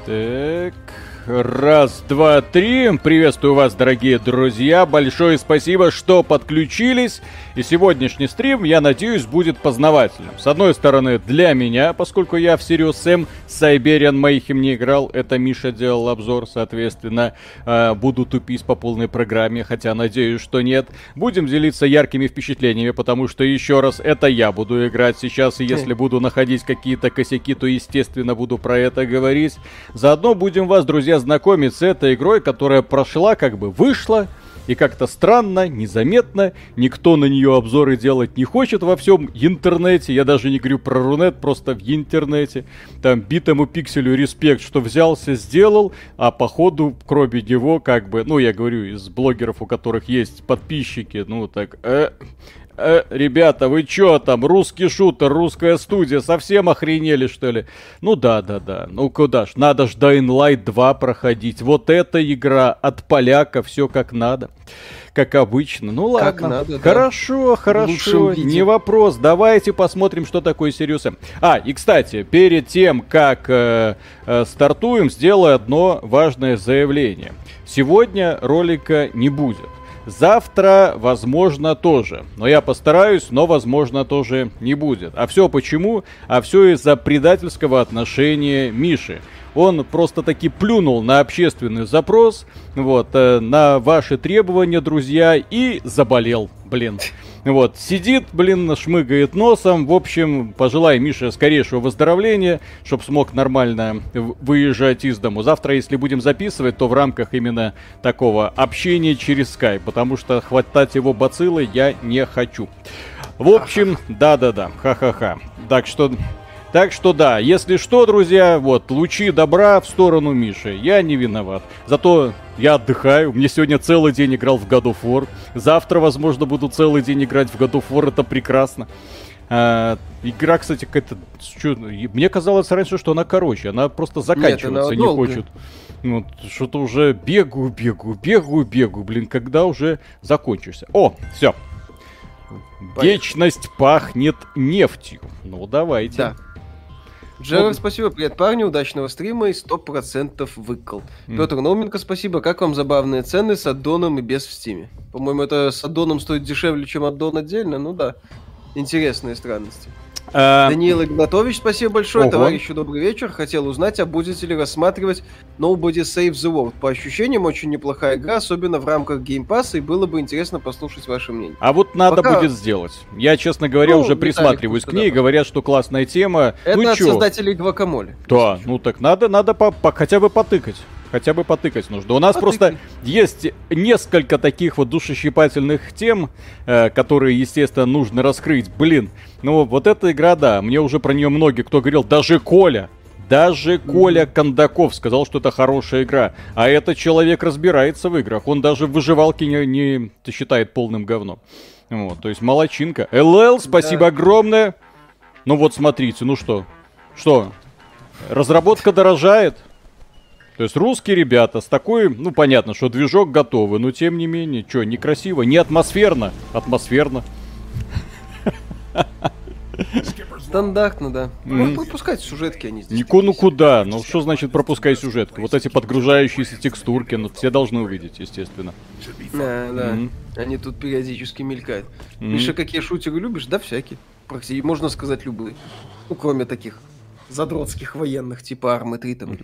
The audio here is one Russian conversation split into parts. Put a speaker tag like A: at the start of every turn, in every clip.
A: Так, раз, два, три. Приветствую вас, дорогие друзья. Большое спасибо, что подключились. И сегодняшний стрим, я надеюсь, будет познавательным. С одной стороны, для меня, поскольку я в Serious Sam Siberian Mayhem не играл. Это Миша делал обзор, соответственно. Буду тупить по полной программе, хотя надеюсь, что нет. Будем делиться яркими впечатлениями, потому что, еще раз, это я буду играть сейчас. И если буду находить какие-то косяки, то, естественно, буду про это говорить. Заодно будем вас, друзья, знакомить с этой игрой, которая прошла, как бы вышла, и как-то странно, незаметно, никто на нее обзоры делать не хочет во всем интернете, я даже не говорю про Рунет, просто в интернете. Там битому пикселю респект, что взялся, сделал, а походу, кроме него, как бы, ну, я говорю, из блогеров, у которых есть подписчики, ну, так, ребята, вы чё там, русский шутер, русская студия, совсем охренели, что ли? Ну да, ну куда ж, надо ж Dying Light 2 проходить, вот эта игра от поляка, все как надо, как обычно. Ну ладно,
B: как надо,
A: хорошо, не вопрос, давайте посмотрим, что такое Serious Sam. И кстати, перед тем, как стартуем, сделаю одно важное заявление. Сегодня ролика не будет. Завтра, возможно, тоже. Но я постараюсь, но, возможно, тоже не будет. А все почему? А все из-за предательского отношения Миши. Он просто-таки плюнул на общественный запрос, вот, на ваши требования, друзья, и заболел, блин. Вот, сидит, блин, шмыгает носом. В общем, пожелай Мише скорейшего выздоровления, чтобы смог нормально выезжать из дому. Завтра, если будем записывать, то в рамках именно такого общения через скайп, потому что хватать его бациллы я не хочу. В общем, да-да-да, ха-ха-ха. Так что да, если что, друзья, вот, лучи добра в сторону Миши. Я не виноват. Зато я отдыхаю. Мне сегодня целый день играл в God of War. Завтра, возможно, буду целый день играть в God of War. Это прекрасно. Игра, кстати, какая-то... Мне казалось раньше, что она короче. Она просто заканчиваться не хочет. Вот, что-то уже бегаю. Блин, когда уже закончишься? О, все. Вечность пахнет нефтью. Ну, давайте.
B: Да. Джерард, спасибо, привет, парни, удачного стрима и 100% выкол. Петр Науменко, спасибо, как вам забавные цены с аддоном и без в стиме? По-моему, это с аддоном стоит дешевле, чем аддон отдельно, ну да, интересные странности. Даниил Игнатович, спасибо большое. Ого. Товарищу, добрый вечер. Хотел узнать, а будете ли рассматривать Nobody Save the World. По ощущениям, очень неплохая игра, особенно в рамках геймпасса, и было бы интересно послушать ваше мнение.
A: А вот надо будет сделать. Я, честно говоря, уже присматриваюсь к ней, говорят, что классная тема.
B: Это от создателей Гвакамоле.
A: Да, ну так надо хотя бы потыкать. Хотя бы потыкать нужно. У нас просто есть несколько таких вот душещипательных тем, которые, естественно, нужно раскрыть. Блин, ну вот эта игра, да, мне уже про нее многие кто говорил, даже Коля Кондаков сказал, что это хорошая игра. А этот человек разбирается в играх. Он даже в выживалке не считает полным говном. Вот, то есть молодчинка. ЛЛ, спасибо огромное. Ну вот смотрите, ну что? Разработка дорожает. То есть русские ребята с такой, ну понятно, что движок готовый, но тем не менее, что, некрасиво, не атмосферно, атмосферно.
B: Стандартно, да. Ну, пропускать сюжетки они здесь.
A: Ну куда? Ну что значит пропускай сюжетку? Вот эти подгружающиеся текстурки, ну все должны увидеть, естественно.
B: Да. Они тут периодически мелькают. Миша, какие шутеры любишь? Да, всякие. Практически, можно сказать, любые. Ну, кроме таких задротских военных, типа Армы 3 там.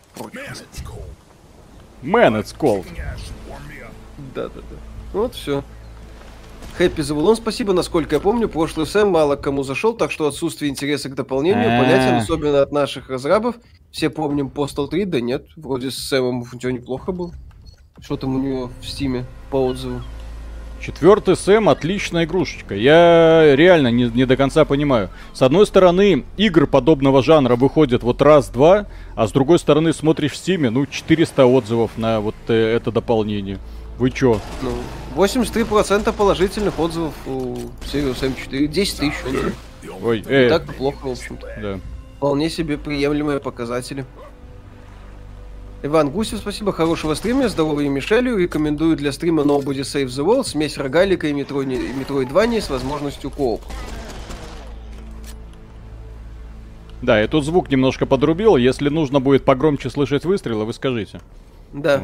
A: Man, it's cold.
B: Да. Вот все. Хэппи Завулон, спасибо. Насколько я помню, прошлый Сэм мало кому зашел, так что отсутствие интереса к дополнению понятен, особенно от наших разрабов. Все помним Postal 3, да нет, вроде с Сэмом у него неплохо был. Что там у него в Стиме по отзыву?
A: 4-й Сэм отличная игрушечка. Я реально не до конца понимаю. С одной стороны, игр подобного жанра выходят вот раз-два, а с другой стороны, смотришь в Стиме, ну, 400 отзывов на вот это дополнение. Вы чё?
B: Ну, 83% положительных отзывов у Serious Sam 4. 10 тысяч.
A: Ой,
B: не так плохо, в общем-то.
A: Да.
B: Вполне себе приемлемые показатели. Иван Гусев, спасибо, хорошего стрима, здоровья Мишелю, рекомендую для стрима Nobody Save the World, смесь рогалика и Metroidvania с возможностью кооп.
A: Да, я тут звук немножко подрубил. Если нужно будет погромче слышать выстрелы, вы скажите.
B: Да.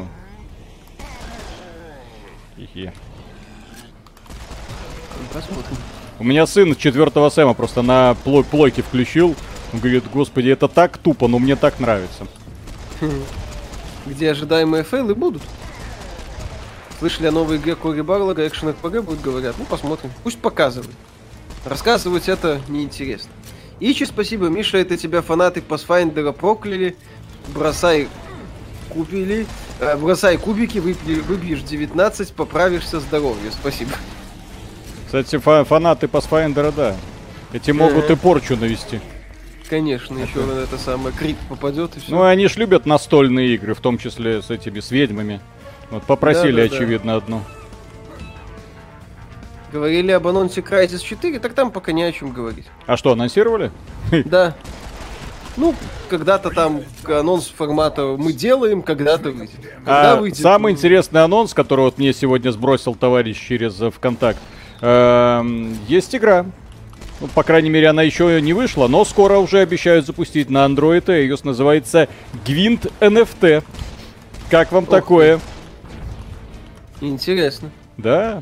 A: Хе-хе.
B: Посмотрим.
A: У меня сын 4-го Сэма просто на плойке включил. Он говорит, господи, это так тупо, но мне так нравится.
B: Где ожидаемые фейлы будут? Слышали о новой игре Кори Барлога, экшен РПГ будет, говорят. Ну, посмотрим. Пусть показывают. Рассказывать это неинтересно. Ичи, спасибо. Миша, это тебя фанаты Pathfinder'а прокляли. Бросай кубики, выбьешь 19, поправишься, здоровье. Спасибо.
A: Кстати, фанаты Pathfinder'а, да. Эти могут и порчу навести.
B: Конечно, еще на это самое крит попадет и все.
A: Ну, они ж любят настольные игры, в том числе с этими, с ведьмами. Вот попросили, очевидно, одну.
B: Говорили об анонсе Crysis 4, так там пока не о чем говорить.
A: А что, анонсировали?
B: Да. Ну, когда-то там анонс формата мы делаем, когда-то выйдет. Когда выйдет,
A: самый интересный анонс, который вот мне сегодня сбросил товарищ через ВКонтакт, есть игра. Ну, по крайней мере, она еще не вышла, но скоро уже обещают запустить на Android. Ее называется Gwent NFT. Как вам такое?
B: Интересно.
A: Да.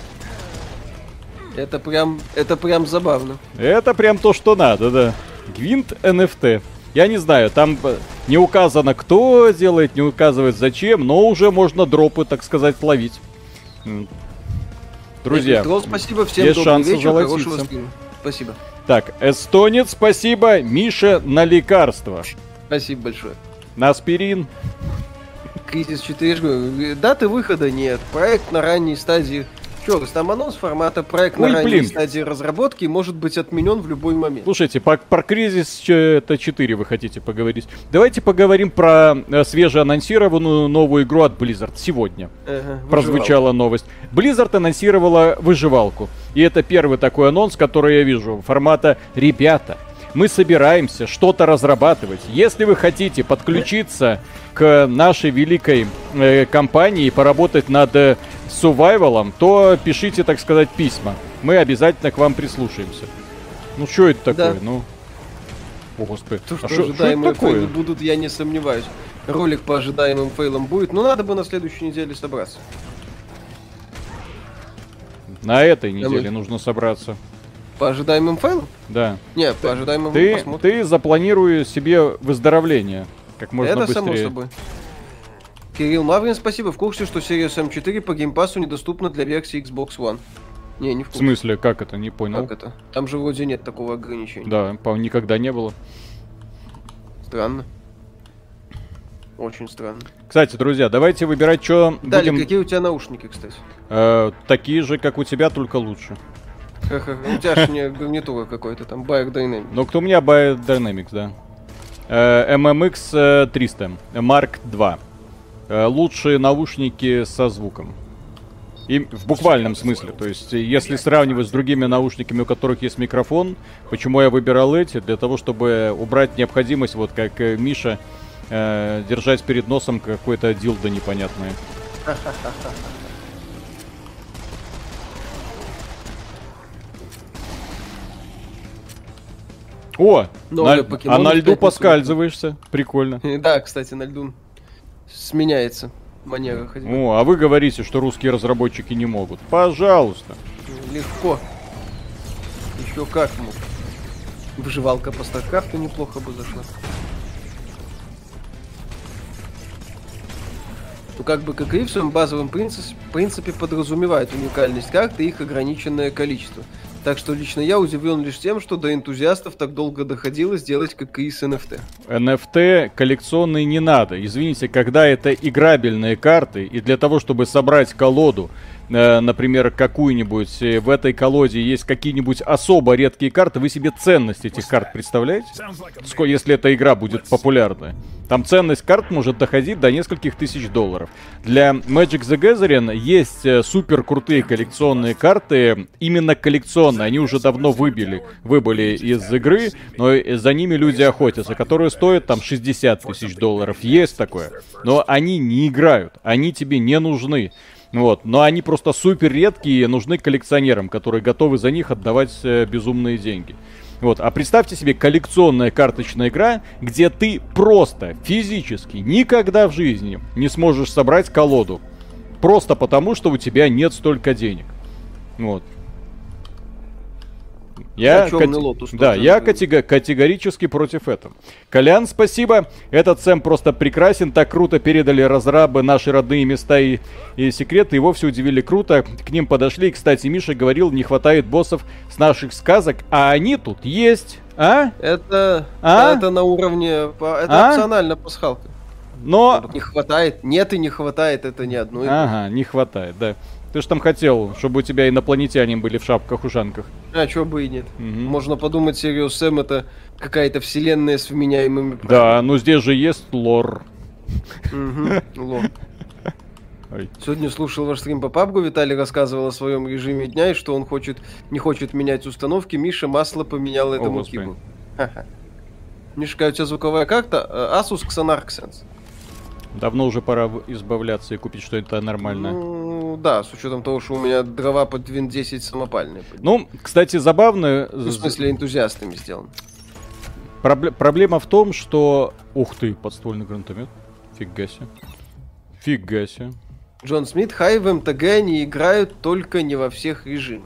B: Это прям забавно.
A: Это прям то, что надо, да. Gwent NFT. Я не знаю, там не указано, кто делает, не указывает зачем, но уже можно дропы, так сказать, ловить. Друзья,
B: спасибо всем,
A: есть шансы
B: золотиться.
A: золотиться.
B: Спасибо.
A: Так, эстонец, спасибо. Миша на лекарства.
B: Спасибо большое.
A: На аспирин.
B: Crysis 4. Даты выхода нет. Проект на ранней стадии. Чё, там анонс формата. Проект на ранней стадии разработки может быть отменен в любой момент.
A: Слушайте, про Crysis 4 вы хотите поговорить. Давайте поговорим про свежеанонсированную новую игру от Blizzard. Сегодня прозвучала новость. Blizzard анонсировала выживалку. И это первый такой анонс, который я вижу. Формата «Ребята, мы собираемся что-то разрабатывать. Если вы хотите подключиться к нашей великой компании и поработать над сурвайвалом, то пишите, так сказать, письма. Мы обязательно к вам прислушаемся». Ну, что это такое? Да. Ну, о, господи.
B: То, что ожидаемые фейлы будут, я не сомневаюсь. Ролик по ожидаемым фейлам будет, но надо бы на следующей неделе собраться.
A: На этой неделе нужно собраться.
B: По ожидаемым фейлам?
A: Да.
B: Не, по ожидаемым
A: посмотрим. Ты запланируй себе выздоровление как можно быстрее.
B: Это само собой. Кирилл Маврин, спасибо. В курсе, что Series M4 по геймпасу недоступна для версии Xbox One? Не в курсе.
A: В смысле? Как это? Не понял.
B: Как это? Там же вроде нет такого ограничения.
A: Да, по-моему, никогда не было.
B: Странно. Очень странно.
A: Кстати, друзья, давайте выбирать, что
B: будем... какие у тебя наушники, кстати?
A: Такие же, как у тебя, только лучше.
B: У тебя же не гарнитура какой-то там, Bayer Dynamics.
A: Ну, кто у меня Bayer Dynamics, да. MMX 300, Mark II. Лучшие наушники со звуком. И в буквальном смысле. То есть, если сравнивать с другими наушниками, у которых есть микрофон, почему я выбирал эти? Для того, чтобы убрать необходимость, вот как Миша, держать перед носом какое-то дилдо непонятное. О, на льду поскальзываешься. Прикольно.
B: Да, кстати, на льду сменяется манера ходьбы.
A: О, а вы говорите, что русские разработчики не могут. Пожалуйста.
B: Легко. Еще как мог. Выживалка по StarCraft'у неплохо бы зашла. Ну, как бы ККИ в своем базовом принципе подразумевает уникальность карт и их ограниченное количество. Так что лично я удивлен лишь тем, что до энтузиастов так долго доходило сделать ККИ с NFT.
A: NFT коллекционные не надо. Извините, когда это играбельные карты, и для того, чтобы собрать колоду, например, какую-нибудь, в этой колоде есть какие-нибудь особо редкие карты, вы себе ценность этих карт представляете? Если эта игра будет популярная. Там ценность карт может доходить до нескольких тысяч $. Для Magic the Gathering есть супер крутые коллекционные карты, именно коллекционные. Они уже давно выбыли из игры, но за ними люди охотятся, которые стоят там 60 тысяч $. Есть такое. Но они не играют, они тебе не нужны. Вот, но они просто супер редкие и нужны коллекционерам, которые готовы за них отдавать безумные деньги. Вот. А представьте себе коллекционная карточная игра, где ты просто физически никогда в жизни не сможешь собрать колоду. Просто потому, что у тебя нет столько денег. Вот. Я категорически против этого. Колян, спасибо. Этот Сэм просто прекрасен. Так круто передали разрабы наши родные места и секреты. И вовсе удивили круто. К ним подошли. Кстати, Миша говорил, не хватает боссов с наших сказок. А они тут есть. А?
B: Это на уровне... Это опционально пасхалка.
A: Но...
B: Не хватает. Нет и не хватает. Это ни одной.
A: Ага, не хватает, да. Ты ж там хотел, чтобы у тебя инопланетяне были в шапках-ушанках.
B: А, чё бы и нет. Можно подумать, Serious Sam это какая-то вселенная с вменяемыми правилами.
A: Да, но здесь же есть лор.
B: Лор. Сегодня слушал ваш стрим по PUBG, Виталий рассказывал о своем режиме дня и что он не хочет менять установки. Миша масло поменял этому кибу. Мишка, у тебя звуковая карта? Asus Xanarc Sense.
A: Давно уже пора избавляться и купить что-то нормальное.
B: Ну, да, с учетом того, что у меня дрова под Win 10 самопальные.
A: Ну, кстати, забавно...
B: В смысле, энтузиастами сделан.
A: Проблема в том, что... Ух ты, подствольный гранатомет. Фига себе. Фига себе.
B: Джон Смит, хай, в МТГ они играют только не во всех режимах.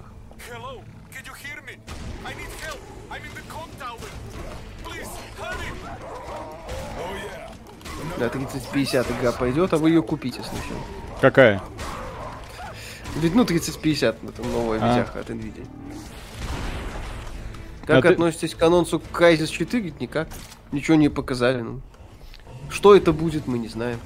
B: На 3050 игра пойдет, а вы ее купите сначала.
A: Какая?
B: Ведь, 3050, это новая видяха от Nvidia. Как относитесь к анонсу Crysis 4? Никак. Ничего не показали. Что это будет, мы не знаем.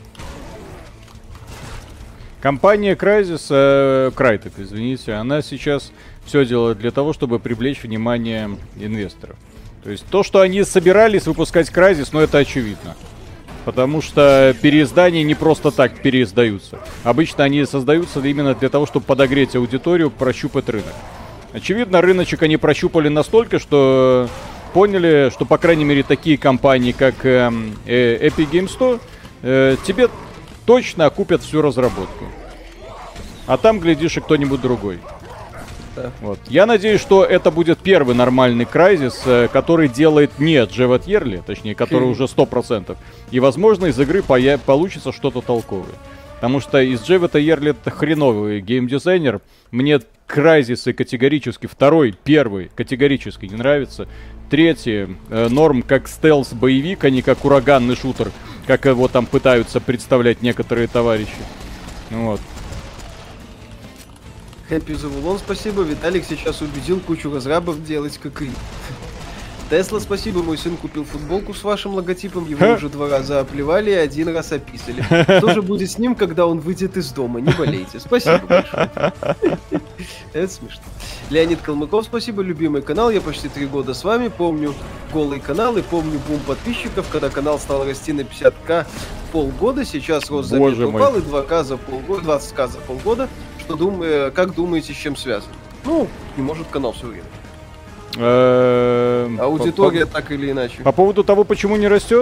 A: Компания Crysis, Crytek, извините, она сейчас все делает для того, чтобы привлечь внимание инвесторов. То есть то, что они собирались выпускать Crysis, это очевидно. Потому что переиздания не просто так переиздаются. Обычно они создаются именно для того, чтобы подогреть аудиторию, прощупать рынок. Очевидно, рыночек они прощупали настолько, что поняли, что, по крайней мере, такие компании, как Epic Games Store, тебе точно окупят всю разработку. А там, глядишь, и кто-нибудь другой. Да. Вот. Я надеюсь, что это будет первый нормальный Crysis, который делает не Джевет Йерли, точнее, который уже 100%. И, возможно, из игры получится что-то толковое. Потому что из Джевета Йерли это хреновый геймдизайнер. Мне Crysis категорически, первый категорически не нравится. Третий, норм как стелс-боевик, а не как ураганный шутер, как его там пытаются представлять некоторые товарищи. Вот.
B: Happy the Wulon, спасибо. Виталик сейчас убедил кучу разрабов делать как и. Тесла, спасибо. Мой сын купил футболку с вашим логотипом. Его уже 2 раза оплевали и 1 раз описали. Что же будет с ним, когда он выйдет из дома? Не болейте. Спасибо большое. Это смешно. Леонид Калмыков, спасибо. Любимый канал. Я почти 3 года с вами. Помню голый канал и помню бум подписчиков, когда канал стал расти на 50к полгода. Сейчас рост заметно упал и 2к за полгода, 20к за полгода. Как думаете, с чем связано? Не может канал все время. Аудитория так или иначе.
A: По поводу того, почему не растет?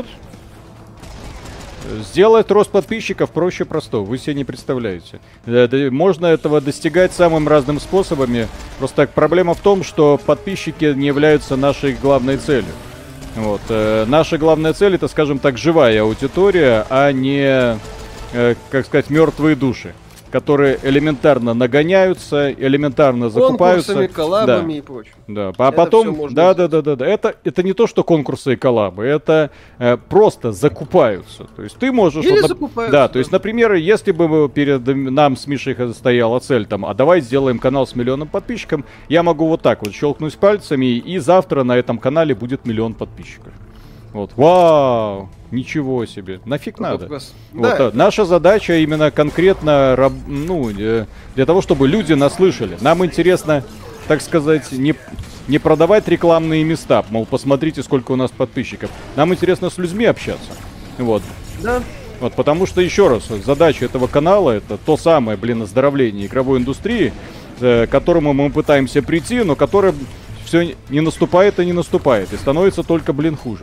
A: Сделать рост подписчиков проще простого, вы себе не представляете. Можно этого достигать самыми разными способами. Просто проблема в том, что подписчики не являются нашей главной целью. Вот. Наша главная цель — это, скажем так, живая аудитория, а не, мертвые души, которые элементарно нагоняются, элементарно закупаются.
B: Конкурсами, коллабами и прочим.
A: Да, а потом, да. Это не то, что конкурсы и коллабы, это просто закупаются. То есть ты можешь... То есть, например, если бы перед нам с Мишей стояла цель, а давай сделаем канал с 1 миллионом подписчиков, я могу вот так вот щелкнуть пальцами, и завтра на этом канале будет 1 миллион подписчиков. Вот, вау, ничего себе, нафиг надо. Вот, наша задача именно конкретно, для того, чтобы люди нас слышали. Нам интересно, так сказать, не продавать рекламные места, мол, посмотрите, сколько у нас подписчиков. Нам интересно с людьми общаться. Вот.
B: Да.
A: Вот, потому что, еще раз, задача этого канала — это то самое, оздоровление игровой индустрии, к которому мы пытаемся прийти, но которое все не наступает и не наступает, и становится только, хуже.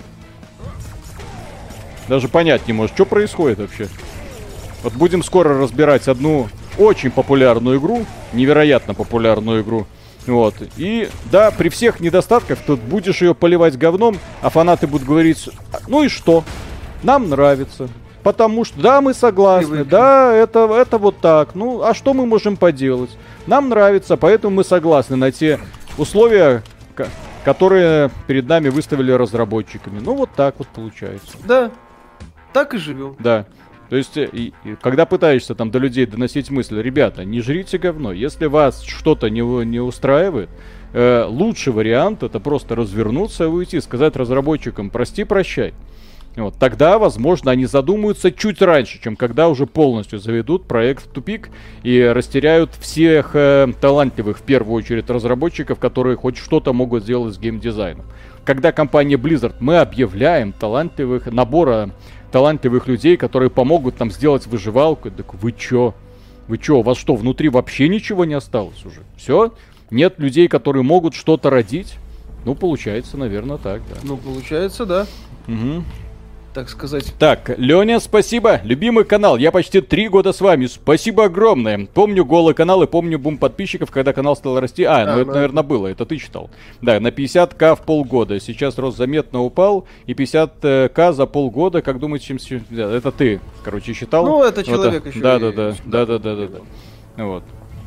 A: Даже понять не может, что происходит вообще. Вот будем скоро разбирать одну очень популярную игру, невероятно популярную игру, Вот. И да, при всех недостатках тут будешь ее поливать говном, а фанаты будут говорить, ну и что? Нам нравится. Потому что, да, мы согласны, да, это вот так. Ну, а что мы можем поделать? Нам нравится, поэтому мы согласны на те условия, которые перед нами выставили разработчиками. Ну, вот так вот получается.
B: Да, так и живем.
A: Да. То есть, когда пытаешься там до людей доносить мысль, ребята, не жрите говно. Если вас что-то не устраивает, лучший вариант это просто развернуться и уйти, сказать разработчикам, прости, прощай. Вот, тогда, возможно, они задумаются чуть раньше, чем когда уже полностью заведут проект в тупик и растеряют всех талантливых, в первую очередь, разработчиков, которые хоть что-то могут сделать с геймдизайном. Когда компания Blizzard, мы объявляем набора талантливых людей, которые помогут нам сделать выживалку. Так вы чё? Вы чё? У вас что, внутри вообще ничего не осталось уже? Все? Нет людей, которые могут что-то родить? Ну, получается, наверное, так, да.
B: Ну, получается, да.
A: Угу.
B: Так сказать.
A: Так, Леня, спасибо. Любимый канал. Я почти 3 года с вами. Спасибо огромное. Помню голый канал и помню бум подписчиков, когда канал стал расти. Ну это, наверное, было. Это ты читал. Да, на 50к в полгода. Сейчас рост заметно упал. И 50к за полгода. Как думаете, чем... Это ты, короче, считал?
B: Ну, это человек еще.
A: Да. Вот.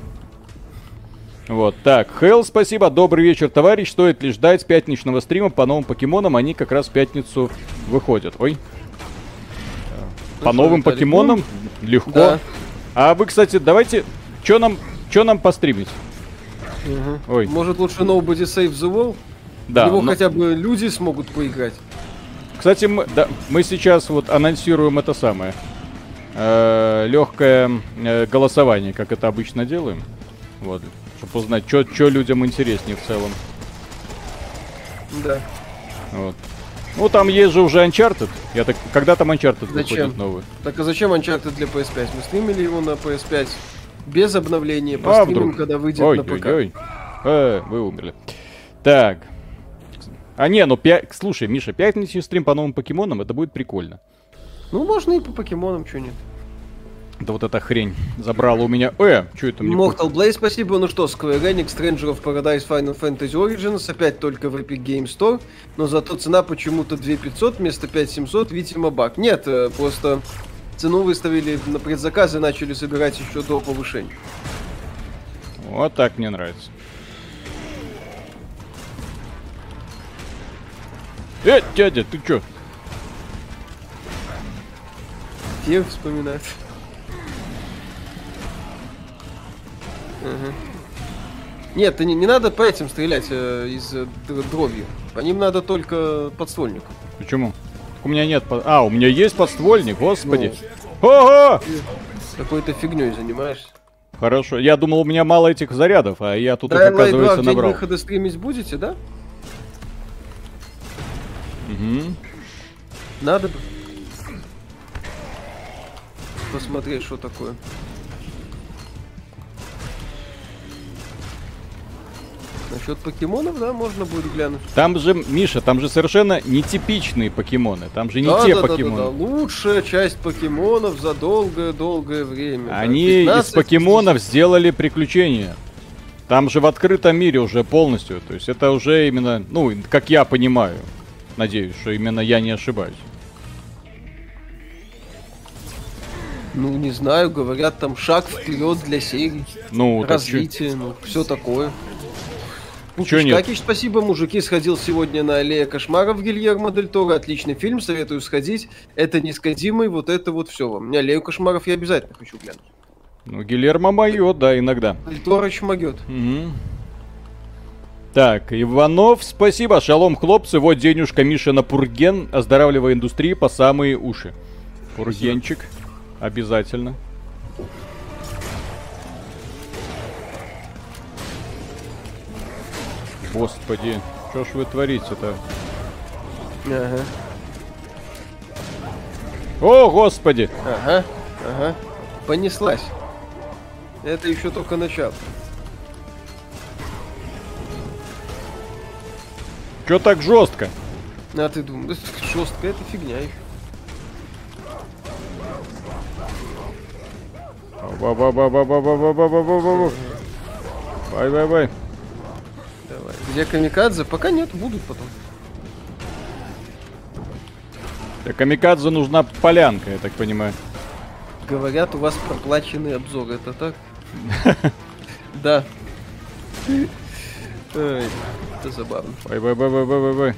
A: Вот, так, Хелл, спасибо, добрый вечер, товарищ, стоит ли ждать пятничного стрима по новым покемонам, они как раз в пятницу выходят, ой. По новым покемонам? Легко. Да. А вы, кстати, давайте, чё нам постримить?
B: Угу. Ой. Может лучше Nobody Save the World?
A: Да.
B: Его хотя бы люди смогут поиграть.
A: Кстати, мы сейчас вот анонсируем это самое, легкое голосование, как это обычно делаем, вот. Чтобы узнать, что людям интереснее в целом.
B: Да.
A: Вот. Ну, там есть же уже Uncharted. Когда там Uncharted выходит новый?
B: Так а зачем Uncharted для PS5? Мы стримили его на PS5 без обновления. Постримим, когда выйдет на ПК.
A: Вы умерли. Так. Слушай, Миша, пятничный стрим по новым покемонам, это будет прикольно.
B: Ну, можно и по покемонам, что нет.
A: Да вот эта хрень забрала у меня... что это мне...
B: Mortal Blade, спасибо. Ну что, Square Enix, Stranger of Paradise, Final Fantasy Origins, опять только в Epic Game Store, но зато цена почему-то 2500 вместо 5700, видимо, баг. Нет, просто цену выставили на предзаказ и начали собирать еще до повышения.
A: Вот так мне нравится. Дядя, ты чё?
B: Всех вспоминать. Угу. Нет, не надо по этим стрелять из дробью. По ним надо только подствольник.
A: Почему? У меня нет... у меня есть подствольник, господи. Ого!
B: Какой-то фигней занимаешься.
A: Хорошо. Я думал, у меня мало этих зарядов, а я тут их, оказывается, набрал.
B: День выхода стримить будете, да?
A: Угу.
B: Надо бы посмотреть, что такое. Насчет покемонов, да, можно будет глянуть.
A: Там же, Миша, там же совершенно нетипичные покемоны. Там же не те покемоны.
B: Да. Лучшая часть покемонов за долгое-долгое время.
A: Они из покемонов сделали приключения. Там же в открытом мире уже полностью. То есть это уже именно, как я понимаю. Надеюсь, что именно я не ошибаюсь.
B: Ну, не знаю, говорят, там шаг вперед для серии. Развитие, все такое. Какич, спасибо, мужики, сходил сегодня на Аллея кошмаров Гильермо Дель Торо, отличный фильм, советую сходить, это несходимый, вот это вот все вам. Мне Аллею кошмаров я обязательно хочу глянуть.
A: Гильермо моет, да, иногда.
B: Дель Торо чмогет.
A: Угу. Так, Иванов, спасибо, шалом, хлопцы, вот денежка Миша на Пурген, оздоравливая индустрию по самые уши. Пургенчик, обязательно. Господи, что ж вы творите-то?
B: Ага.
A: О, господи!
B: Ага. Понеслась. Это еще только начало.
A: Чё так жестко?
B: А ты думаешь, жестко, это фигня еще.
A: Бай.
B: Где камикадзе? Пока нет, будут потом.
A: Для камикадзе нужна полянка, я так понимаю.
B: Говорят, у вас проплаченный обзор, это так? Да. Это забавно.
A: Бай.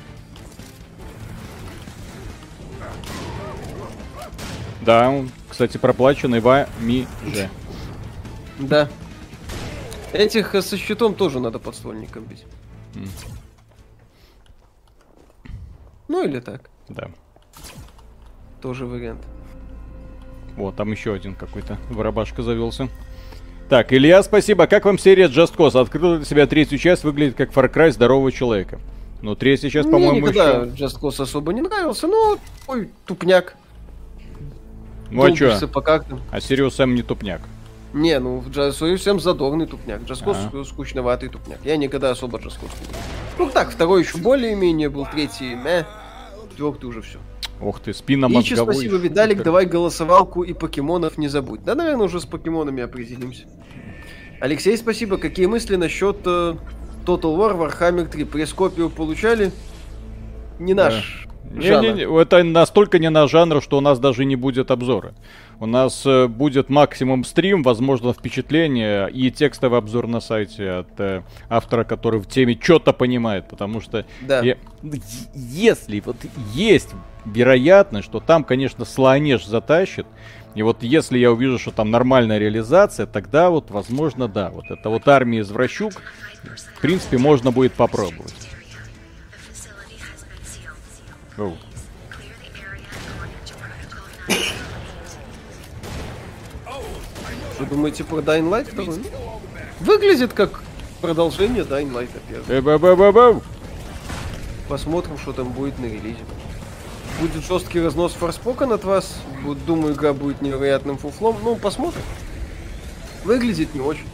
A: Да, он, кстати, проплаченный вами же.
B: Да. Этих со щитом тоже надо подствольником бить. Ну или так.
A: Да.
B: Тоже вариант.
A: Вот, там еще один какой-то воробашка завелся. Так, Илья, спасибо. Как вам серия Just Cause? Открыла для себя третью часть, выглядит как Far Cry здорового человека. Но третья часть, по-моему,
B: мне никогда
A: еще...
B: Just Cause особо не нравился, но ой, тупняк.
A: Ну а чё? А Serious Sam не тупняк.
B: Не, ну Serious Sam задорный тупняк. Just Cause скучноватый тупняк. Я никогда особо Just Cause не видел. Ну так, второй еще более-менее был, третий, четвертый уже все.
A: Ох ты, спинномозговой.
B: Спасибо, Виталик, давай голосовалку и покемонов не забудь. Да, наверное, уже с покемонами определимся. Алексей, спасибо. Какие мысли насчет Total War Warhammer 3? Прескопию получали? Не наш жанр.
A: Это настолько не наш жанр, что у нас даже не будет обзора. У нас будет максимум стрим, возможно, впечатление и текстовый обзор на сайте от автора, который в теме что-то понимает. Потому что если вот есть вероятность, что там, конечно, Слоонеж затащит, и вот если я увижу, что там нормальная реализация, тогда вот, возможно, да. Вот это вот армия извращук, в принципе, можно будет попробовать.
B: Вы думаете про Dying Light 2? Выглядит как продолжение Dying Light 1. Посмотрим, что там будет на релизе. Будет жесткий разнос Forspoken от вас. Думаю, игра будет невероятным фуфлом. Ну, посмотрим. Выглядит не очень.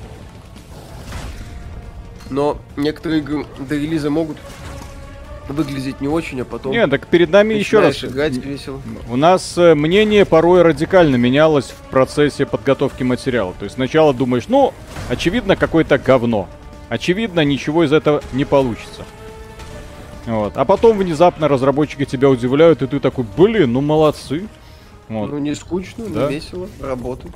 B: Но некоторые игры до релиза могут выглядеть не очень, а потом...
A: Нет, так перед нами еще раз.
B: Играть весело.
A: У нас мнение порой радикально менялось в процессе подготовки материала. То есть сначала думаешь, ну, очевидно, какое-то говно. Очевидно, ничего из этого не получится. Вот. А потом внезапно разработчики тебя удивляют, и ты такой, блин, ну молодцы. Вот.
B: Ну не скучно, да? Не весело, работает.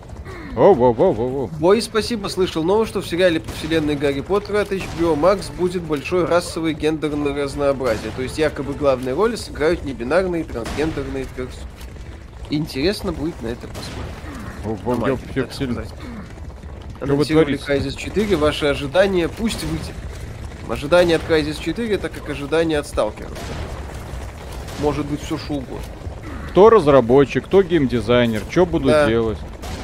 B: Бой, спасибо, слышал новость, что в сериале по вселенной Гарри Поттера от HBO Max будет большое расовое гендерное разнообразие. То есть якобы главные роли сыграют небинарные трансгендерные персоны. Интересно будет на это посмотреть. Анонсировали Crysis 4, ваши ожидания пусть выйдет. Ожидания от Crysis 4 это как ожидания от Stalker. Может быть все что угодно.
A: Кто разработчик, кто геймдизайнер, что будут делать?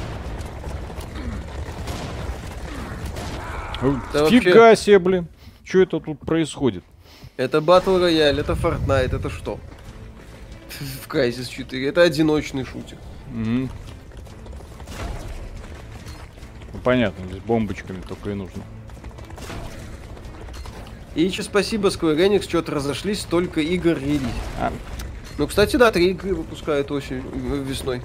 A: Да фига вообще... себе, блин. Что это тут происходит?
B: Это Battle Royale, это Fortnite, это что? В Crysis 4. Это одиночный шутер.
A: Ну, понятно, здесь бомбочками только и нужно.
B: И еще спасибо, Square Enix, что-то разошлись, столько игр релиз. Ну, кстати, да, 3 игры выпускают весной.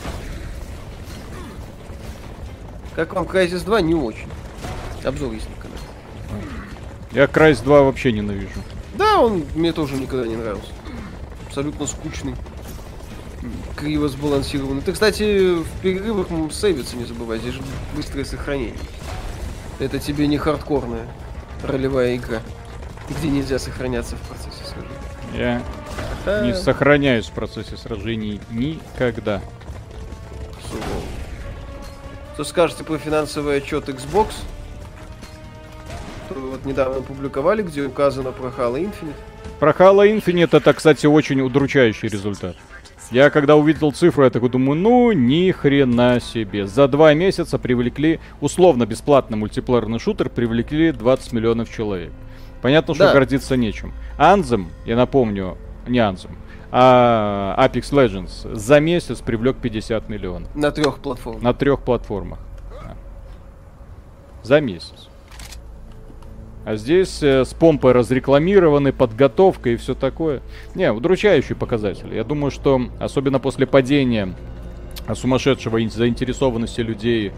B: Как вам Crysis 2? Не очень. Обзор есть на канале.
A: Я Crysis 2 вообще ненавижу.
B: Да, он мне тоже никогда не нравился. Абсолютно скучный. Криво сбалансированный. Ты, кстати, в перерывах сейвиться не забывай. Здесь же быстрое сохранение. Это тебе не хардкорная ролевая игра, где нельзя сохраняться в процессе сражения.
A: Я не сохраняюсь в процессе сражений никогда.
B: Сурово. Что скажете про финансовый отчет Xbox? Который вот недавно публиковали, где указано про Halo Infinite.
A: Про Halo Infinite это, кстати, очень удручающий результат. Я когда увидел цифру, я такой думаю, ну ни хрена себе. За 2 месяца привлекли, условно бесплатный мультиплеерный шутер, привлекли 20 миллионов человек. Понятно, что гордиться нечем. Anthem, я напомню, не Anthem, а Apex Legends за месяц привлек 50 миллионов.
B: На 3 платформах.
A: На 3 платформах. Да. За месяц. А здесь с помпой разрекламированы, подготовка и все такое. Не, удручающие показатели. Я думаю, что особенно после падения сумасшедшего заинтересованности людей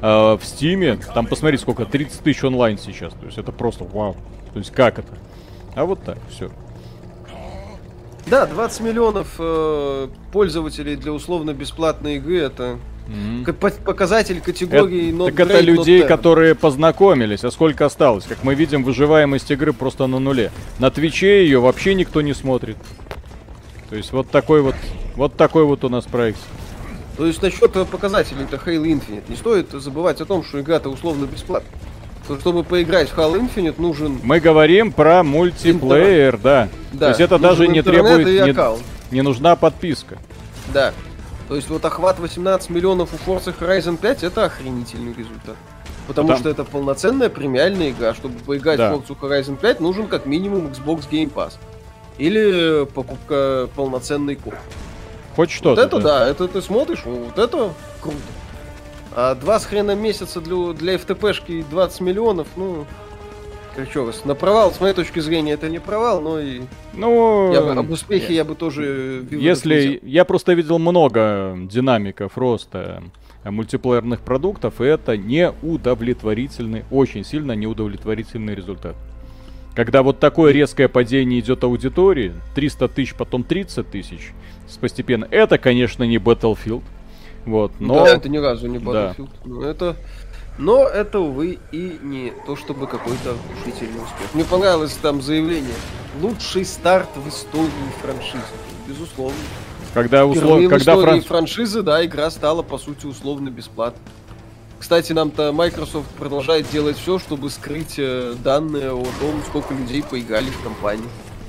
A: в Стиме, там посмотри сколько, 30 тысяч онлайн сейчас. То есть это просто вау. То есть как это? А вот так, все.
B: Да, 20 миллионов пользователей для условно-бесплатной игры, это показатель категории
A: not так great, это людей, которые познакомились. А сколько осталось? Как мы видим, выживаемость игры просто на нуле. На Твиче ее вообще никто не смотрит. То есть вот такой вот у нас проект.
B: То есть насчет показателей-то Halo Infinite, не стоит забывать о том, что игра-то условно бесплатная. Чтобы поиграть в Halo Infinite, нужен...
A: Мы говорим про мультиплеер, да. То есть это даже не требует... Не нужна подписка.
B: Да. То есть вот охват 18 миллионов у Forza Horizon 5 это охренительный результат. Потому что это полноценная премиальная игра. Чтобы поиграть в Forza Horizon 5, нужен как минимум Xbox Game Pass. Или покупка полноценной копии.
A: Хоть что-то.
B: Вот это да, это ты смотришь, вот это круто. А 2 с хреном месяца для FTP-шки 20 миллионов, ну... Еще раз, на провал, с моей точки зрения, это не провал, но и...
A: Ну...
B: об успехе я бы тоже...
A: Если... Я просто видел много динамиков роста мультиплеерных продуктов, и это неудовлетворительный, очень сильно неудовлетворительный результат. Когда вот такое резкое падение идет аудитории, 300 тысяч, потом 30 тысяч, постепенно, это, конечно, не Battlefield. Вот, но...
B: Да, это ни разу не Battlefield. Да. Но это, увы, и не то, чтобы какой-то внушительный успех. Мне понравилось там заявление. Лучший старт в истории франшизы. Безусловно.
A: Когда
B: в истории франшизы, да, игра стала, по сути, условно бесплатной. Кстати, нам-то Microsoft продолжает делать все, чтобы скрыть данные о том, сколько людей поиграли в компанию.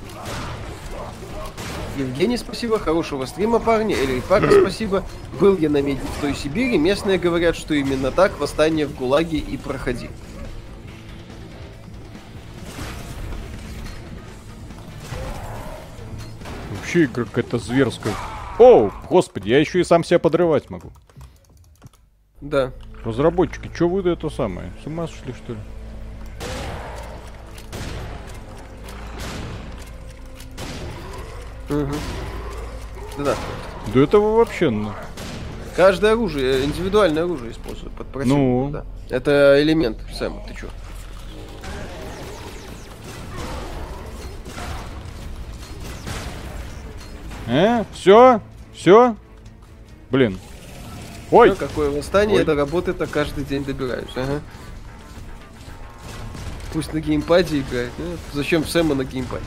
B: Евгений, спасибо, хорошего стрима, парни. Эльри Парк, спасибо. Был я на медне в той Сибири. Местные говорят, что именно так восстание в ГУЛАГе и проходило.
A: Вообще игра какая-то зверская. О, господи, я еще и сам себя подрывать могу.
B: Да.
A: Разработчики, что вы это самое? С ума сошли, что ли?
B: Угу. Да.
A: Да это вообще...
B: Каждое оружие, индивидуальное оружие используют под противника.
A: Ну...
B: Да. Это элемент, Сэм, ты чё?
A: Все? Все? Блин. Ой!
B: Всё, какое восстание, до работы-то каждый день добираюсь. Ага. Пусть на геймпаде играет. Зачем Сэма на геймпаде?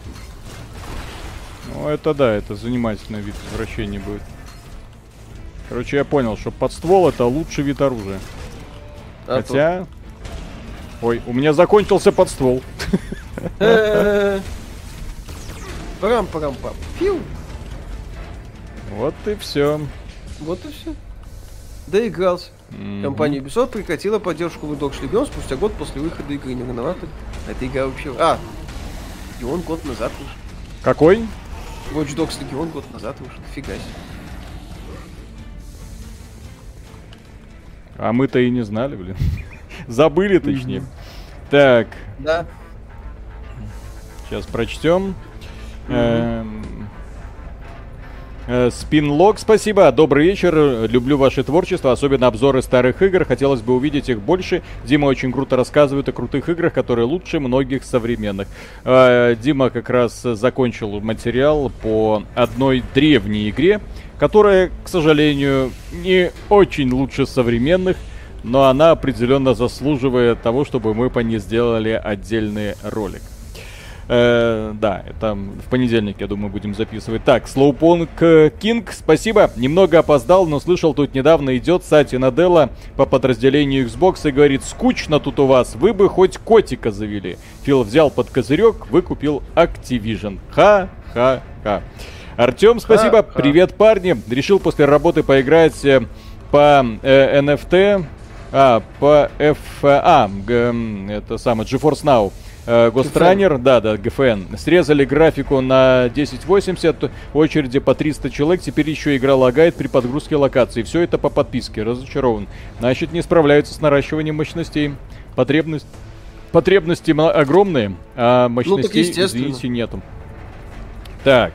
A: Ну, это да, это занимательный вид возвращения будет. Короче, я понял, что подствол это лучший вид оружия. Хотя... Ой, у меня закончился подствол.
B: Парам-парам-пам. Фью.
A: Вот и все.
B: Вот и все. Доигрался. Компания Ubisoft прекратила поддержку в Watch Legion спустя год после выхода игры. Не виноваты. Эта игра вообще... и он год назад вышел.
A: Какой?
B: Watch Dogs Legion год назад вышел. Фига себе.
A: А мы-то и не знали, блин. Забыли, точнее. Так.
B: Да.
A: Сейчас прочтем. Спинлог, спасибо. Добрый вечер. Люблю ваше творчество, особенно обзоры старых игр. Хотелось бы увидеть их больше. Дима очень круто рассказывает о крутых играх, которые лучше многих современных. Дима как раз закончил материал по одной древней игре, которая, к сожалению, не очень лучше современных, но она определенно заслуживает того, чтобы мы по ней сделали отдельный ролик. Да, это в понедельник, я думаю, будем записывать. Так, Slowpunk King, спасибо. Немного опоздал, но слышал, тут недавно идет Сати Наделла по подразделению Xbox и говорит: скучно тут у вас, вы бы хоть котика завели. Фил взял под козырек, выкупил Activision. Ха-ха-ха. Артем, спасибо. Привет, парни. Решил после работы поиграть по NFT, по это самое, GeForce Now. Ghost Runner, да, GFN. Срезали графику на 1080, в очереди по 300 человек, теперь еще игра лагает при подгрузке локаций. Все это по подписке, разочарован. Значит, не справляются с наращиванием мощностей. Потребности огромные, а мощностей, извините, нету. Так,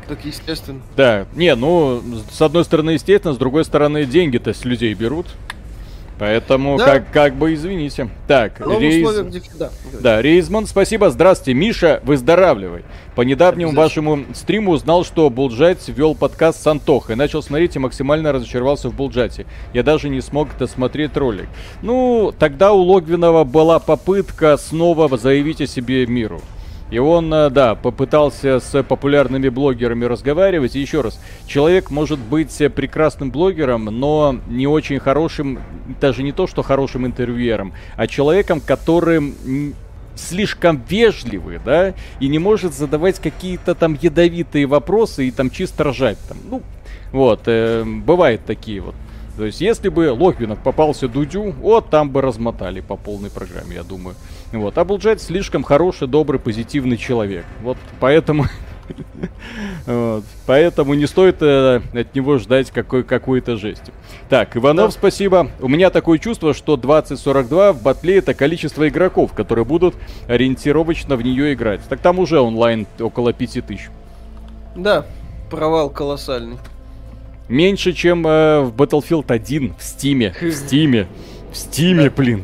B: естественно.
A: Да, не, ну, с одной стороны, естественно, с другой стороны, деньги-то с людей берут. Поэтому, да. как бы, извините. Так, Рейзман, спасибо. Здравствуйте, Миша, выздоравливай. По недавнему вашему стриму узнал, что Булджать вел подкаст с Антохой. Начал смотреть и максимально разочаровался в Булджате. Я даже не смог досмотреть ролик. Ну, тогда у Логвинова была попытка снова заявить о себе миру. И он, да, попытался с популярными блогерами разговаривать. И еще раз, человек может быть прекрасным блогером, но не очень хорошим, даже не то, что хорошим интервьюером, а человеком, который слишком вежливый, да, и не может задавать какие-то там ядовитые вопросы и там чисто ржать там. Ну, вот, бывают такие вот. То есть, если бы Логвинов попался Дудю, вот там бы размотали по полной программе, я думаю. Вот. А Булджать слишком хороший, добрый, позитивный человек. Вот поэтому... Поэтому не стоит от него ждать какой-то жести. Так, Иванов, спасибо. У меня такое чувство, что 2042 в батле это количество игроков, которые будут ориентировочно в нее играть. Так там уже онлайн около 5000.
B: Да, провал колоссальный.
A: Меньше, чем в Battlefield 1 в Стиме. В Стиме, блин.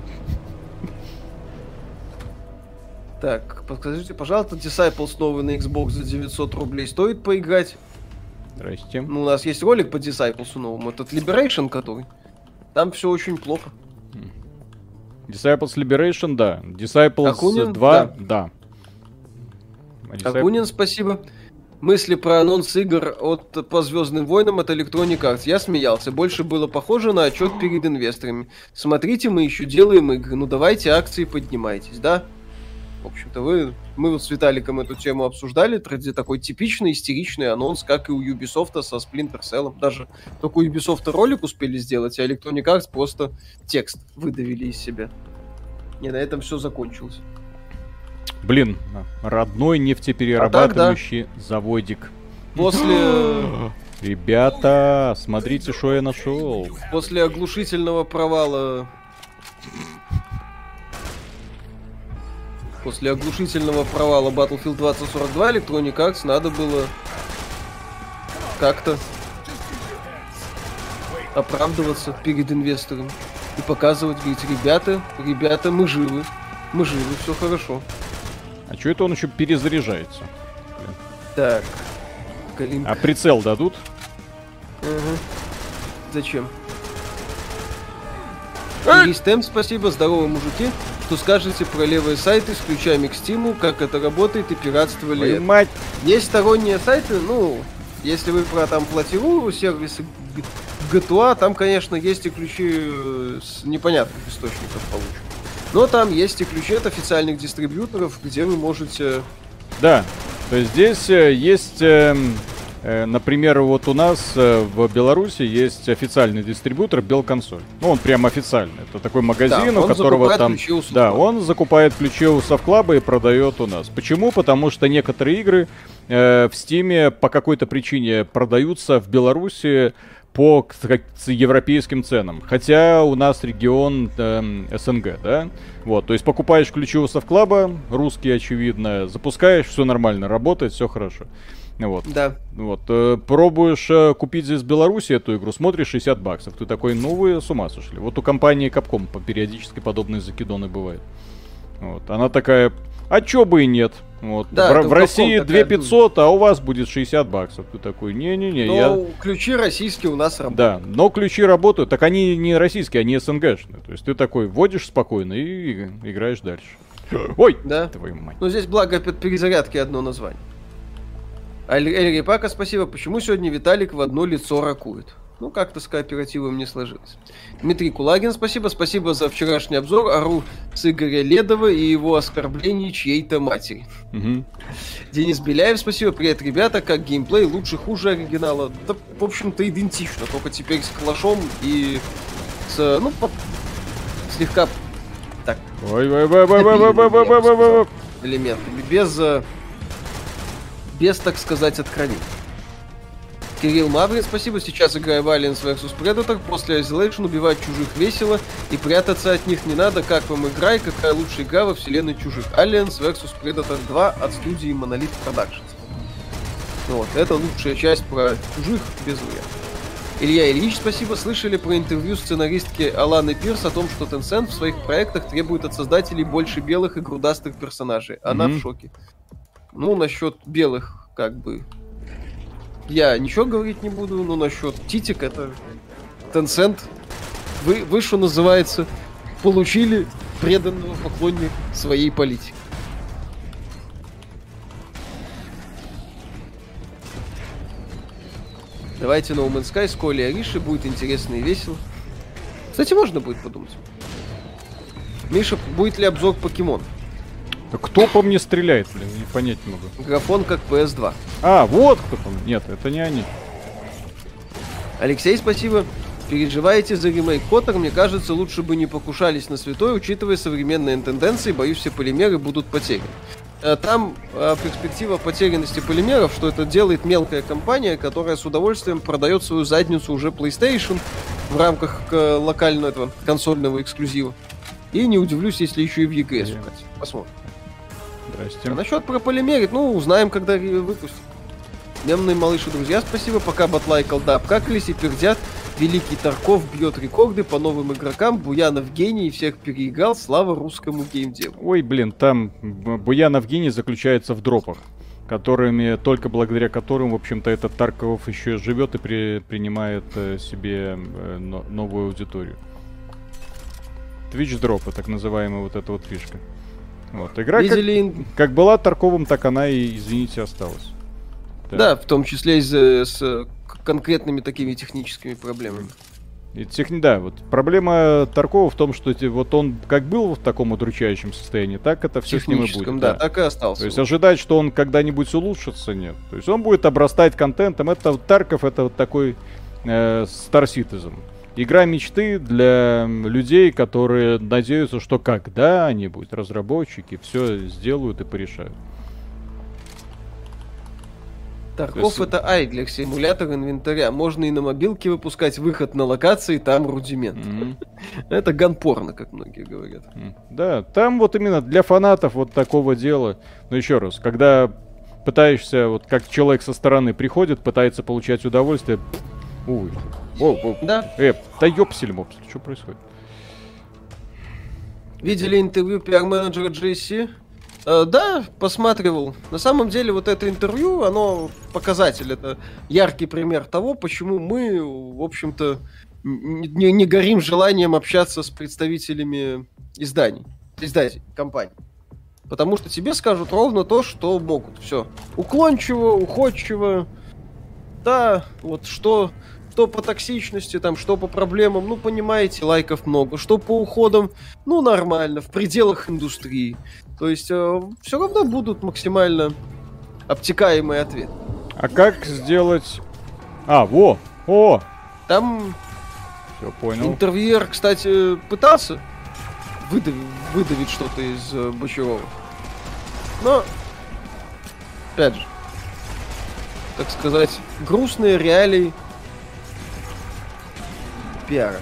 B: Так, подскажите, пожалуйста, Disciples новый на Xbox за 900 рублей стоит поиграть?
A: Здрасте.
B: Ну, у нас есть ролик по Disciples новому, этот Liberation который. Там все очень плохо.
A: Disciples Liberation, да. Disciples
B: Акунин,
A: 2, да.
B: Акунин, спасибо. Мысли про анонс игр по Звездным войнам от Electronic Arts. Я смеялся. Больше было похоже на отчет перед инвесторами. Смотрите, мы еще делаем игры. Ну давайте акции поднимайтесь, да? В общем-то, мы вот с Виталиком эту тему обсуждали. Такой типичный истеричный анонс, как и у Ubisoft со Splinter Cell. Даже только у Ubisoft ролик успели сделать, а Electronic Arts просто текст выдавили из себя. И на этом все закончилось.
A: Блин, родной нефтеперерабатывающий заводик.
B: После...
A: Ребята, смотрите, что я нашел.
B: После оглушительного провала... Battlefield 2042 Electronic Arts надо было как-то оправдываться перед инвесторами и показывать, говорить, ребята, мы живы, все хорошо.
A: А чё это он еще перезаряжается?
B: Так.
A: А прицел дадут?
B: Угу. Зачем? Ристем, спасибо, здорово, мужики. Что скажете про левые сайты с ключами к Стиму, как это работает и пиратство ли это?
A: Мать.
B: Есть сторонние сайты, ну, если вы про там плативу, сервисы GTA, там, конечно, есть и ключи с непонятных источников получше. Но там есть и ключи от официальных дистрибьюторов, где вы можете...
A: Да, то есть здесь есть, например, вот у нас в Беларуси есть официальный дистрибьютор Белконсоль. Ну, он прям официальный. Это такой магазин,
B: да,
A: у которого там... Да, он закупает ключи у Совклаба и продает у нас. Почему? Потому что некоторые игры в Стиме по какой-то причине продаются в Беларуси по европейским ценам. Хотя у нас регион СНГ, да? Вот, то есть покупаешь ключи у Совклаба, русские, очевидно, запускаешь, все нормально, работает, все хорошо. Вот.
B: Да.
A: Вот, пробуешь купить здесь в Беларуси эту игру, смотришь $60. Ты такой, ну вы с ума сошли. Вот у компании Capcom периодически подобные закидоны бывают. Вот, она такая, а чё бы и нет. Вот. Да, в России 2500, а у вас будет $60. Ты такой, не-не-не.
B: Но ключи российские у нас работают.
A: Да, но ключи работают. Так они не российские, они СНГшные. То есть ты такой вводишь спокойно и играешь дальше. Ой,
B: да.
A: Твою мать.
B: Ну здесь благо от перезарядки одно название. Эльри Пака, спасибо. Почему сегодня Виталик в одно лицо ракует? Ну, как-то с кооперативом не сложилось. Дмитрий Кулагин, спасибо. Спасибо за вчерашний обзор. Ору с Игоря Ледова и его оскорблений чьей-то матери.
A: Угу.
B: Денис Беляев, спасибо. Привет, ребята. Как геймплей? Лучше, хуже оригинала? Да, в общем-то, идентично. Только теперь с клашом и с, ну, слегка... Так. Элементами. Без, так сказать, откровений. Кирилл Маврин, спасибо. Сейчас играю в Aliens vs Predator. После Isolation убивать чужих весело и прятаться от них не надо. Как вам игра и какая лучшая игра во вселенной чужих? Aliens vs Predator 2 от студии Monolith Productions. Вот, это лучшая часть про чужих без вариантов. Илья Ильич, спасибо. Слышали про интервью сценаристки Аланы Пирс о том, что Tencent в своих проектах требует от создателей больше белых и грудастых персонажей. Она в шоке. Ну, насчет белых, как бы... Я ничего говорить не буду, но насчет титик, это Tencent. Вы, что называется, получили преданного поклонника своей политики. Давайте No Man's Sky с Колей Ариши, будет интересно и весело. Кстати, можно будет подумать. Миша, будет ли обзор покемон?
A: Кто по мне стреляет, блин, не понять не могу.
B: Графон как PS2.
A: А, вот кто там. Нет, это не они.
B: Алексей, спасибо. Переживаете за ремейк Котор? Мне кажется, лучше бы не покушались на святое, учитывая современные тенденции. Боюсь, все полимеры будут потеряны. Там перспектива потерянности полимеров, что это делает мелкая компания, которая с удовольствием продает свою задницу уже PlayStation в рамках локального этого консольного эксклюзива. И не удивлюсь, если еще и в EGS укатит. Посмотрим.
A: Здрасте.
B: А насчет про полимерит, узнаем, когда выпустят. Мемные малыши, друзья, спасибо. Пока Батла и Колда обкакались и пердят. Великий Тарков бьет рекорды по новым игрокам. Буянов гений, всех переиграл. Слава русскому геймдеву.
A: Ой, блин, там Буянов гений заключается в дропах, только благодаря которым, в общем-то, этот Тарков еще живет и принимает себе новую аудиторию. Twitch дропы, так называемая вот эта вот фишка. Вот. Игра как была Тарковым, так она и, извините, осталась.
B: Да, в том числе с конкретными такими техническими проблемами.
A: Да, вот проблема Таркова в том, что вот он как был в таком удручающем состоянии, так это все с ним и будет.
B: Да, так и остался.
A: То есть ожидать, что он когда-нибудь улучшится, нет. То есть он будет обрастать контентом. Это Тарков, это вот такой Star Citizen. Игра мечты для людей, которые надеются, что когда-нибудь разработчики все сделают и порешают.
B: Тарков это айдлер, симулятор инвентаря. Можно и на мобилке выпускать выход на локации, там рудимент. Это ганпорно, как многие говорят.
A: Да, там вот именно для фанатов вот такого дела. Но еще раз, когда пытаешься, вот как человек со стороны приходит, пытается получать удовольствие, увы.
B: Да.
A: Да ёпсель-мопсель, что происходит?
B: Видели интервью пиар-менеджера GSC? Да, посматривал. На самом деле вот это интервью, оно показатель, это яркий пример того, почему мы, в общем-то, не горим желанием общаться с представителями издателей, компаний. Потому что тебе скажут ровно то, что могут. Все. Уклончиво, уходчиво. Да, вот что по токсичности, там, что по проблемам, понимаете, лайков много. Что по уходам, нормально, в пределах индустрии. То есть все равно будут максимально обтекаемые ответы.
A: А как сделать... Там... Все, понял.
B: Интервьюер, кстати, пытался выдавить что-то из Бочарова. Но, опять же, так сказать, грустные реалии пиара.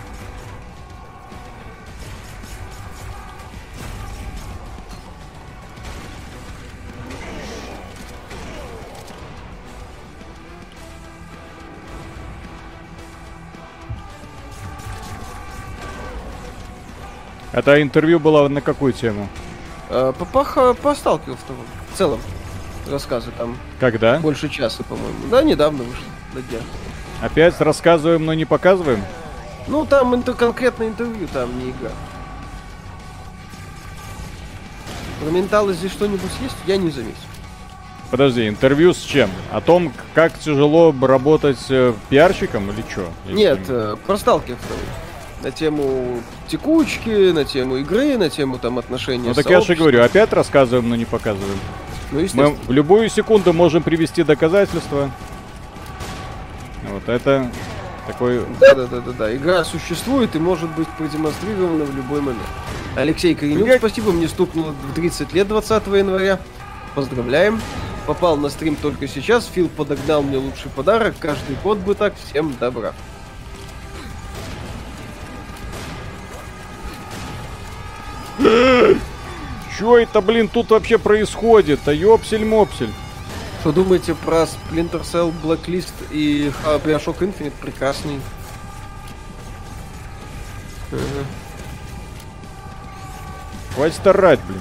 A: Это интервью было на какую тему?
B: По Сталкеру в целом. Рассказы там.
A: Когда?
B: Больше часа, по-моему. Да, недавно вышло. На днях.
A: Опять рассказываем, но не показываем?
B: Там конкретное интервью, там не игра. Про менталы здесь что-нибудь есть? Я не заметил.
A: Подожди, интервью с чем? О том, как тяжело работать пиарщиком или что?
B: Нет, про Сталкер второй. На тему текучки, на тему игры, на тему там отношений с
A: так я же говорю, опять рассказываем, но не показываем. Мы в любую секунду можем привести доказательства. Вот это такой...
B: Да. Игра существует и может быть продемонстрирована в любой момент. Алексей Коренюк, спасибо, мне стукнуло 30 лет 20 января. Поздравляем. Попал на стрим только сейчас. Фил подогнал мне лучший подарок. Каждый год бы так. Всем добра.
A: Чё это, блин, тут вообще происходит? А ёпсель-мопсель.
B: Что думаете про Splinter Cell, Blacklist и Bioshock Infinite? Прекрасный.
A: Хватит орать, блин.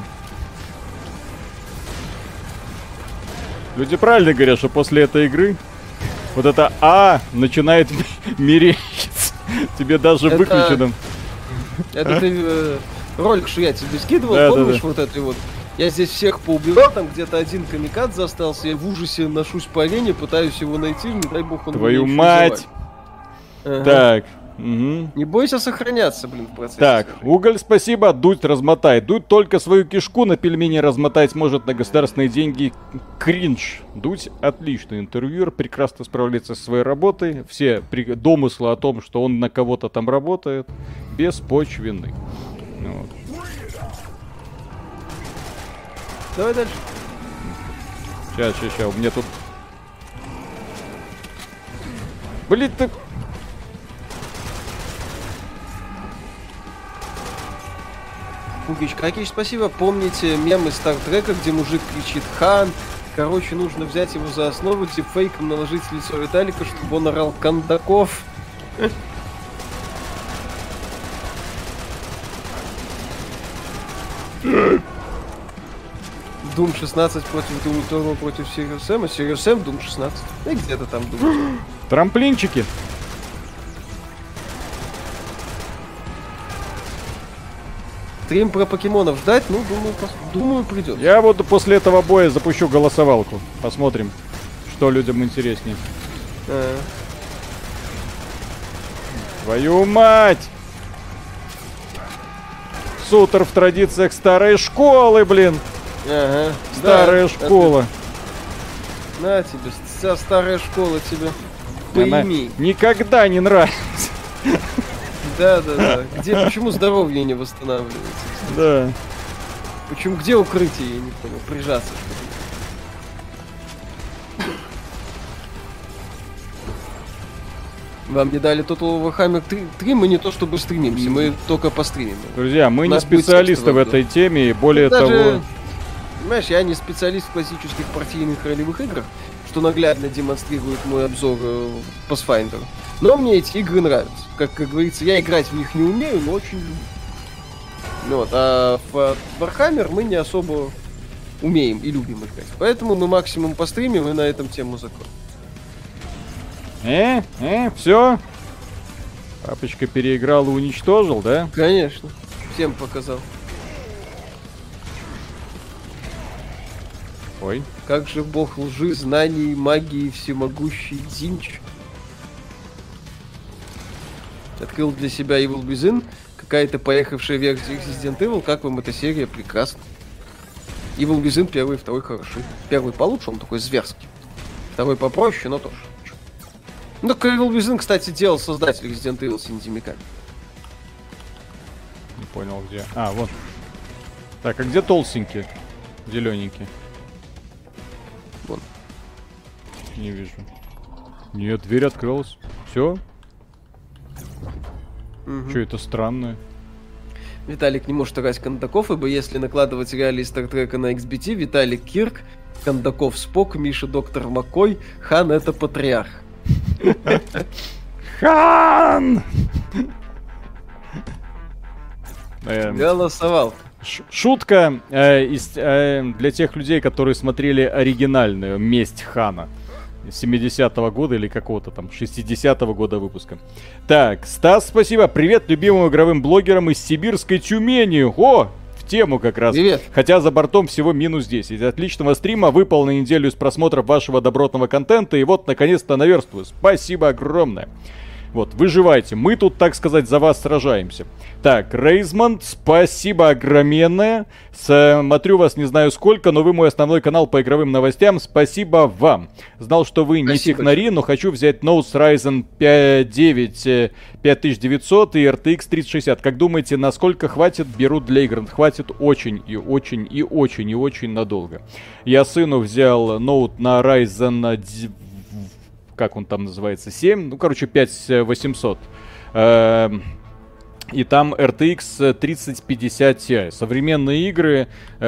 A: Люди правильно говорят, что после этой игры вот это начинает мерещиться. Тебе даже выключено.
B: Это ты ролик, что я тебе скидывал, помнишь, вот этой вот? Я здесь всех поубивал, там где-то один камикадзе остался, я в ужасе ношусь по арене, пытаюсь его найти, не дай бог он...
A: Твою мать! Так.
B: Не бойся сохраняться, блин, в процессе.
A: Так, Уголь, спасибо. Дудь размотай. Дудь только свою кишку на пельмени размотать может на государственные деньги. Кринж. Дудь отличный интервьюер, прекрасно справляется со своей работой. Все домыслы о том, что он на кого-то там работает, беспочвенны. Вот.
B: Давай дальше.
A: Сейчас, у меня тут... Блин, ты...
B: Пугич, Кракич, спасибо. Помните мем из Стартрека, где мужик кричит «Хан». Короче, нужно взять его за основу, дипфейком наложить в лицо Виталика, чтобы он орал «Кондаков». Doom 16 против Doom Eternal против Serious Sam, Serious Sam, Doom 16. И где-то там Doom.
A: Трамплинчики.
B: Стрим про покемонов ждать? Ну, думаю, придет.
A: Я вот после этого боя запущу голосовалку. Посмотрим, что людям интереснее. Твою мать! Сутер в традициях старой школы, блин.
B: Ага.
A: Старая школа.
B: На тебе, вся старая школа тебе. Пойми.
A: Никогда не нравится.
B: Да. Почему здоровье не восстанавливается?
A: Да.
B: Почему, где укрытие, я не понял, прижаться, что ли? Вам не дали Total Warhammer 3, мы не то чтобы стримимся, мы только постримим.
A: Друзья, мы не специалисты в этой теме, и более того...
B: Понимаешь, я не специалист в классических партийных ролевых играх, что наглядно демонстрирует мой обзор Pathfinder. Но мне эти игры нравятся. Как говорится, я играть в них не умею, но очень люблю. Вот, а в Warhammer мы не особо умеем и любим играть. Поэтому мы максимум постримим и на этом тему закроем.
A: Все? Папочка переиграл и уничтожил, да?
B: Конечно. Всем показал.
A: Ой.
B: Как же бог лжи, знаний, магии, всемогущий Дзинч. Открыл для себя Evil Within. Какая-то поехавшая версия Resident Evil. Как вам эта серия? Прекрасно. Evil Within первый и второй хороши. Первый получше, он такой зверский. Второй попроще, но тоже. Ну, так Evil Within, кстати, делал создатель Resident Evil Синдзи Миками.
A: Не понял, где. Вот. Так, а где толстенький? Зелененький.
B: Вон.
A: Не вижу. Нет, дверь открылась. Все? Что это странное?
B: Виталик не может играть Кондаков, ибо если накладывать реалии Стартрека на XBT, Виталик Кирк, Кондаков Спок, Миша Доктор Маккой, Хан это патриарх.
A: Хан!
B: Голосовал.
A: Шутка для тех людей, которые смотрели оригинальную «Месть Хана» 70-го года или какого-то там 60-го года выпуска. Так, Стас, спасибо. Привет любимым игровым блогерам из сибирской Тюмени. В тему как раз.
B: Привет.
A: Хотя за бортом всего минус 10. Отличного стрима, выпал на неделю из просмотров вашего добротного контента. И вот, наконец-то, наверстываю. Спасибо огромное. Вот, выживайте. Мы тут, так сказать, за вас сражаемся. Так, Рейзмонд, спасибо огроменное. Смотрю вас не знаю сколько, но вы мой основной канал по игровым новостям. Спасибо вам. Знал, что вы не технари, но хочу взять Notes Ryzen 9 5900 и RTX 3060. Как думаете, насколько хватит? Беру для игр. Хватит очень и очень и очень и очень надолго. Я сыну взял ноут на Ryzen как он там называется, 7, 5800. И там RTX 3050 Ti. Современные игры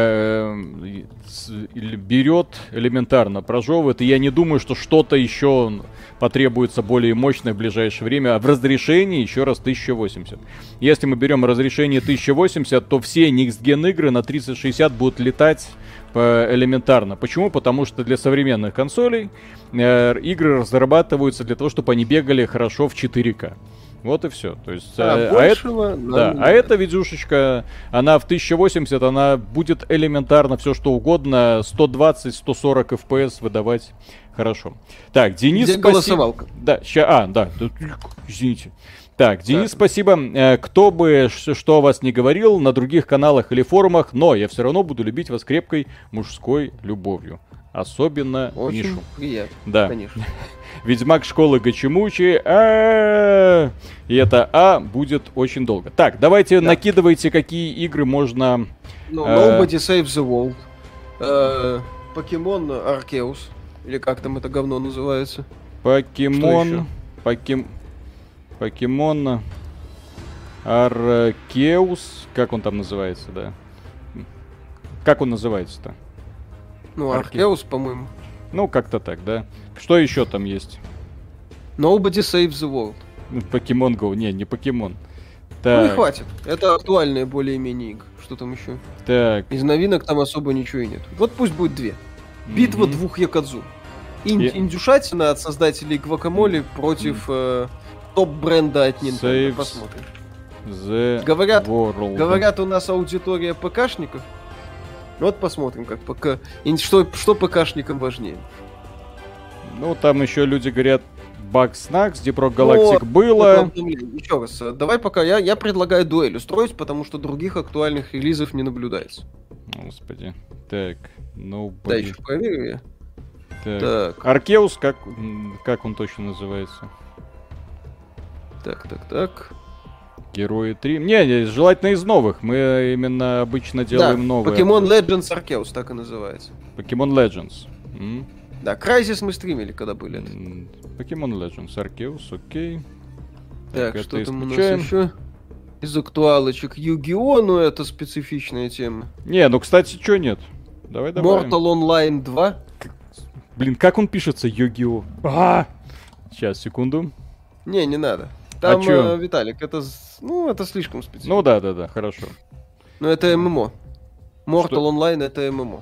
A: берет элементарно, прожевывает. И я не думаю, что что-то еще потребуется более мощное в ближайшее время. А в разрешении еще раз 1080. Если мы берем разрешение 1080, то все Next Gen игры на 3060 будут летать элементарно. Почему? Потому что для современных консолей игры разрабатываются для того, чтобы они бегали хорошо в 4К. Вот и все. То есть, эта видюшечка, она в 1080, она будет элементарно все что угодно, 120-140 FPS выдавать хорошо. Так, Денис,
B: где голосовалка?
A: Да, извините. Так, Денис, спасибо. Кто бы что о вас не говорил на других каналах или форумах, но я все равно буду любить вас крепкой мужской любовью. Особенно
B: очень
A: Мишу.
B: Приятно,
A: да.
B: Конечно.
A: Ведьмак школы Гачимучи. И это будет очень долго. Так, давайте накидывайте, какие игры можно...
B: Nobody Saves the World. Покемон Arceus. Или как там это говно называется?
A: Покемон Arceus. Как он там называется, да? Как он называется-то?
B: Arceus, по-моему.
A: Ну, как-то так, да. Что еще там есть?
B: Nobody Saves the World.
A: Покемон Go. Не Покемон.
B: Так. Ну и хватит. Это актуальные более-менее игры. Что там еще?
A: Так.
B: Из новинок там особо ничего и нет. Вот пусть будет две. Битва двух Якадзу. Индюшатина от создателей Гвакамоле против топ-бренда от Nintendo. Посмотрим. Говорят, у нас аудитория ПКшников. Вот посмотрим, что ПКшникам важнее.
A: Ну, там еще люди говорят, Bugsnax, Deep Rock Galactic было.
B: Еще раз, давай пока я предлагаю дуэль устроить, потому что других актуальных релизов не наблюдается.
A: Господи. Так,
B: да, еще проверю я.
A: Так. Arceus, как он точно называется?
B: Так.
A: Герои 3. Не, желательно из новых. Мы именно обычно делаем новые.
B: Pokemon Legends Arceus так и называется.
A: Pokemon Legends.
B: Да, Crysis мы стримили, когда были.
A: Pokemon Legends Arceus, окей.
B: Так, что там у нас еще? Из актуалочек Yu-Gi-Oh, но это специфичная тема.
A: Не, кстати, что нет? Давай добавим.
B: Mortal Online 2.
A: Блин, как он пишется, Yu-Gi-Oh? Сейчас, секунду.
B: Не надо. Там, Виталик, это слишком специфично.
A: Ну да, хорошо.
B: Но это ММО. Mortal Online это ММО.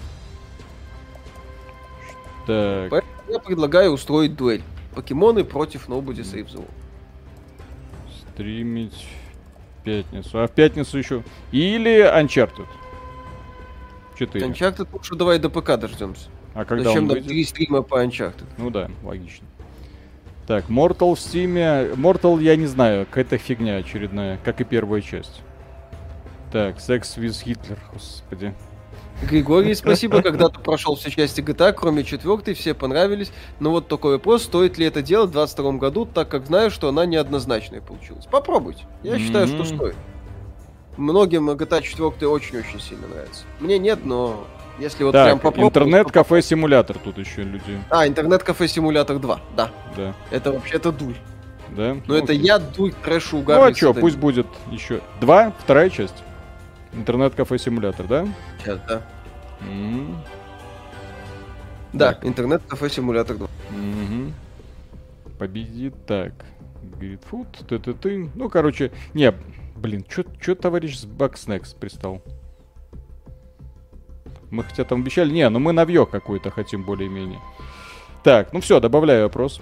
A: Так.
B: Поэтому я предлагаю устроить дуэль. Покемоны против Nobody Saves the World.
A: Стримить в пятницу. А в пятницу еще... Или Uncharted. 4.
B: Uncharted лучше давай до ПК дождемся.
A: А когда
B: зачем
A: он
B: нам
A: выйдет?
B: 3 стрима по Uncharted?
A: Ну да, логично. Так, Mortal в Steam. Mortal, я не знаю, какая-то фигня очередная, как и первая часть. Так, Sex with Hitler, господи.
B: Григорий, спасибо, когда ты прошел все части GTA, кроме 4, все понравились. Но вот такой вопрос, стоит ли это делать в 2022 году, так как знаю, что она неоднозначная получилась. Попробуйте. Я считаю, что стоит. Многим GTA 4 очень-очень сильно нравится. Мне нет, но если вот прям попробовать...
A: Интернет-кафе-симулятор тут еще люди.
B: Интернет-кафе-симулятор 2, да. Это вообще-то дурь.
A: Да?
B: Но это я дурь, трэш, угар.
A: Ну а что, пусть будет еще 2, вторая часть. Интернет-кафе-симулятор, да?
B: Сейчас, да. Да, интернет-кафе-симулятор 2.
A: Победит, так. Гритфуд, ты. Ну, короче, чё товарищ с Bugsnax пристал? Мы хотя там обещали... мы навьё какой-то хотим более-менее. Так, все, добавляю вопрос.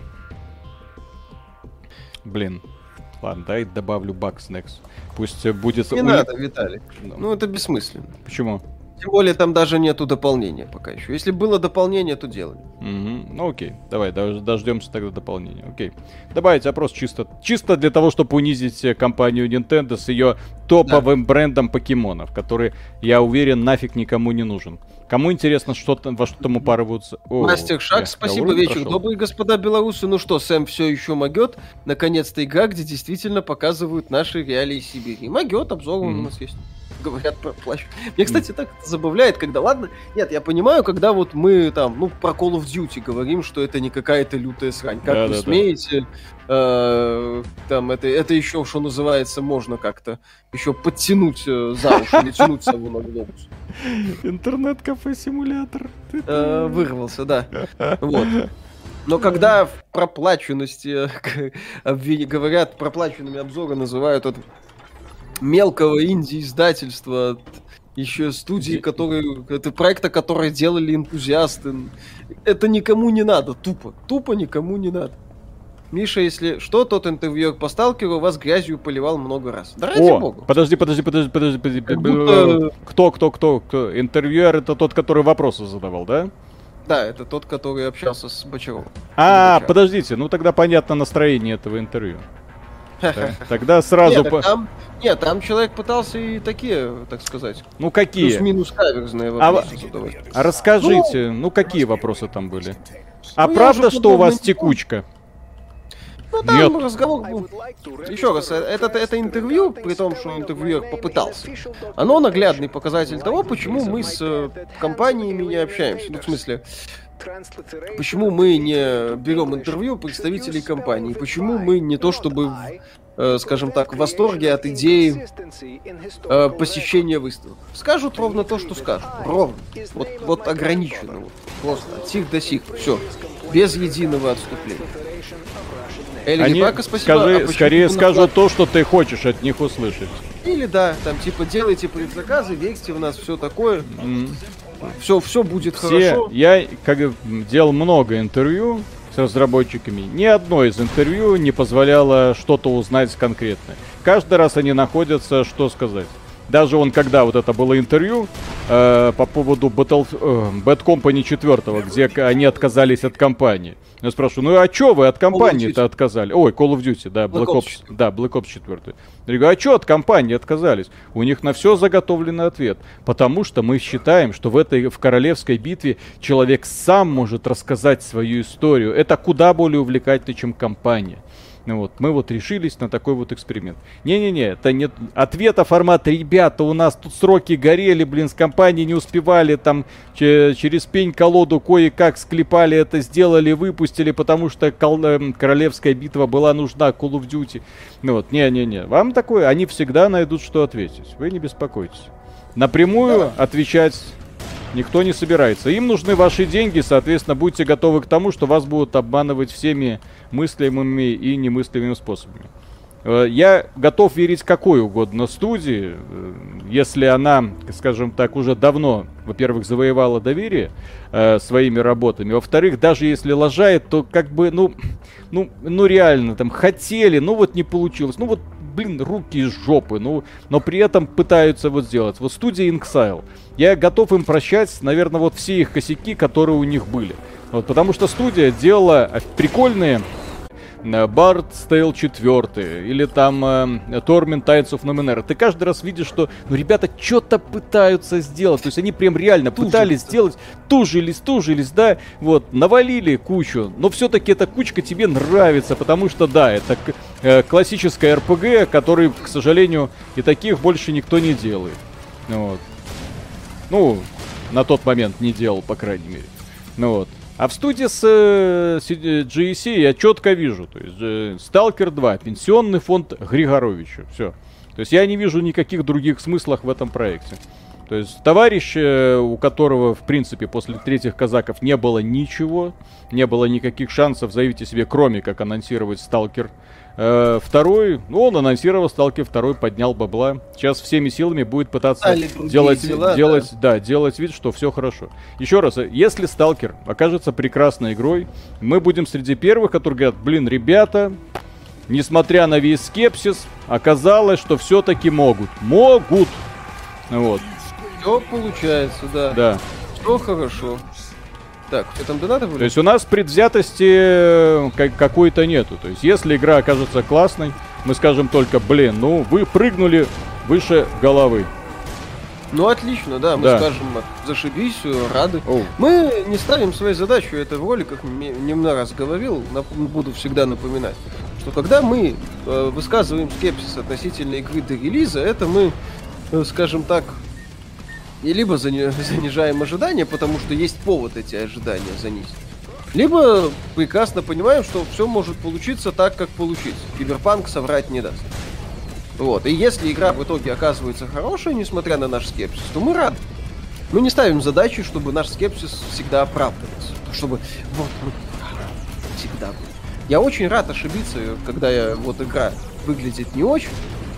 A: Блин. Ладно, дай добавлю Bugsnax. Пусть будет...
B: Не надо, Виталик. Это бессмысленно.
A: Почему?
B: Тем более там даже нету дополнения пока еще. Если было дополнение, то делали.
A: Ну окей, давай дождемся тогда дополнения. Окей. Добавить опрос чисто для того, чтобы унизить компанию Nintendo с ее топовым брендом покемонов, который, я уверен, нафиг никому не нужен. Кому интересно, во что там упарываются?
B: Мастер Шаг, спасибо, вечер добрый, господа белорусы. Ну что, Сэм все еще могет. Наконец-то игра, где действительно показывают наши реалии Сибири. Могет, обзор у нас есть. говорят про плащ. Мне, кстати, так это забавляет, когда, ладно, нет, я понимаю, когда вот мы там, ну, про Call of Duty говорим, что это не какая-то лютая срань. Как вы смеете, там, это еще, что называется, можно как-то еще подтянуть за уши, или тянуть сову на глобус.
A: Интернет-кафе-симулятор.
B: Вырвался, да. Вот. Но когда в проплаченности говорят, проплаченными обзоры называют от мелкого инди-издательства, еще студии, это проекта, которые делали энтузиасты, это никому не надо, тупо никому не надо. Миша, если что, тот интервьюер по Сталкеру вас грязью поливал много раз. Да ради бога.
A: Подожди. Кто? Интервьюер — это тот, который вопросы задавал, да?
B: Да, это тот, который общался с Бочаровым.
A: Подождите, ну тогда понятно настроение этого интервью. Тогда сразу...
B: Там человек пытался и такие, так сказать...
A: Ну какие?
B: Плюс-минус каверзные вопросы задавать.
A: А расскажите, какие вопросы там были? Правда, что у вас текучка?
B: Ну там разговор был. Еще раз, это интервью, при том, что интервьюер попытался. Оно наглядный показатель того, почему мы с компаниями не общаемся. Ну, в смысле, почему мы не берем интервью представителей компаний, почему мы не то чтобы, скажем так, в восторге от идеи посещения выставок. Скажут ровно то, что скажут. Ровно. Вот ограниченно. Вот. Просто от сих до сих. Все. Без единого отступления.
A: Они скорее скажут то, что ты хочешь от них услышать.
B: Или да, там типа делайте предзаказы, верьте в нас, все такое. Все будет хорошо.
A: Я делал много интервью с разработчиками. Ни одно из интервью не позволяло что-то узнать конкретное. Каждый раз они находятся, что сказать. Даже когда вот это было интервью по поводу Bad Company 4, где они отказались от компании. Я спрашиваю, а чё вы от компании-то отказали? Ой, Call of Duty, да, Black Ops 4. Я говорю, а чё от компании отказались? У них на все заготовленный ответ. Потому что мы считаем, что в королевской битве человек сам может рассказать свою историю. Это куда более увлекательно, чем компания. Мы решились на такой вот эксперимент. Не-не-не, это нет ответа формата, ребята, у нас тут сроки горели, с компанией не успевали, там через пень-колоду кое-как склепали это, сделали, выпустили, потому что королевская битва была нужна Call of Duty. Не-не-не, вам такое, они всегда найдут, что ответить, вы не беспокойтесь. Напрямую отвечать никто не собирается. Им нужны ваши деньги, соответственно, будьте готовы к тому, что вас будут обманывать всеми мыслимыми и немыслимыми способами. Я готов верить какой угодно студии, если она, скажем так, уже давно, во-первых, завоевала доверие своими работами, во-вторых, даже если лажает, то реально там хотели, не получилось, руки из жопы, но при этом пытаются сделать. Студия Inxile, я готов им прощать, наверное, все их косяки, которые у них были. Потому что студия делала прикольные Bard's Tale 4 или там Torment Tides of Numenera. Ты каждый раз видишь, что ребята что-то пытаются сделать. То есть они прям реально пытались сделать, тужились, да, навалили кучу. Но все-таки эта кучка тебе нравится, потому что, да, это классическая RPG, который, к сожалению, и таких больше никто не делает. На тот момент не делал, по крайней мере. А в студии с GSC я четко вижу, то есть Stalker 2, пенсионный фонд Григоровича, все. То есть я не вижу никаких других смыслов в этом проекте. То есть товарищ, у которого, в принципе, после третьих казаков не было ничего, не было никаких шансов заявить о себе, кроме как анонсировать Stalker 2, он анонсировал Stalker 2, поднял бабла. Сейчас всеми силами будет пытаться делать вид, что все хорошо. Еще раз, если Stalker окажется прекрасной игрой, мы будем среди первых, которые говорят, ребята, несмотря на весь скепсис, оказалось, что все-таки могут.
B: Все получается, да.
A: Да.
B: Все хорошо. Так, что там донаты были?
A: То есть у нас предвзятости какой-то нету. То есть если игра окажется классной, мы скажем только, вы прыгнули выше головы.
B: Отлично, да, мы скажем, зашибись, рады. Мы не ставим своей задачей, это в роликах немного раз говорил, буду всегда напоминать, что когда мы высказываем скепсис относительно игры до релиза, это мы скажем так, и либо занижаем ожидания, потому что есть повод эти ожидания занизить, либо прекрасно понимаем, что все может получиться так, как получится. Киберпанк соврать не даст. Вот. И если игра в итоге оказывается хорошей, несмотря на наш скепсис, то мы рады. Мы не ставим задачи, чтобы наш скепсис всегда оправдывался. Чтобы вот мы всегда был. Я очень рад ошибиться, когда игра выглядит не очень.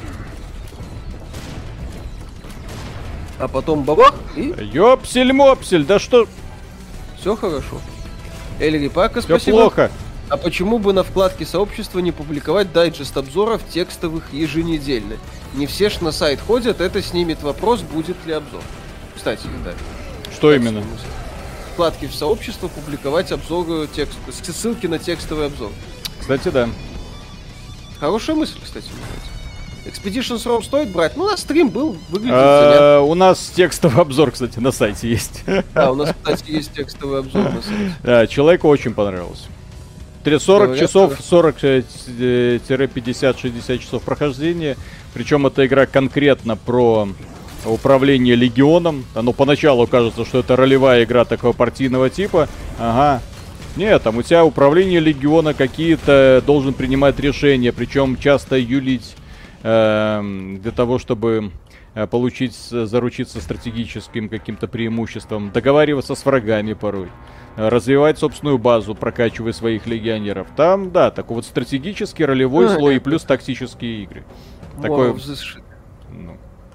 B: А потом бабах и...
A: Ёпсель-мопсель, да что...
B: Все хорошо. Эльри Пака,
A: спасибо.
B: Все плохо. А почему бы на вкладке сообщества не публиковать дайджест обзоров текстовых еженедельно? Не все ж на сайт ходят, это снимет вопрос, будет ли обзор. Кстати, да.
A: Что именно?
B: Вкладки в сообщество публиковать обзоры ссылки на текстовый обзор.
A: Кстати, да.
B: Хорошая мысль, кстати. Expeditions ROM стоит брать? Ну, у нас стрим был, выглядит занятно.
A: У нас текстовый обзор, кстати, на сайте есть.
B: Да, у нас, кстати, есть текстовый обзор на сайте.
A: Да, человеку очень понравилось. 40 часов, 40-50-60 часов прохождения. Причем эта игра конкретно про управление легионом. Оно поначалу кажется, что это ролевая игра такого партийного типа. Ага. Нет, там у тебя управление легиона какие-то должен принимать решения, причем часто юлить для того, чтобы заручиться стратегическим каким-то преимуществом, договариваться с врагами порой, развивать собственную базу, прокачивая своих легионеров. Там, да, такой вот стратегический ролевой слой и плюс тактические игры. Такой... Ну.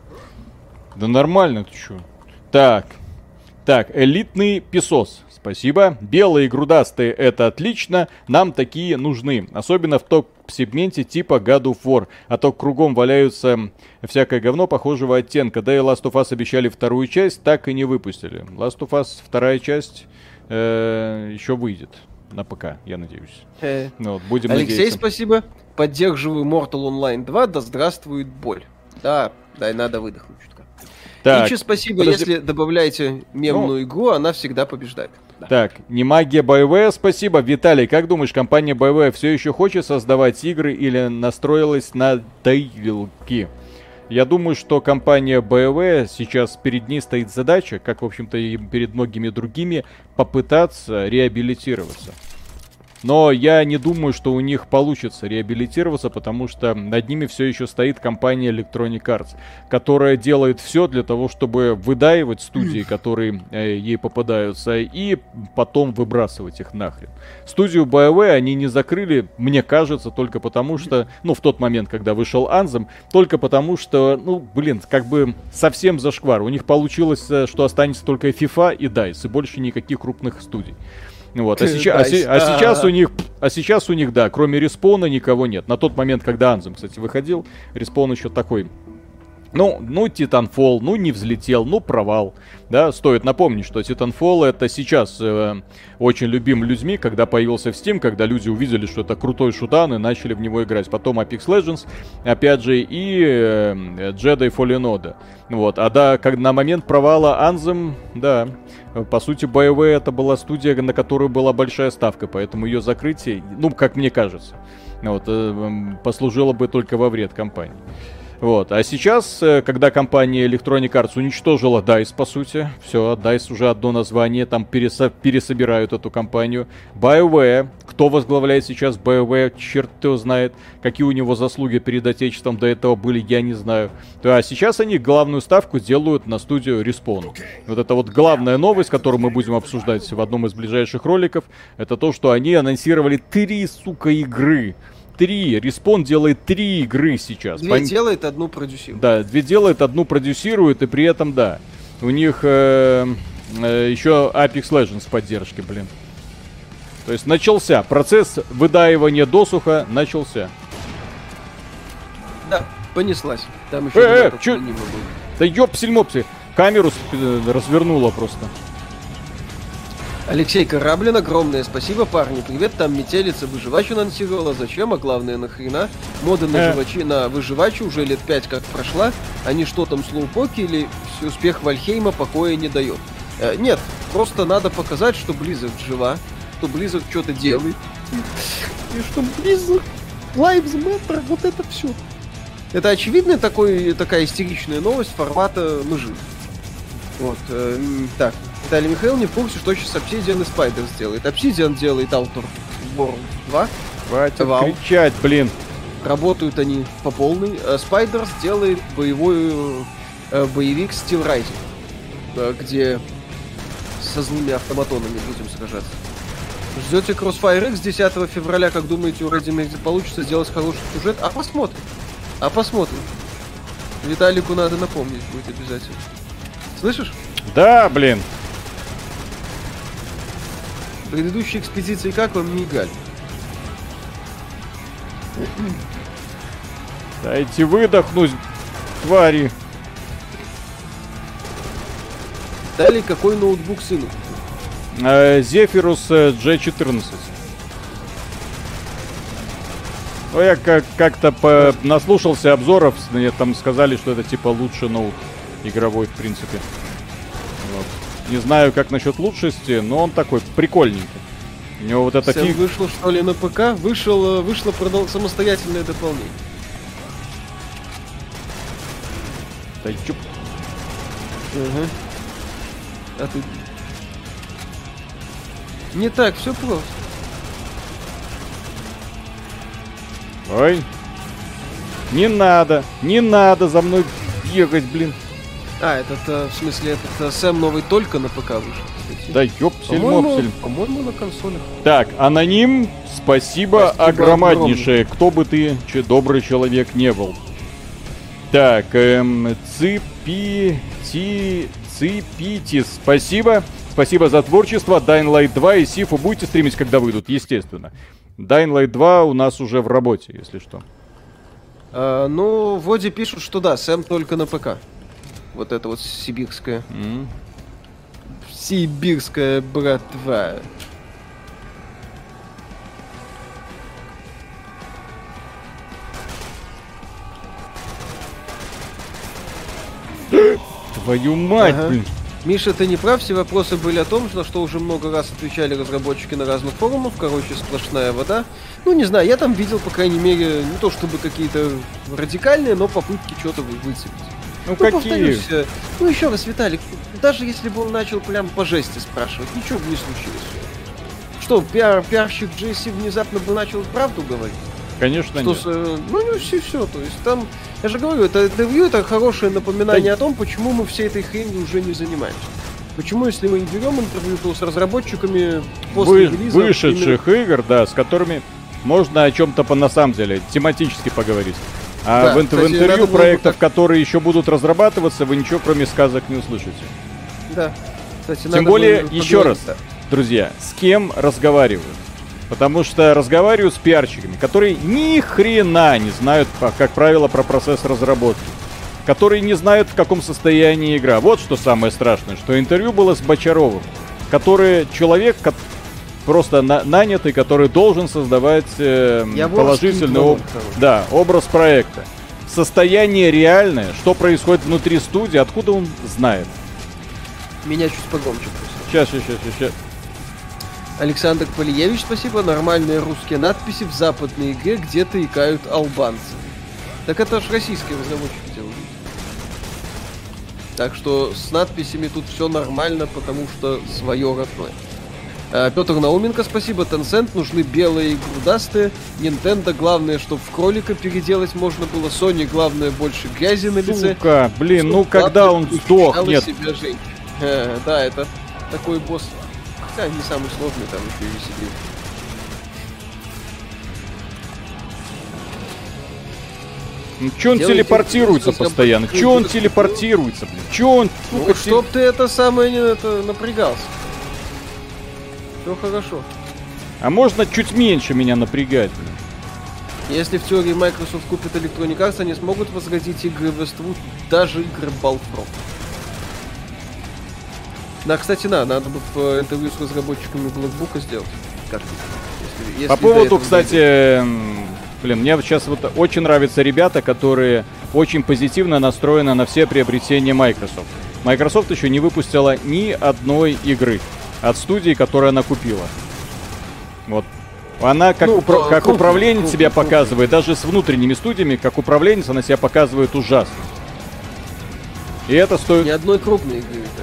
A: Да нормально, ты чё? Так, элитный песос. Спасибо. Белые грудастые — это отлично. Нам такие нужны. Особенно в топ-сегменте типа God of War. А то кругом валяются всякое говно похожего оттенка. Да и Last of Us обещали вторую часть, так и не выпустили. Last of Us вторая часть еще выйдет на ПК, я надеюсь. Вот, будем
B: Алексей,
A: надеяться.
B: Спасибо. Поддерживаю Mortal Online 2. Да здравствует боль. Да, надо выдохнуть чутка. Так, Ичи, спасибо, если добавляете мемную игру, она всегда побеждает. Да.
A: Так, не магия BioWare, спасибо. Виталий, как думаешь, компания BioWare все еще хочет создавать игры или настроилась на доилки? Я думаю, что компания BioWare сейчас перед ней стоит задача, как, в общем-то, и перед многими другими, попытаться реабилитироваться. Но я не думаю, что у них получится реабилитироваться, потому что над ними все еще стоит компания Electronic Arts, которая делает все для того, чтобы выдаивать студии, которые ей попадаются, и потом выбрасывать их нахрен. Студию BioWare они не закрыли, мне кажется, только потому что, в тот момент, когда вышел Anthem, только потому что, как бы совсем зашквар. У них получилось, что останется только FIFA и DICE, и больше никаких крупных студий. Вот. А сейчас у них, да, кроме Респауна никого нет. На тот момент, когда Anthem, кстати, выходил, Респаун еще такой... Titanfall, не взлетел, провал. Да, стоит напомнить, что Titanfall это сейчас очень любим людьми, когда появился в Steam, когда люди увидели, что это крутой шутан и начали в него играть. Потом Apex Legends, опять же, и Jedi Fallen Order. Вот, на момент провала Anthem, да, по сути, BioWare это была студия, на которую была большая ставка, поэтому ее закрытие, как мне кажется, послужило бы только во вред компании. Вот. А сейчас, когда компания Electronic Arts уничтожила DICE, по сути, все, DICE уже одно название, там пересобирают эту компанию. BioWare, кто возглавляет сейчас BioWare, черт его знает, какие у него заслуги перед отечеством до этого были, я не знаю. А сейчас они главную ставку делают на студию Respawn. Вот это вот главная новость, которую мы будем обсуждать в одном из ближайших роликов, это то, что они анонсировали 3, игры. 3. Respawn делает 3 игры сейчас.
B: 2 делает, одну продюсирует.
A: Да, 2 делает, одну продюсирует, и при этом, да, у них еще Apex Legends в поддержке, блин. То есть начался процесс выдаивания досуха, начался.
B: Да, понеслась. Там еще
A: чё? Да ёпсель-мопсель, камеру развернула просто.
B: Алексей Кораблин, огромное спасибо, парни. Привет, там метелица выживач анонсировала. Зачем? А главное, нахрена? Моды на выживачу уже лет 5 как прошла. Они что там, слоупоки или успех Вальхейма покоя не дает? Нет, просто надо показать, что Blizzard жива, что Blizzard что-то делает. И что Blizzard, Lives Matter, вот это все. Это очевидная такая истеричная новость формата «Мы живы». Вот, так. Виталий Михайлов не в курсе, что сейчас Obsidian и Spiders делает. Obsidian делает Outer Worlds 2.
A: Хватит кричать, блин.
B: Работают они по полной. Spiders делает боевик Steel Rising, где со злыми автоматонами будем сражаться. Ждете Crossfire X 10 февраля, как думаете, у Remedy получится сделать хороший сюжет? А посмотрим. Виталику надо напомнить будет обязательно. Слышишь?
A: Да, блин.
B: Предыдущие экспедиции как вам, Мигаль?
A: Дайте выдохнуть, твари.
B: Далее, какой ноутбук сыну?
A: Zephyrus G14. Ну, я как-то наслушался обзоров, мне там сказали, что это типа лучший ноут игровой, в принципе. Вот. Не знаю, как насчет лучшести, но он такой прикольненький. У него вот это
B: вышло, что ли, на ПК? Вышло самостоятельное дополнение.
A: Да чуп.
B: Угу. А ты... Не так, все просто.
A: Ой. Не надо за мной бегать, блин.
B: А, в смысле, Сэм новый только на ПК вышел.
A: Да ёпсель-мопсель.
B: По-моему, на консолях.
A: Так, аноним, спасибо огромнейшее. Кто бы ты, добрый человек, не был. Так, Ципитис, спасибо. Спасибо за творчество. Dying Light 2 и Сифу будете стримить, когда выйдут? Естественно. Dying Light 2 у нас уже в работе, если что.
B: Ну, вроде пишут, что да, Сэм только на ПК. Вот это вот сибирская. Сибирская братва.
A: Твою мать, блин.
B: Миша, ты не прав, все вопросы были о том, на что уже много раз отвечали разработчики на разных форумах, короче, сплошная вода. Ну, не знаю, я там видел, по крайней мере, не то чтобы какие-то радикальные, но попытки что-то выцепить.
A: Ну, какие?
B: Ну, еще раз, Виталик, даже если бы он начал прям по жести спрашивать, ничего бы не случилось. Что, пиарщик JC внезапно бы начал правду говорить?
A: Конечно, нет.
B: Ну, все, то есть там, я же говорю, это интервью, это хорошее напоминание о том, почему мы всей этой хренью уже не занимаемся. Почему, если мы берем интервью, то с разработчиками после релиза...
A: Вышедших игр, да, с которыми можно о чем-то на самом деле тематически поговорить. А да, в интервью проектов, которые еще будут разрабатываться, вы ничего кроме сказок не услышите.
B: Да. Кстати,
A: тем более, еще раз, друзья, с кем разговаривают? Потому что разговариваю с пиарщиками, которые ни хрена не знают, как правило, про процесс разработки. Которые не знают, в каком состоянии игра. Вот что самое страшное, что интервью было с Бочаровым, который человек, просто нанятый, который должен создавать положительный образ проекта. Состояние реальное, что происходит внутри студии, откуда он знает.
B: Меня чуть погромче просто.
A: Сейчас.
B: Александр Полиевич, спасибо. Нормальные русские надписи в западной игре где-то икают албанцы. Так это ж российские разработчики делают. Так что с надписями тут все нормально, потому что свое родное. Петр Науменко, спасибо. Tencent нужны белые и грудастые. Nintendo, главное, чтобы в кролика переделать можно было. Sony, главное, больше грязи на лице.
A: Сука, блин, ну когда он сдохнет.
B: Да, это такой босс. Хотя не самый сложный, там еще и сидит.
A: Ну чё он телепортируется постоянно? Чё он телепортируется, блин? Чё он...
B: Ну, чтоб ты это самое напрягался. Все хорошо.
A: А можно чуть меньше меня напрягать, блин?
B: Если в теории Microsoft купит Electronic Arts, они смогут возродить игры Westwood, даже игры Battlefront. Да, кстати, надо бы в интервью с разработчиками Blackbook сделать. Если
A: по поводу, кстати, блин, мне сейчас вот очень нравятся ребята, которые очень позитивно настроены на все приобретения Microsoft. Microsoft еще не выпустила ни одной игры от студии, которую она купила. Вот. Она как, как управленец себя показывает, даже с внутренними студиями, как управленец она себя показывает ужасно. И это стоит...
B: Ни одной крупной игры, да.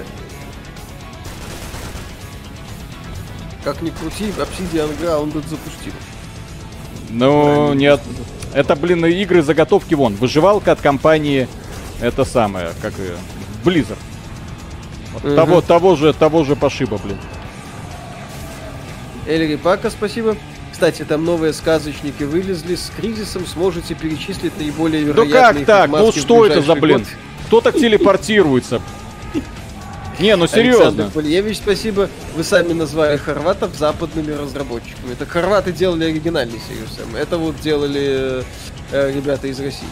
B: Как ни крути, Obsidian Grounded запустил.
A: Ну, нет. Это, блин, игры заготовки вон. Выживалка от компании, это самое, как ее, Blizzard. Вот того же пошиба, блин.
B: Эльри Пака, спасибо. Кстати, там новые сказочники вылезли. С кризисом сможете перечислить наиболее вероятные...
A: Да как так? Ну что это за, блин? Кто так телепортируется? Не, ну серьезно.
B: Александр Польевич, спасибо. Вы сами назвали хорватов западными разработчиками. Это хорваты делали оригинальный Serious Sam. Это вот делали ребята из России.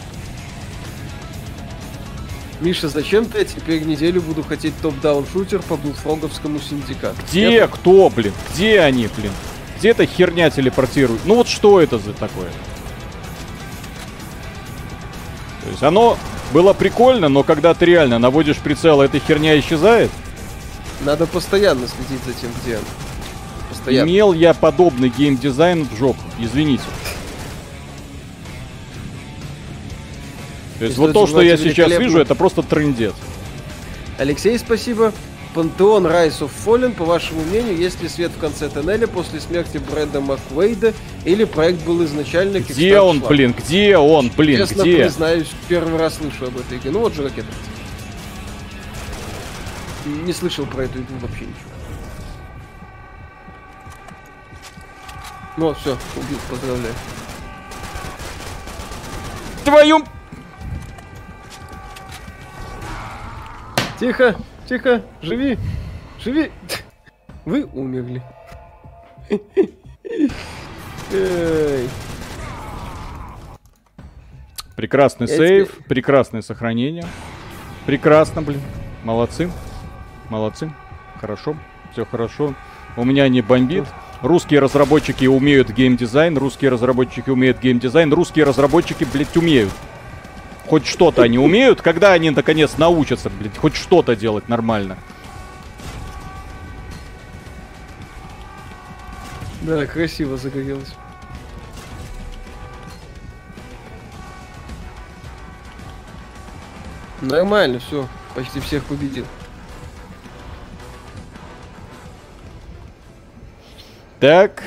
B: Миша, зачем ты? Теперь неделю буду хотеть топ-даун шутер по блудфроговскому синдикату.
A: Где? Кто, блин? Где они, блин? Где эта херня телепортирует? Ну вот что это за такое? То есть оно было прикольно, но когда ты реально наводишь прицел, эта херня исчезает?
B: Надо постоянно следить за тем, где он. Постоянно.
A: Имел я подобный геймдизайн в жопу, извините. То есть вот то, что я сейчас вижу, это просто трындец.
B: Алексей, спасибо. Пантеон Rise of Fallen, по вашему мнению, есть ли свет в конце тоннеля после смерти Брэда Маккуэйда, или проект был изначально...
A: Где он, блин? Где он, блин?
B: Честно
A: где?
B: Признаюсь, первый раз слышу об этой игре. Ну вот же ракета. Не слышал про эту игру вообще ничего. Ну вот, все, убил, поздравляю.
A: Твою...
B: Тихо, тихо, живи, живи. Вы умерли.
A: Прекрасный сейв, прекрасное сохранение. Прекрасно, блин. Молодцы. Молодцы. Хорошо. Все хорошо. У меня не бомбит. Русские разработчики умеют геймдизайн. Русские разработчики умеют геймдизайн. Русские разработчики, блядь, умеют. Хоть что-то они умеют. Когда они, наконец, научатся, блядь, хоть что-то делать нормально.
B: Да, красиво загорелось. Нормально, все. Почти всех победил.
A: Так,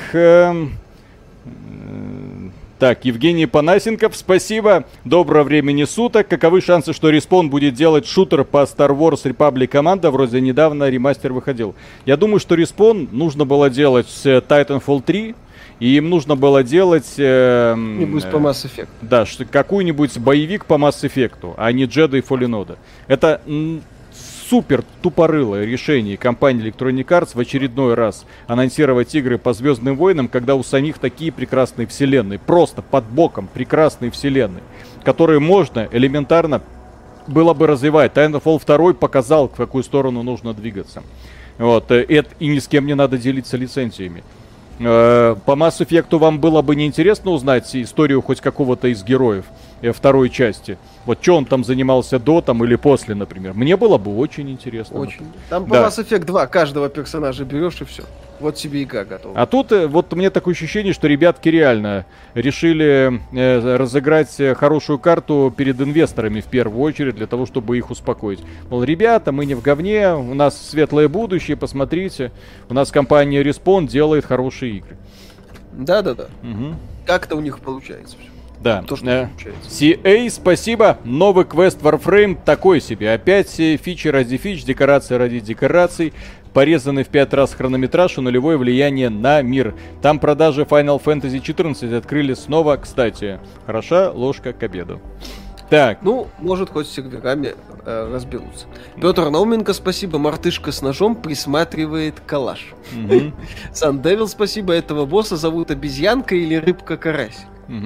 A: так, Евгений Панасенков, спасибо. Доброго времени суток. Каковы шансы, что Respawn будет делать шутер по Star Wars Republic Commando? Вроде недавно ремастер выходил. Я думаю, что Respawn нужно было делать с Titanfall 3. И им нужно было делать...
B: Нибудь по Mass Effect.
A: Да, какой-нибудь боевик по Mass Effect, а не Jedi Fallen Order. Это супер тупорылое решение компании Electronic Arts в очередной раз анонсировать игры по Звездным войнам, когда у самих такие прекрасные вселенные. Просто под боком прекрасные вселенные, которые можно элементарно было бы развивать. Titanfall 2 показал, в какую сторону нужно двигаться. Вот, и ни с кем не надо делиться лицензиями. По Mass Effect вам было бы неинтересно узнать историю хоть какого-то из героев второй части? Вот что он там занимался до там или после, например. Мне было бы очень интересно.
B: Очень. Там по Mass Effect 2 каждого персонажа берешь и все. Вот тебе игра готова.
A: А тут вот у меня такое ощущение, что ребятки реально решили разыграть хорошую карту перед инвесторами в первую очередь, для того, чтобы их успокоить. Мол, ребята, мы не в говне, у нас светлое будущее, посмотрите. У нас компания Respawn делает хорошие игры.
B: Да-да-да.
A: Угу.
B: Как-то у них получается все.
A: Да, CA, спасибо. Новый квест Warframe такой себе. Опять фичи ради фич, декорации ради декораций. Порезанный в 5 раз хронометраж и нулевое влияние на мир. Там продажи Final Fantasy 14 открыли снова. Кстати, хороша ложка к обеду. Так.
B: Ну, может, хоть с серверами разберутся. Петр Науменко, спасибо. Мартышка с ножом присматривает калаш. Сандевил, спасибо. Этого босса зовут обезьянка или рыбка-карась.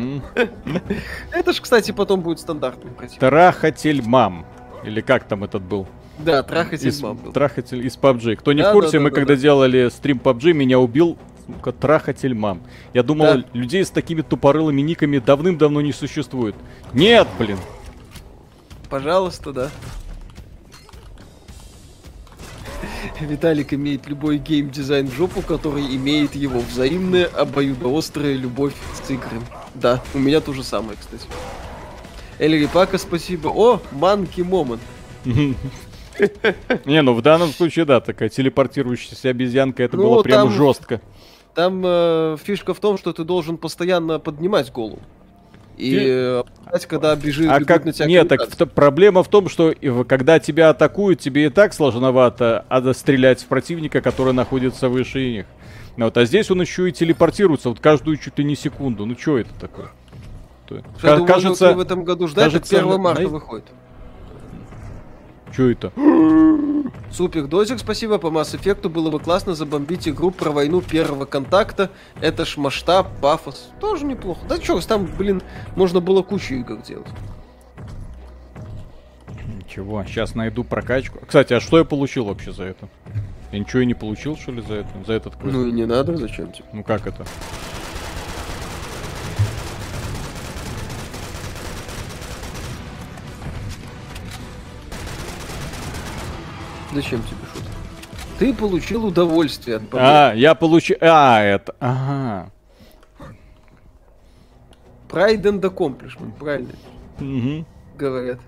B: Это ж, кстати, потом будет стандартный противник.
A: Трахатель мам. Или как там этот был?
B: Да, трахатель мам был.
A: Трахатель из PUBG. Кто не в курсе, мы когда делали стрим PUBG, меня убил трахатель мам. Я думал, людей с такими тупорылыми никами давным-давно не существует. Нет, блин.
B: Пожалуйста, да. Виталик имеет любой геймдизайн в жопу, который имеет его взаимная обоюдоострая любовь с играми. Да, у меня то же самое, кстати. Эльри Пака, спасибо. О, Манки Момент.
A: Не, ну в данном случае, да, такая телепортирующаяся обезьянка, это было прям жестко.
B: Там фишка в том, что ты должен постоянно поднимать голову. И когда бежит
A: на тебя. Нет, так проблема в том, что когда тебя атакуют, тебе и так сложновато стрелять в противника, который находится выше них. Вот, а здесь он еще и телепортируется вот каждую чуть ли не секунду. Ну что это такое?
B: Кажется, в этом году ждать, кажется, 1 марта выходит.
A: Что это?
B: Супер Дозик, спасибо. По Mass Effect было бы классно забомбить игру про войну первого контакта. Это ж масштаб, пафос. Тоже неплохо. Да чё, там, блин, можно было кучу игр делать.
A: Ничего, сейчас найду прокачку. Кстати, а что я получил вообще за это? Я ничего и не получил, что ли, за это? За этот квест?
B: Ну и не надо, зачем тебе?
A: Ну как это?
B: Зачем тебе что-то? Ты получил удовольствие от победы.
A: Я получил... это... Ага.
B: Pride and accomplishment, правильно? Говорят.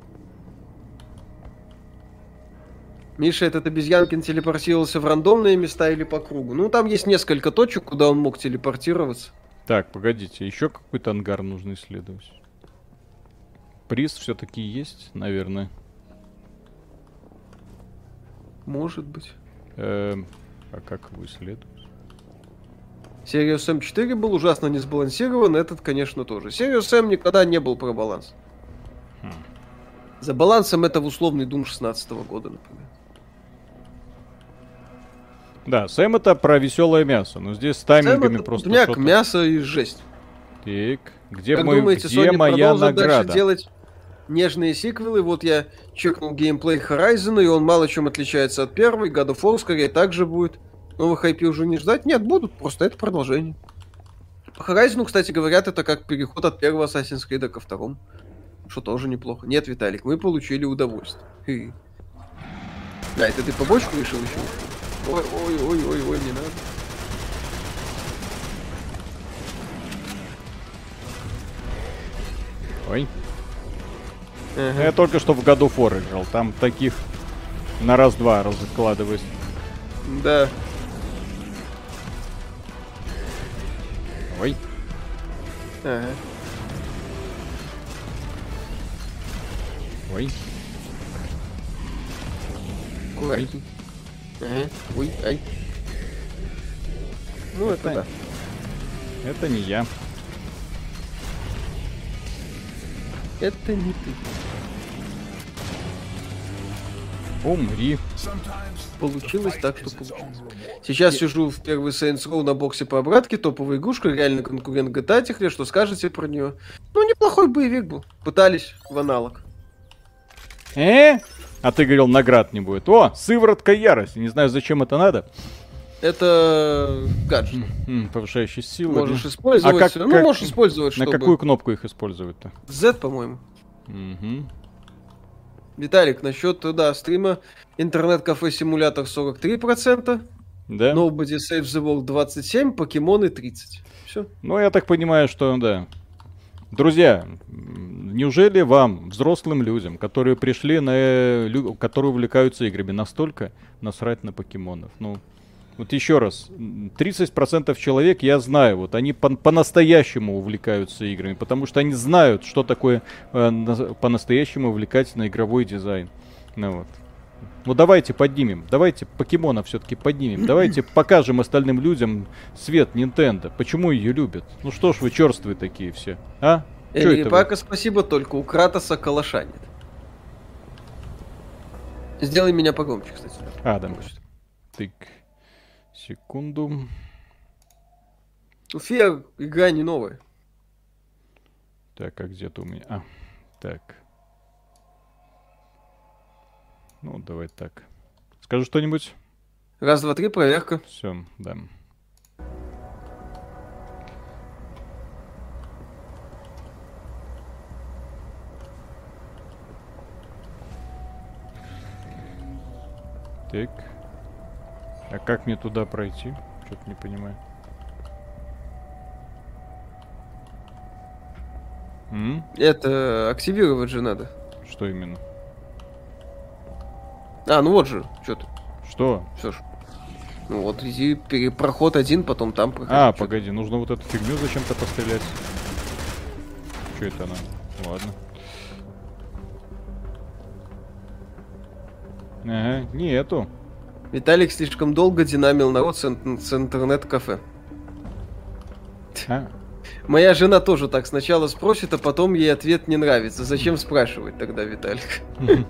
B: Миша, этот обезьянкин телепортировался в рандомные места или по кругу? Ну, там есть несколько точек, куда он мог телепортироваться.
A: Так, погодите, еще какой-то ангар нужно исследовать. Приз все-таки есть, наверное.
B: Может быть.
A: А как его исследовать?
B: Сириус М4 был ужасно не сбалансирован, этот, конечно, тоже. Сириус М никогда не был про баланс. За балансом это в условный Doom 16 года, например.
A: Да, Сэм это про веселое мясо, но здесь с таймингами
B: Сэм
A: просто
B: это мясо и жесть.
A: Так, где,
B: думаете,
A: где
B: Sony
A: моя награда?
B: Дальше делать нежные сиквелы? Вот я чекнул геймплей Horizon, и он мало чем отличается от первой. God of War скорее так же будет. Новых IP уже не ждать? Нет, будут, просто это продолжение. По Horizon, кстати, говорят, это как переход от первого Assassin's Creed ко второму. Что тоже неплохо. Нет, Виталик, мы получили удовольствие. Да, это ты побочку решил еще? Ой, не надо.
A: Ой. Я только что в God of War играл. Там таких на раз-два раскладываюсь.
B: Да.
A: Ой.
B: Ага.
A: Ой.
B: Ой. Ага. Ой, ай. Ну, это да.
A: Это не я.
B: Это не ты.
A: Умри.
B: Получилось так, что получилось. Сейчас сижу в первый Saints Row на боксе по обратке, топовая игрушка, реально конкурент GTA Техли, что скажете про нее? Ну, неплохой боевик был. Пытались в аналог.
A: А ты говорил, наград не будет. О, сыворотка ярости. Не знаю, зачем это надо.
B: Это гаджет.
A: Повышающий силу.
B: Можешь использовать. Можешь использовать, чтобы...
A: На какую кнопку их использовать-то?
B: Z, по-моему. Виталик, насчет, стрима интернет-кафе симулятор 43%.
A: Да.
B: Nobody Saves the World 27%, покемоны 30%. Все.
A: Ну, я так понимаю, что да. Друзья, неужели вам, взрослым людям, которые пришли которые увлекаются играми, настолько насрать на покемонов? Ну, вот еще раз, 30% человек, я знаю, вот они по-настоящему увлекаются играми, потому что они знают, что такое по-настоящему увлекательный игровой дизайн. Ну вот. Ну давайте поднимем, давайте покемона все-таки поднимем, давайте покажем остальным людям свет Nintendo, почему ее любят. Ну что ж вы черствые такие все, а?
B: Пака, спасибо, только у Кратоса калаша нет. Сделай меня погромче, кстати.
A: Да. Так, секунду.
B: Уфия игра не новая.
A: Так, а где-то у меня... так. Ну, давай так. Скажи что-нибудь?
B: Раз, два, три, проверка.
A: Все, да. Так. А как мне туда пройти? Что-то не понимаю.
B: Это активировать же надо.
A: Что именно?
B: А, ну вот же, что ты.
A: Что?
B: Все ж. Ну вот, иди, проход один, потом там проходи.
A: А, погоди, нужно вот эту фигню зачем-то пострелять. Что это она? Ладно. Ага, нету.
B: Виталик слишком долго динамил народ с интернет-кафе.
A: А?
B: Моя жена тоже так сначала спросит, а потом ей ответ не нравится. Зачем спрашивать тогда, Виталик?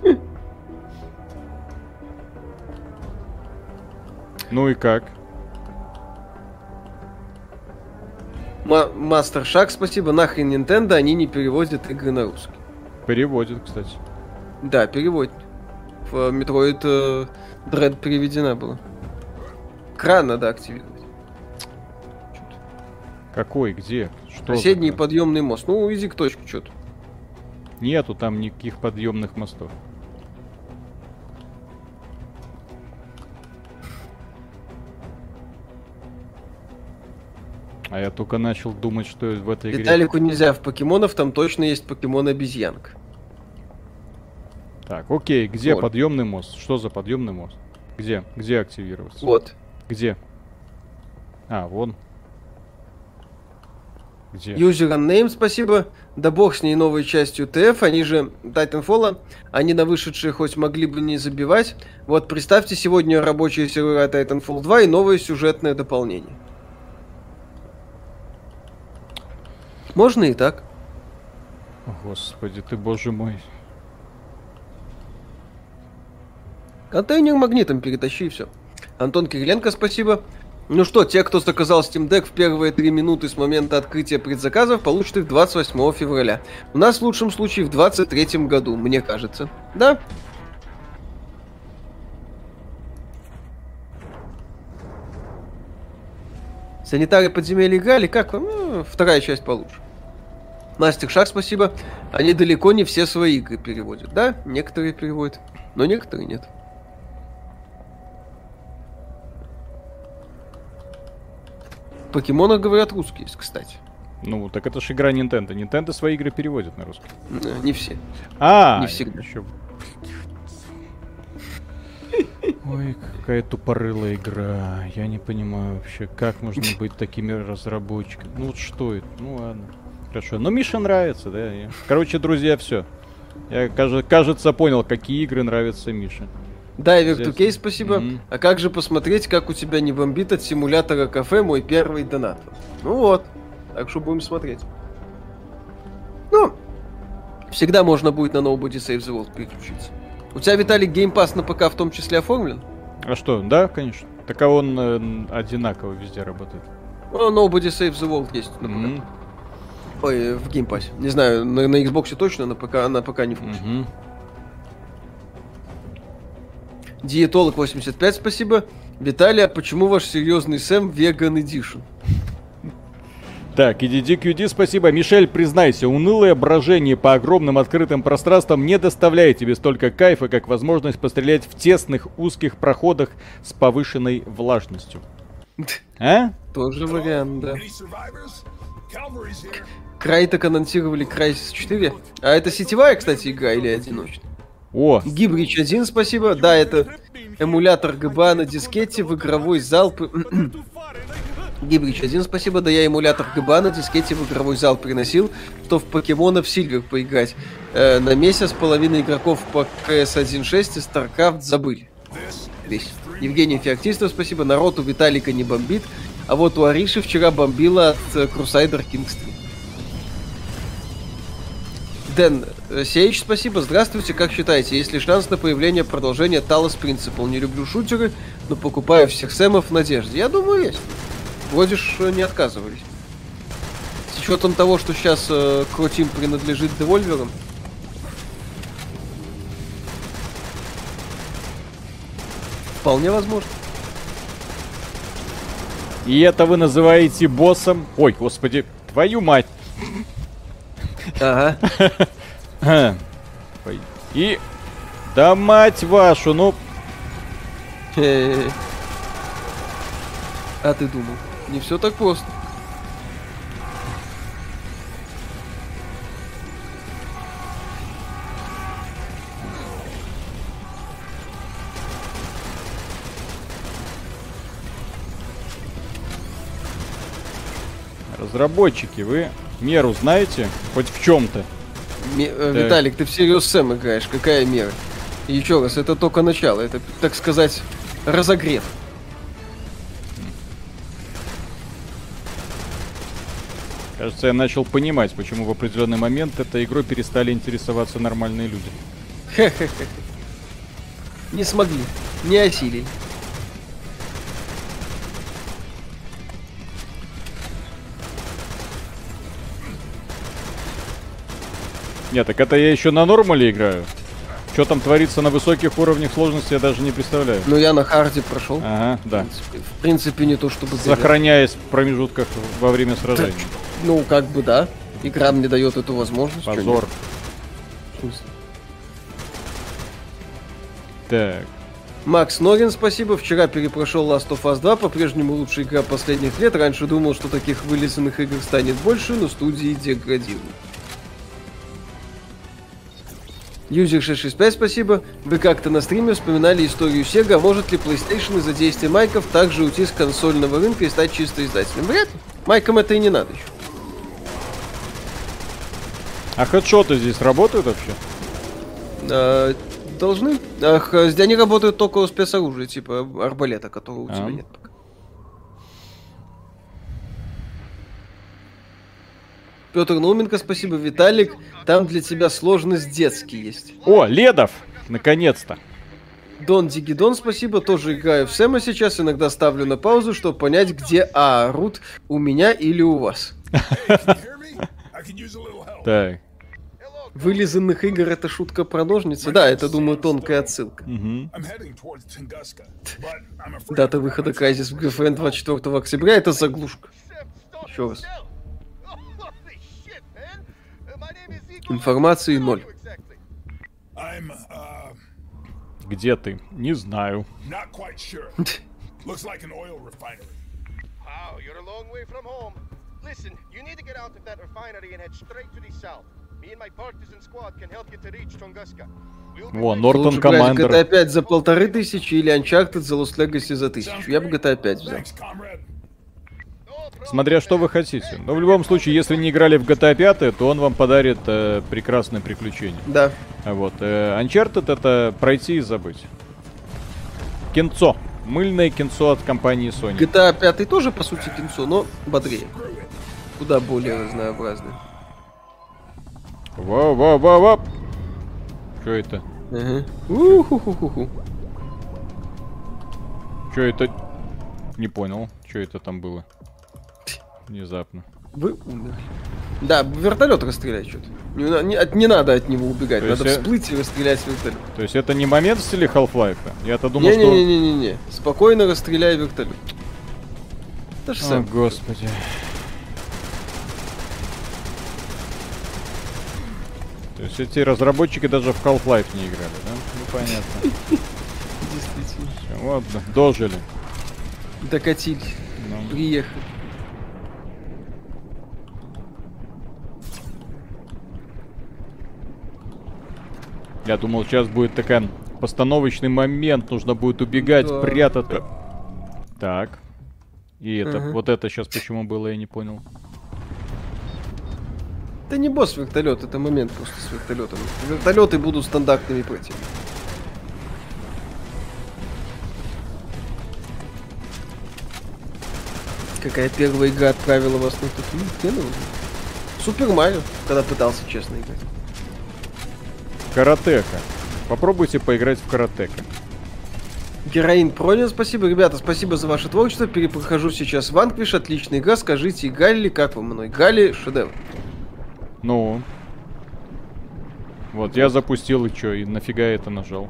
A: Ну и как?
B: Мастер Шаг, спасибо. Нахрен Nintendo, они не переводят игры на русский.
A: Переводит, кстати.
B: Да, переводит. В Metroid Dread переведена была. Кран надо активировать.
A: Какой? Где? Что?
B: Соседний подъемный мост. Ну, иди к точке, что-то.
A: Нету там никаких подъемных мостов. А я только начал думать, что в этой игре...
B: Виталику нельзя в покемонов, там точно есть покемон-обезьянка.
A: Так, окей, где
B: Вот.
A: подъемный мост? Что за подъемный мост? Где? Где активироваться?
B: Вот.
A: Где? А, вон. Где?
B: User Unname, спасибо. Да бог с ней новой частью ТФ, они же Titanfall, они на вышедшие хоть могли бы не забивать. Вот представьте, сегодня рабочие сервера Titanfall 2 и новое сюжетное дополнение. Можно и так.
A: О, Господи, ты, боже мой.
B: Контейнер магнитом перетащи и все. Антон Кириленко, спасибо. Ну что, те, кто заказал Steam Deck в первые 3 минуты с момента открытия предзаказов, получат их 28 февраля. У нас в лучшем случае в 23 году, мне кажется. Да? Санитары подземелья играли? Как вам? Ну, вторая часть получше. Мастер Шаг, спасибо. Они далеко не все свои игры переводят. Да, некоторые переводят, но некоторые нет. В покемонах говорят русские, кстати.
A: Ну, так это же игра Nintendo. Nintendo свои игры переводит на русский.
B: Не все.
A: А,
B: Не всегда.
A: Еще... Ой, какая тупорылая игра. Я не понимаю вообще, как можно быть такими разработчиками. Ну вот что это? Ну ладно. Хорошо. Но Мише нравится, да? Короче, друзья, все. Я, кажется, понял, какие игры нравятся Мише.
B: Дайвер 2K, спасибо. А как же посмотреть, как у тебя не бомбит от симулятора кафе мой первый донат? Ну вот. Так что будем смотреть. Ну, всегда можно будет на Nobody Save the World переключиться. У тебя, Виталий, Game Pass на ПК в том числе оформлен?
A: А что? Да, конечно. Так а он одинаково везде работает.
B: Ну, Nobody Save the World есть на ПК. Ой, в Game Pass. Не знаю, на Xbox точно, на ПК не в курсе. Диетолог 85, спасибо. Виталий, а почему ваш серьезный Сэм Vegan Edition?
A: Так, EDDQD, спасибо. Мишель, признайся, унылое брожение по огромным открытым пространствам не доставляет тебе столько кайфа, как возможность пострелять в тесных узких проходах с повышенной влажностью. А?
B: Тоже вариант, да. Крайтек анонсировали Crysis 4. А это сетевая, кстати, игра или одиночная?
A: О!
B: Гибрич 1, спасибо. Да, это эмулятор ГБА на дискете в игровой зал... Гибрич 1, спасибо. Да, я эмулятор ГБА на дискете в игровой зал приносил, что в покемонов Сильвер поиграть. На месяц половина игроков по CS 1.6 и StarCraft забыли. Весь. Евгений Феоктистов, спасибо. Народ у Виталика не бомбит, а вот у Ариши вчера бомбила от Crusader Kings 3. Дэн Сейч, спасибо. Здравствуйте, как считаете, есть ли шанс на появление продолжения Talos Principle? Не люблю шутеры, но покупаю всех Сэмов в надежде. Я думаю, есть. Вроде ж не отказывались. С учетом того, что сейчас Кротим принадлежит Девольверам. Вполне возможно.
A: И это вы называете боссом? Ой, господи, твою мать.
B: Ага.
A: И... Да мать вашу, ну...
B: А ты думал? Не все так просто.
A: Разработчики, вы меру знаете? Хоть в чем-то?
B: Виталик, ты всерьез Сэм играешь. Какая мера? И еще раз, это только начало. Это, так сказать, разогрев.
A: Кажется, я начал понимать, почему в определенный момент этой игрой перестали интересоваться нормальные люди.
B: Не смогли, не осилили.
A: Нет, так это я еще на нормале играю. Что там творится на высоких уровнях сложности, я даже не представляю.
B: Ну, я на харде прошел.
A: Ага, да.
B: В принципе, не то чтобы...
A: Сохраняясь в промежутках во время сражений.
B: Ну, как бы да. Игра мне дает эту возможность.
A: Позор. Так.
B: Макс Норин, спасибо. Вчера перепрошел Last of Us 2, по-прежнему лучшая игра последних лет. Раньше думал, что таких вылизанных игр станет больше, но студии деградируют. Юзер 665, спасибо. Вы как-то на стриме вспоминали историю Sega. Может ли PlayStation из-за действия майков также уйти с консольного рынка и стать чисто издателем? Вряд ли. Майкам это и не надо еще.
A: А хедшоты здесь работают вообще?
B: Должны. Они работают только у спецоружия, типа арбалета, которого у тебя нет пока. Петр Науменко, спасибо. Виталик, там для тебя сложность детский есть.
A: О, Ледов! Наконец-то!
B: Дон Дигидон, спасибо. Тоже играю в Сэма сейчас. Иногда ставлю на паузу, чтобы понять, где орут у меня или у вас.
A: Так.
B: Вылизанных игр — это шутка про ножницы? Да, это, думаю, тонкая отсылка. Дата выхода Crysis в GFN 24 октября — это заглушка. Еще раз. Информации 0.
A: Где ты? Не знаю. Во, Нортон Командер.
B: GTA 5 за 1500 или Uncharted за Lost Legacy за 1000. Я бы GTA 5 взял.
A: Смотря что вы хотите. Но в любом случае, если не играли в GTA 5, то он вам подарит прекрасное приключение.
B: Да.
A: Вот. Uncharted — это пройти и забыть. Кинцо. Мыльное кинцо от компании Sony.
B: GTA 5 тоже, по сути, кинцо, но бодрее. Куда более разнообразное.
A: Во-во-во-во! Что это?
B: Уху-ху-ху-ху.
A: Что это? Не понял, что это там было. Внезапно.
B: Вы умерли. Да, вертолет расстрелять что-то. Не надо от него убегать, надо всплыть и расстрелять вертолет.
A: То есть это не момент в стиле Half-Life? Я-то думал, что...
B: Не-не-не-не-не. Спокойно расстреляй вертолет. Это же сам.
A: О, господи. То есть эти разработчики даже в Half-Life не играли, да? Ну, понятно.
B: Действительно.
A: Все, ладно, дожили.
B: Докатились. Приехали.
A: Я думал, сейчас будет такой постановочный момент, нужно будет убегать,
B: да.
A: прятаться. Так. И это, вот это сейчас почему было, я не понял.
B: Это не босс вертолет, это момент просто с вертолетом. Вертолеты будут стандартными противниками. Какая первая игра отправила вас на такие? Супер Марио, когда пытался честно играть.
A: Каратека. Попробуйте поиграть в каратека.
B: Героин Пронин, спасибо. Ребята, спасибо за ваше творчество. Перепрохожу сейчас Vanquish. Отличная игра. Скажите, играли ли, как вам мной? Играли, шедевр.
A: Ну. Вот, я запустил, и чё? И нафига я это нажал?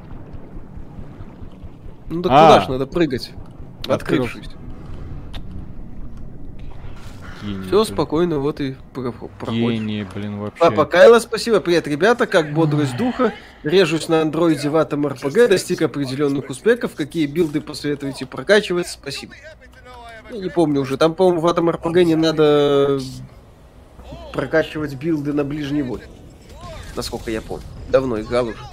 B: Ну так туда ж надо прыгать. Открывшись. Все спокойно, вот и проходит.
A: Гений, блин, вообще.
B: Папа Кайла, спасибо. Привет, ребята, как бодрость духа. Режусь на андроиде в Atom RPG, достиг определенных успехов. Какие билды посоветуете прокачивать? Спасибо. Я не помню уже. Там, по-моему, в этом РПГ не надо прокачивать билды на ближний бой. Насколько я помню. Давно играл уже.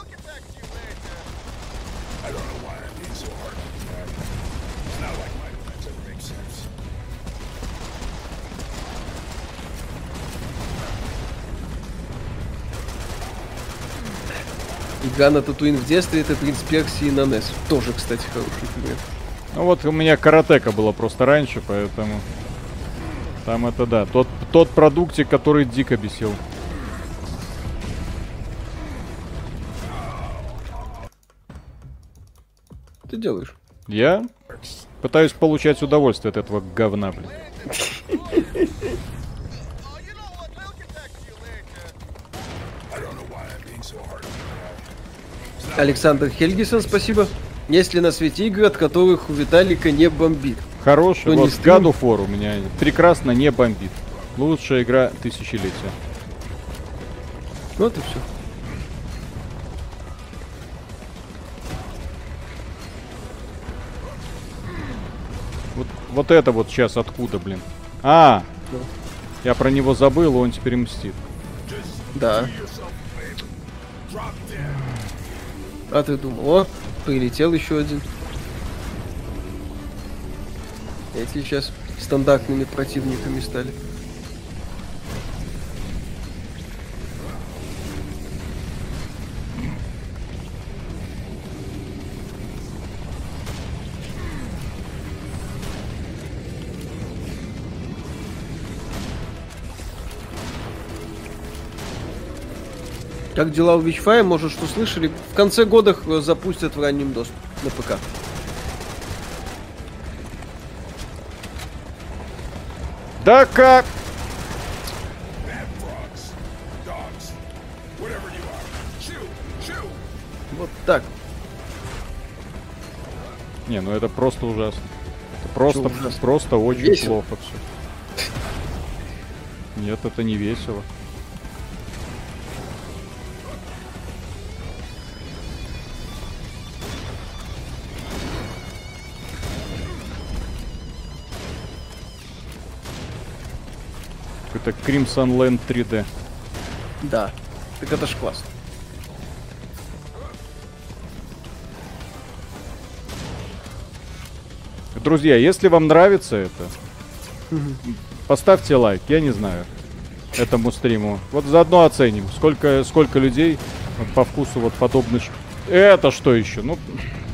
B: Игра на Татуин в детстве — это «Принц Персии» на NES. Тоже, кстати, хороший пример.
A: Ну вот у меня каратека было просто раньше, поэтому... Там это да. Тот продуктик, который дико бесил.
B: Ты делаешь?
A: Я пытаюсь получать удовольствие от этого говна, блин.
B: Александр Хельгисон, спасибо. Есть ли на свете игры, от которых у Виталика не бомбит?
A: Хороший. Вот God of War у меня прекрасно не бомбит. Лучшая игра тысячелетия.
B: Вот и все.
A: Вот это вот сейчас откуда, блин? А, я про него забыл, он теперь мстит.
B: Да. А ты думал, о, прилетел еще один. Эти сейчас стандартными противниками стали. Как дела у Witchfire? Может, что слышали? В конце года запустят в раннем доступе на ПК.
A: Да как?
B: Вот так.
A: Не, ну это просто ужасно. Это просто очень
B: весело.
A: плохо все. Нет, это не весело. Это Crimson Land 3D.
B: Да. Так это ж классно.
A: Друзья, если вам нравится это, поставьте лайк, я не знаю, этому стриму. Вот заодно оценим, сколько людей вот, по вкусу вот подобных... Это что еще? Ну...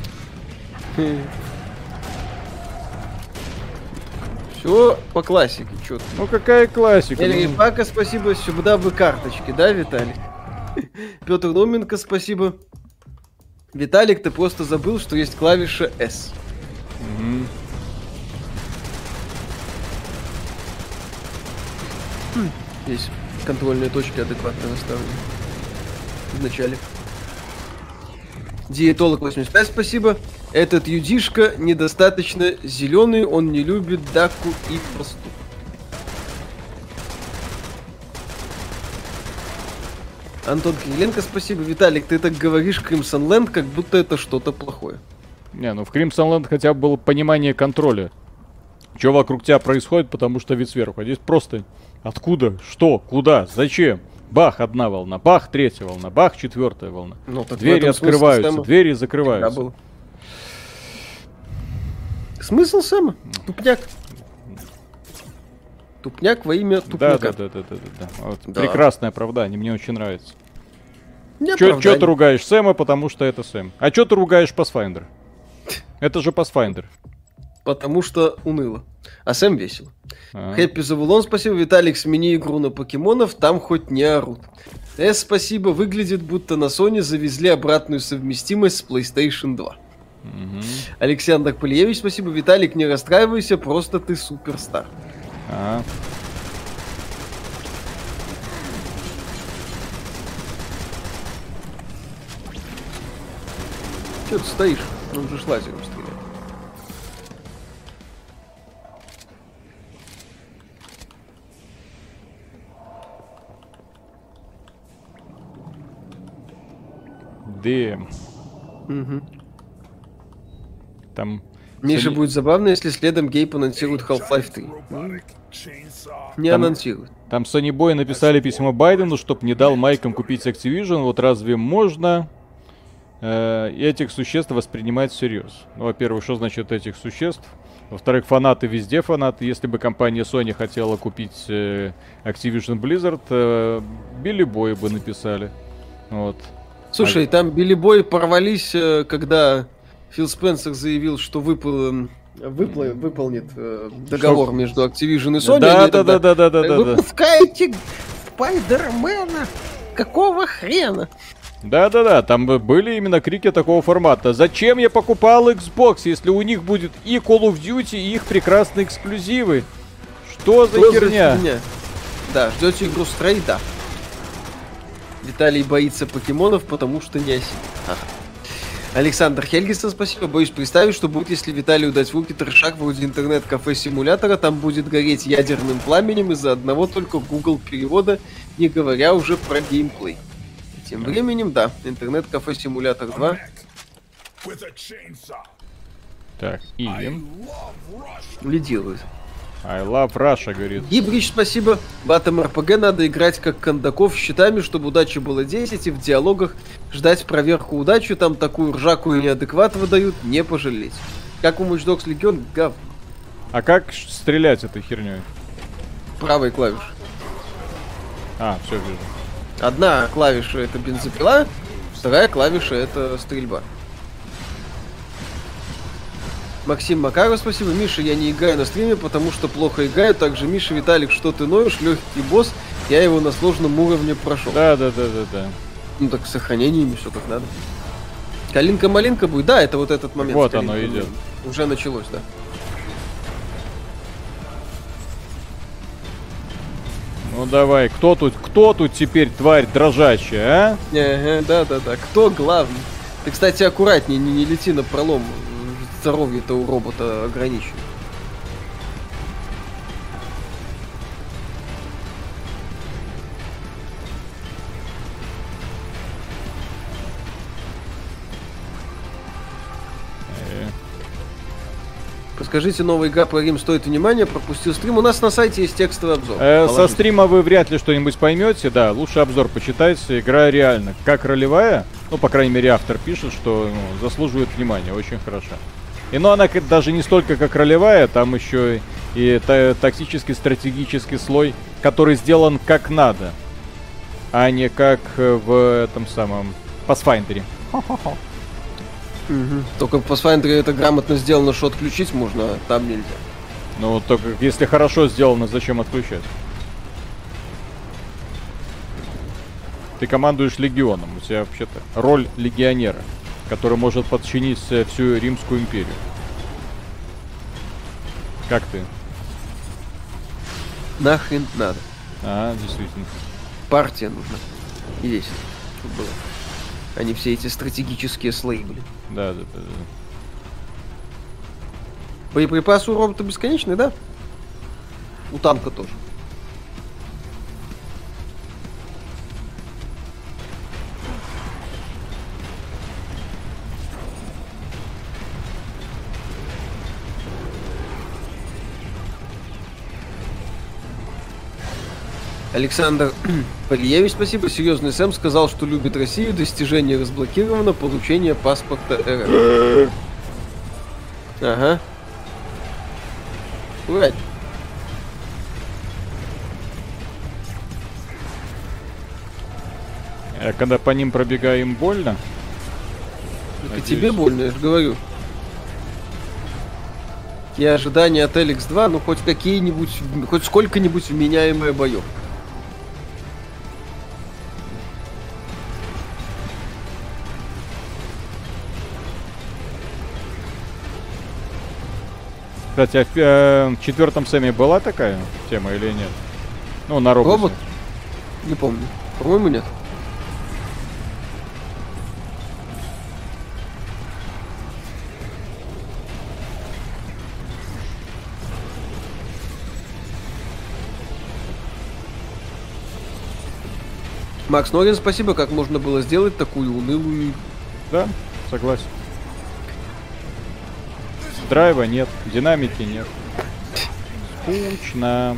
B: Все по классике, чё ты.
A: Ну какая классика?
B: Эльфака, спасибо, сюда бы карточки, да, Виталий? Петр Науменко, спасибо. Виталик, ты просто забыл, что есть клавиша S. Здесь контрольные точки адекватно расставлены. В начале. Диетолог 85, спасибо. Этот юдишка недостаточно зеленый, он не любит даку и посту. Антон Кириленко, спасибо. Виталик, ты так говоришь Crimson Land, как будто это что-то плохое.
A: Не, ну в Crimson Land хотя бы было понимание контроля. Что вокруг тебя происходит, потому что вид сверху. А здесь просто откуда, что, куда, зачем. Бах, одна волна, бах, третья волна, бах, четвертая волна. Ну, двери открываются, двери закрываются.
B: Смысл Сэма? Тупняк. Тупняк во имя тупняка.
A: Да. Вот. Да. Прекрасное оправдание, мне очень нравится. Чё ты ругаешь Сэма, потому что это Сэм? А чё ты ругаешь Pathfinder? Это же Pathfinder.
B: Потому что уныло. А Сэм весело. Хэппи Завулон, спасибо. Виталик, смени игру на покемонов, там хоть не орут. Спасибо. Выглядит, будто на Sony завезли обратную совместимость с PlayStation 2. Александр Полиевич, спасибо. Виталик, не расстраивайся, просто ты суперстар. Чё ты стоишь? Он же лазером стреляет.
A: Там
B: Миша, будет забавно, если следом Гейб анонсирует Half-Life 3. Не анонсируют.
A: Там Sony Boy написали письмо Байдену, чтоб не дал майкам купить Activision. Вот разве можно этих существ воспринимать всерьез? Ну, во-первых, что значит этих существ? Во-вторых, фанаты везде фанаты. Если бы компания Sony хотела купить Activision Blizzard, Билли Бой бы написали. Вот.
B: Слушай, там Билли Бой порвались, когда Фил Спенсер заявил, что выполнит договор между Activision и Sony.
A: Да.
B: Выпускаете Спайдермена? Какого хрена?
A: Да, там были именно крики такого формата. Зачем я покупал Xbox, если у них будет и Call of Duty, и их прекрасные эксклюзивы? Что за херня?
B: Да, ждете игру Stray, да. Виталий боится покемонов, потому что не осилит. Александр Хельгисон, спасибо. Боюсь представить, что будет, если Виталию дать в руки трешак вроде интернет-кафе-симулятора, там будет гореть ядерным пламенем из-за одного только Google перевода, не говоря уже про геймплей. Тем временем, да, интернет-кафе-симулятор 2.
A: Так, и
B: лидирует.
A: I love Russia, говорит.
B: Гибрич, спасибо. В Atom RPG надо играть как Кондаков щитами, чтобы удачи было 10, и в диалогах ждать проверку удачи, там такую ржаку и неадекват выдают, не пожалеть. Как у Watch Dogs Legion, гав.
A: А как стрелять этой херней?
B: Правой клавишей.
A: Все вижу.
B: Одна клавиша это бензопила, вторая клавиша это стрельба. Максим Макаров, спасибо. Миша, я не играю на стриме, потому что плохо играю. Также Миша, Виталик, что ты ноешь? Легкий босс. Я его на сложном уровне прошел.
A: Да.
B: Ну так с сохранениями все как надо. Калинка-малинка будет. Да, это вот этот момент.
A: Вот оно идет.
B: Уже началось, да.
A: Ну давай, кто тут теперь тварь дрожащая, а?
B: Да. Кто главный? Ты, кстати, аккуратнее, не лети на пролом. Здоровье-то у робота ограничено. Подскажите, новая игра про Рим стоит внимания? Пропустил стрим. У нас на сайте есть текстовый обзор.
A: Со стрима вы вряд ли что-нибудь поймете, да. Лучше обзор почитайте. Игра реально как ролевая. Ну, по крайней мере, автор пишет, что заслуживает внимания. Очень хорошо. Но она даже не столько как ролевая, там еще и тактический, стратегический слой, который сделан как надо, а не как в этом самом Pathfinder.
B: Только в Pathfinder это грамотно сделано, что отключить можно, а там нельзя.
A: Ну, только если хорошо сделано, зачем отключать? Ты командуешь легионом, у тебя вообще-то роль легионера, который может подчинить всю Римскую империю. Как ты?
B: Нахрен надо.
A: Действительно.
B: Партия нужна. И весело, чтобы было. А не все эти стратегические слои, блин.
A: Да.
B: Боеприпасы у робота бесконечные, да? У танка тоже. Александр Полиевич, спасибо. Серьезный Сэм сказал, что любит Россию. Достижение разблокировано. Получение паспорта РФ. Ага. Ура.
A: А когда по ним пробегаем, больно?
B: Это тебе больно, я же говорю. И ожидания от Эликс 2, ну хоть какие-нибудь, хоть сколько-нибудь вменяемые боев.
A: Кстати, а в четвертом Сэме была такая тема или нет? Ну, на роботе.
B: Робот? Не помню. По-моему, нет. Макс Норин, спасибо, как можно было сделать такую унылую...
A: Да, согласен. Драйва нет, динамики нет. Скучно.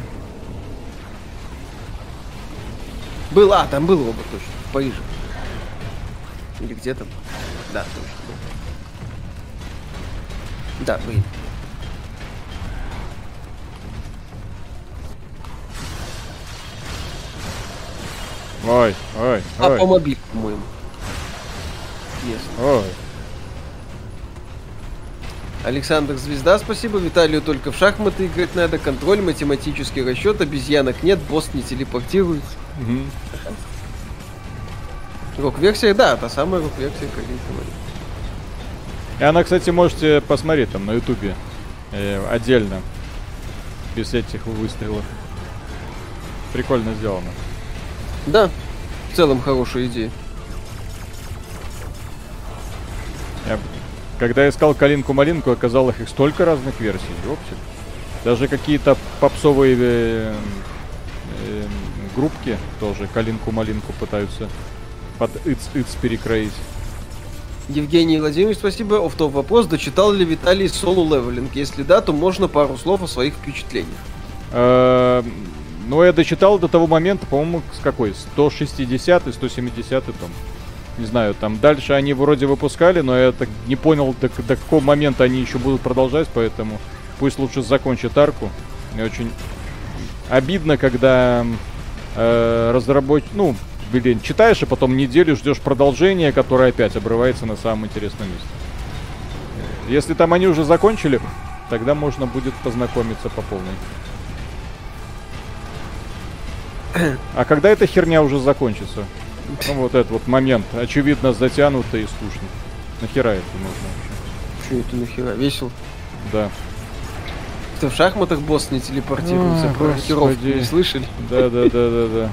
B: Там был робот точно, в Париже. Или где там? Да, точно. Да, блин.
A: Ой.
B: По мобиль, по-моему.
A: Ой.
B: Александр Звезда, спасибо. Виталию только в шахматы играть надо. Контроль, математический расчет, обезьянок нет, босс не телепортируется. Рок-версия, да, та самая рок-версия, как
A: и она, кстати, можете посмотреть там на ютубе отдельно. Без этих выстрелов. Прикольно сделано.
B: Да, в целом хорошая идея.
A: Когда искал Калинку-Малинку, оказалось их столько разных версий. Ёптель. Даже какие-то попсовые группки тоже Калинку-Малинку пытаются под иц-иц перекроить.
B: Евгений Владимирович, спасибо. Офф-топ вопрос. Дочитал ли Виталий соло-левелинг? Если да, то можно пару слов о своих впечатлениях.
A: Ну, я дочитал до того момента, по-моему, с какой? 160-й, 170-й том. Не знаю, там дальше они вроде выпускали, но я так не понял, до какого момента они еще будут продолжать, поэтому пусть лучше закончат арку. Мне очень обидно, когда читаешь, и потом неделю ждешь продолжения, которое опять обрывается на самом интересном месте. Если там они уже закончили, тогда можно будет познакомиться по полной. А когда эта херня уже закончится? Ну, вот этот вот момент, очевидно, затянутый и скучный. Нахера это нужно вообще?
B: Что это нахера? Весело?
A: Да.
B: Что, в шахматах босс не телепортируется? Про рокировку не слышали?
A: Да.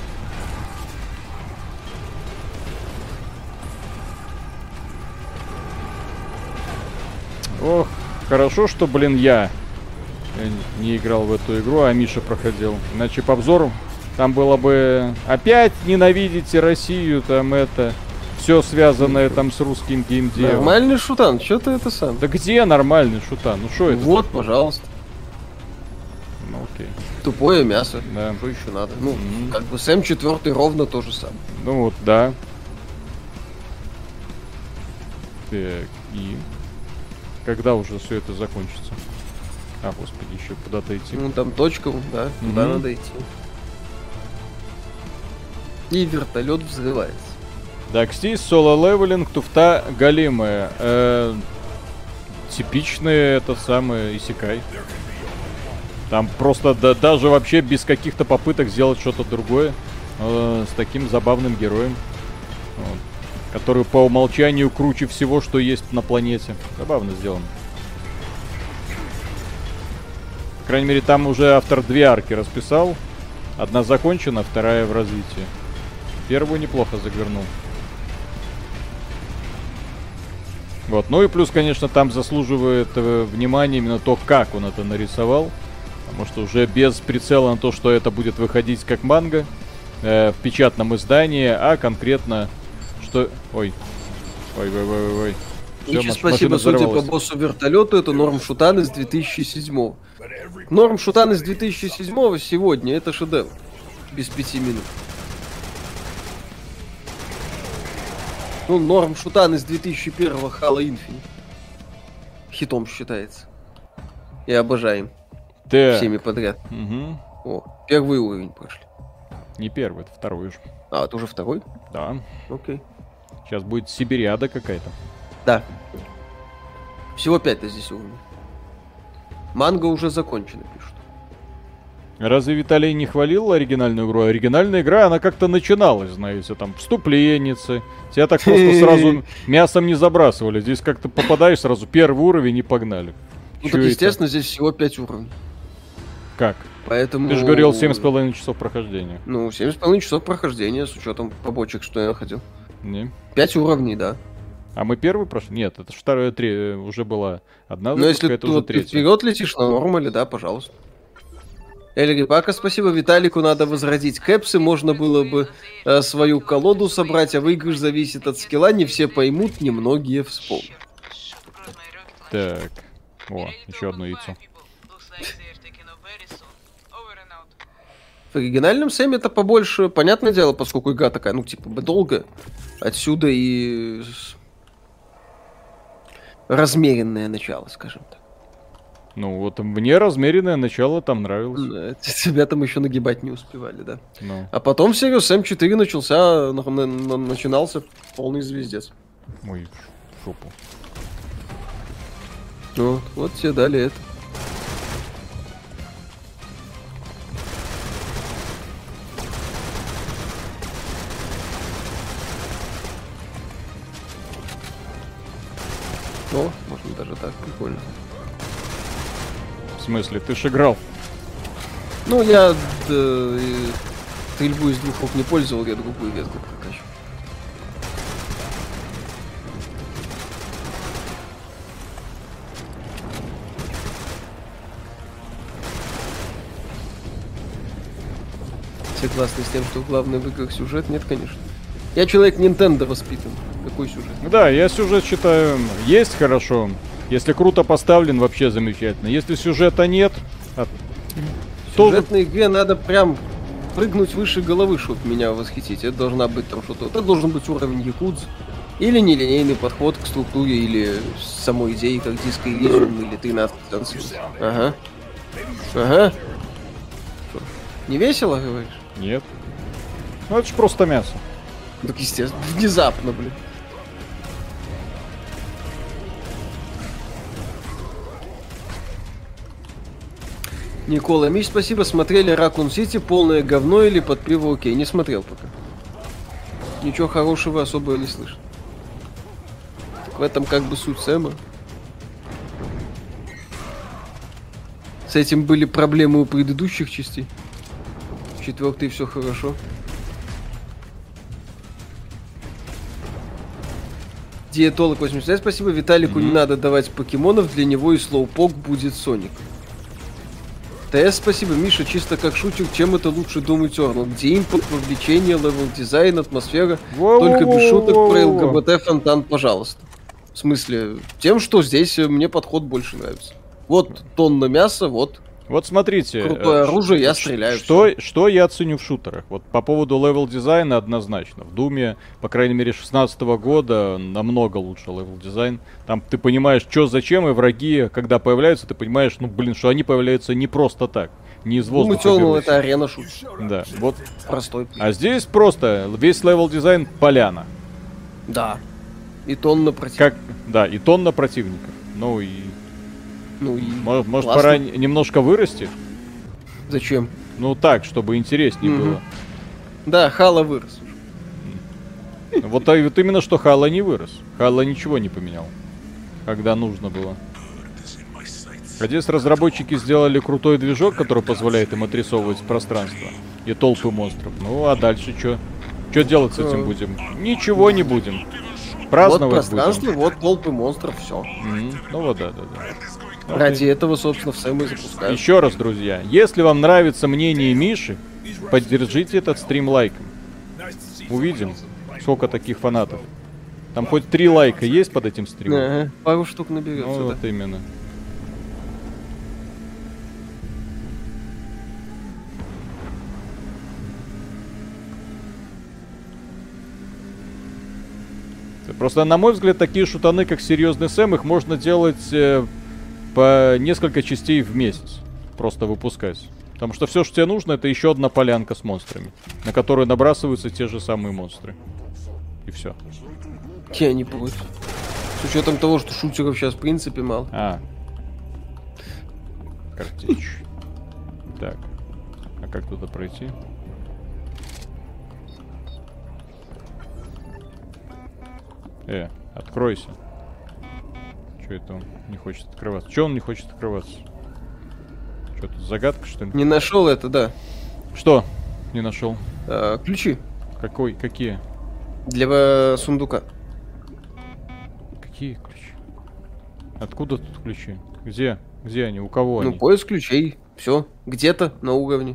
A: Ох, хорошо, что, блин, я не играл в эту игру, а Миша проходил. Иначе по обзору там было бы опять ненавидите Россию, там это все связанное там с русским геймдевом.
B: Нормальный шутан, что ты это сам?
A: Да где нормальный шутан? Ну что это?
B: Вот, пожалуйста.
A: Ну окей.
B: Тупое мясо.
A: Да.
B: Что еще надо? Ну, как бы Сэм 4 ровно то же самое.
A: Ну вот, да. Так, и когда уже все это закончится? А, господи, еще куда-то идти.
B: Ну там точка, да, туда надо идти. И вертолет взрывается.
A: Так, здесь соло-левелинг, туфта галимая. Типичный этот самый исекай. Там просто даже вообще без каких-то попыток сделать что-то другое. С таким забавным героем. Вот, который по умолчанию круче всего, что есть на планете. Забавно сделано. По крайней мере, там уже автор 2 арки расписал. Одна закончена, вторая в развитии. Первую неплохо завернул. Вот. Ну и плюс, конечно, там заслуживает внимания именно то, как он это нарисовал. Потому что уже без прицела на то, что это будет выходить как манга в печатном издании, а конкретно, что... Ой.
B: Всё, спасибо, судя по боссу вертолету, это Норм Шутан из 2007. Норм Шутан из 2007 сегодня, это шедевр. Без 5 минут. Ну, Норм Шутан из 2001-го Halo Infinite. Хитом считается. И обожаем.
A: Да.
B: Всеми подряд.
A: Угу.
B: О, первый уровень прошли.
A: Не первый, это второй уже.
B: А, это уже второй?
A: Да.
B: Окей.
A: Сейчас будет Сибириада какая-то.
B: Да. Всего 5 здесь уровней. Манга уже закончена, пишут.
A: Разве Виталий не хвалил оригинальную игру? Оригинальная игра, она как-то начиналась, знаете, там, вступленницы. Тебя так просто сразу мясом не забрасывали. Здесь как-то попадаешь сразу, первый уровень и погнали.
B: Ну так, естественно, здесь всего 5 уровней.
A: Как?
B: Поэтому...
A: Ты же говорил 7,5 часов прохождения.
B: Ну, 7,5 часов прохождения, с учетом побочек, что я находил.
A: Не.
B: 5 уровней, да.
A: А мы первый прошли? Нет, это же вторая, уже была одна
B: запуска. Но если
A: это уже
B: ты вперед летишь на нормале, да, пожалуйста. Эльри Пака, спасибо. Виталику надо возродить кэпсы. Можно было бы свою колоду собрать, а выигрыш зависит от скилла. Не все поймут, немногие вспомнят.
A: Так. О, еще одно яйцо.
B: В оригинальном Сэме это побольше, понятное дело, поскольку игра такая, ну, типа, долгая. Отсюда и размеренное начало, скажем так.
A: Ну, вот мне размеренное начало там нравилось.
B: Тебя там еще нагибать не успевали, да.
A: Ну.
B: А потом Serious Sam 4 начинался полный звездец.
A: Ой, шопу.
B: Вот тебе дали это. О, можно даже так, прикольно.
A: В смысле, ты ж играл?
B: Ну, я стрельбу из двух рук не пользовал, я другую ветку прокачивал. Согласны с тем, что главное в играх сюжет? Нет, конечно. Я человек Nintendo воспитан. Какой сюжет?
A: Да, я сюжет считаю, есть хорошо. Если круто поставлен, вообще замечательно. Если сюжета нет...
B: В сюжетной игре надо прям прыгнуть выше головы, чтобы меня восхитить. Это должна быть там что-то... Это должен быть уровень Якудзы. Или нелинейный подход к структуре, или самой идеи, как Disco Elysium, или 13 танцев. Ага. Ага. Что, не весело, говоришь?
A: Нет. Ну это ж просто мясо.
B: Так, естественно, внезапно, блин. Никола Мич, спасибо. Смотрели Raccoon City, полное говно или под пиво окей? Не смотрел пока. Ничего хорошего особо не слышно. Так в этом как бы суть Сэма. С этим были проблемы у предыдущих частей. В 4-й все хорошо. Диетолог 80, спасибо. Виталику не надо давать покемонов, для него и слоупок будет Соник. ТС, спасибо. Миша, чисто как шутер, чем это лучше Doom Eternal? Где импорт, вовлечение, левел-дизайн, атмосфера? Только без шуток про ЛГБТ фонтан, пожалуйста. В смысле, тем, что здесь мне подход больше нравится. Вот тонна мяса, вот.
A: Вот смотрите.
B: Крутое оружие, я стреляю.
A: Что я ценю в шутерах? Вот по поводу левел-дизайна однозначно. В Думе, по крайней мере, 16-го года намного лучше левел-дизайн. Там ты понимаешь, что зачем, и враги, когда появляются, ты понимаешь, ну, блин, что они появляются не просто так. Не из воздуха.
B: Ну, это арена шутер.
A: Да, вот.
B: Простой.
A: А здесь просто весь левел-дизайн поляна.
B: Да. И тонна противников.
A: Да, и тонна противников. Ну и... Может,
B: классно.
A: Пора немножко вырасти?
B: Зачем?
A: Ну так, чтобы интереснее было.
B: Да, Хала вырос.
A: Вот именно что Хала не вырос. Хала ничего не поменял, когда нужно было. А здесь разработчики сделали крутой движок, который позволяет им отрисовывать пространство и толпы монстров. Ну а дальше что? Что делать с этим будем? Ничего не будем. Праздновать
B: вот пространство,
A: будем.
B: Вот толпы монстров, все.
A: Ну вот да.
B: Ради этого, собственно, в Сэм и запускают.
A: Еще раз, друзья, если вам нравится мнение Миши, поддержите этот стрим лайком. Увидим, сколько таких фанатов. Там хоть 3 лайка есть под этим стримом?
B: Ага, пару штук наберется,
A: ну, вот именно. Просто, на мой взгляд, такие шутаны, как серьезный Сэм, их можно делать по несколько частей в месяц. Просто выпускать. Потому что все, что тебе нужно, это еще одна полянка с монстрами, на которую набрасываются те же самые монстры. И все.
B: Я не против. С учетом того, что шутеров сейчас в принципе мало.
A: Картечь. Так. А как туда пройти? Откройся. Че это он не хочет открываться? Че он не хочет открываться? Что тут, загадка, что ли?
B: Не нашел это, да.
A: Что не нашел?
B: Ключи.
A: Какие?
B: Для сундука.
A: Какие ключи? Откуда тут ключи? Где они? У кого они?
B: Ну, поиск ключей. Все. Где-то на уровне.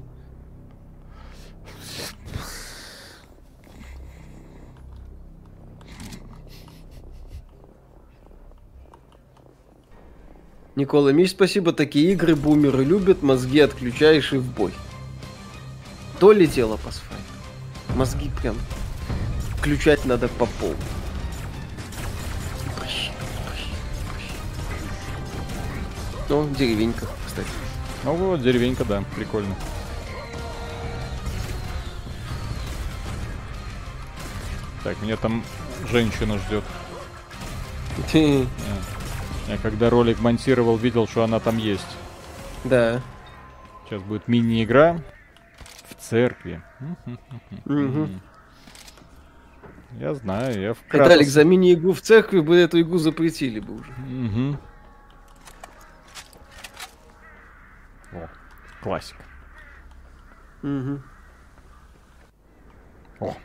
B: Никола Миш, спасибо. Такие игры бумеры любят, мозги отключаешь и в бой. То ли дело Pathfinder. Мозги прям включать надо по полу. Ну, деревенька, кстати.
A: Ну вот, деревенька, да, прикольно. Так, меня там женщина ждет. Я когда ролик монтировал, видел, что она там есть.
B: Да.
A: Сейчас будет мини-игра в церкви. Я знаю, я вкратце...
B: Виталик, за мини-игру в церкви бы эту игру запретили бы уже.
A: О, классика. О.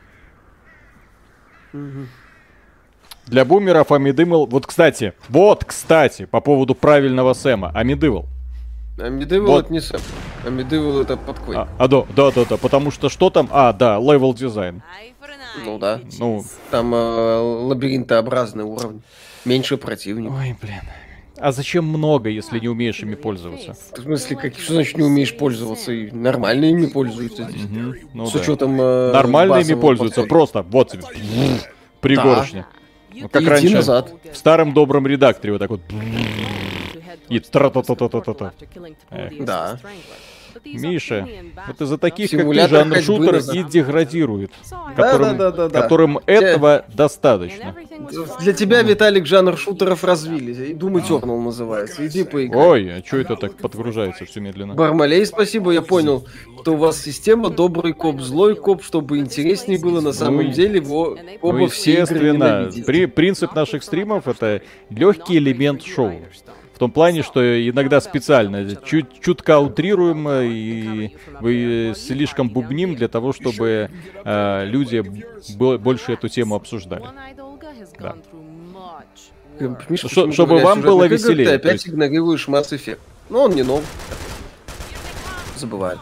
A: Для бумеров Амидывал... Вот, кстати, по поводу правильного Сэма. Амидывал.
B: Амидывал вот. Это не Сэм. Амидывал это подквей.
A: Да, потому что что там? Левел дизайн.
B: Ну да. Ну, там лабиринтообразный уровень. Меньше противников.
A: Ой, блин. А зачем много, если не умеешь ими пользоваться?
B: В смысле, что значит не умеешь пользоваться? И нормально ими пользуются здесь.
A: Ну,
B: с учетом
A: нормально ими пользуются, просто вот тебе пригоршня. Ну, как раньше
B: назад.
A: В старом добром редакторе вот так вот. И тра-та-та-та-та-та.
B: Да.
A: Миша, вот из-за таких, как ты, жанр шутер и деградирует, которым этого достаточно.
B: Для тебя, Виталик, жанр шутеров развили. Doom Eternal называется. Иди поиграй.
A: Ой, а чё это так подгружается все медленно?
B: Бармалей, спасибо, я понял, что у вас система добрый коп, злой коп, чтобы интереснее было на самом деле оба все игры ненавидеть.
A: Принцип наших стримов — это легкий элемент шоу. В том плане, что иногда специально чутка утрируем и слишком бубним для того, чтобы люди больше эту тему обсуждали. Да.
B: Миша,
A: чтобы вам было веселее.
B: Ты опять игнорируешь Mass Effect. Ну, он не нов. Забываю.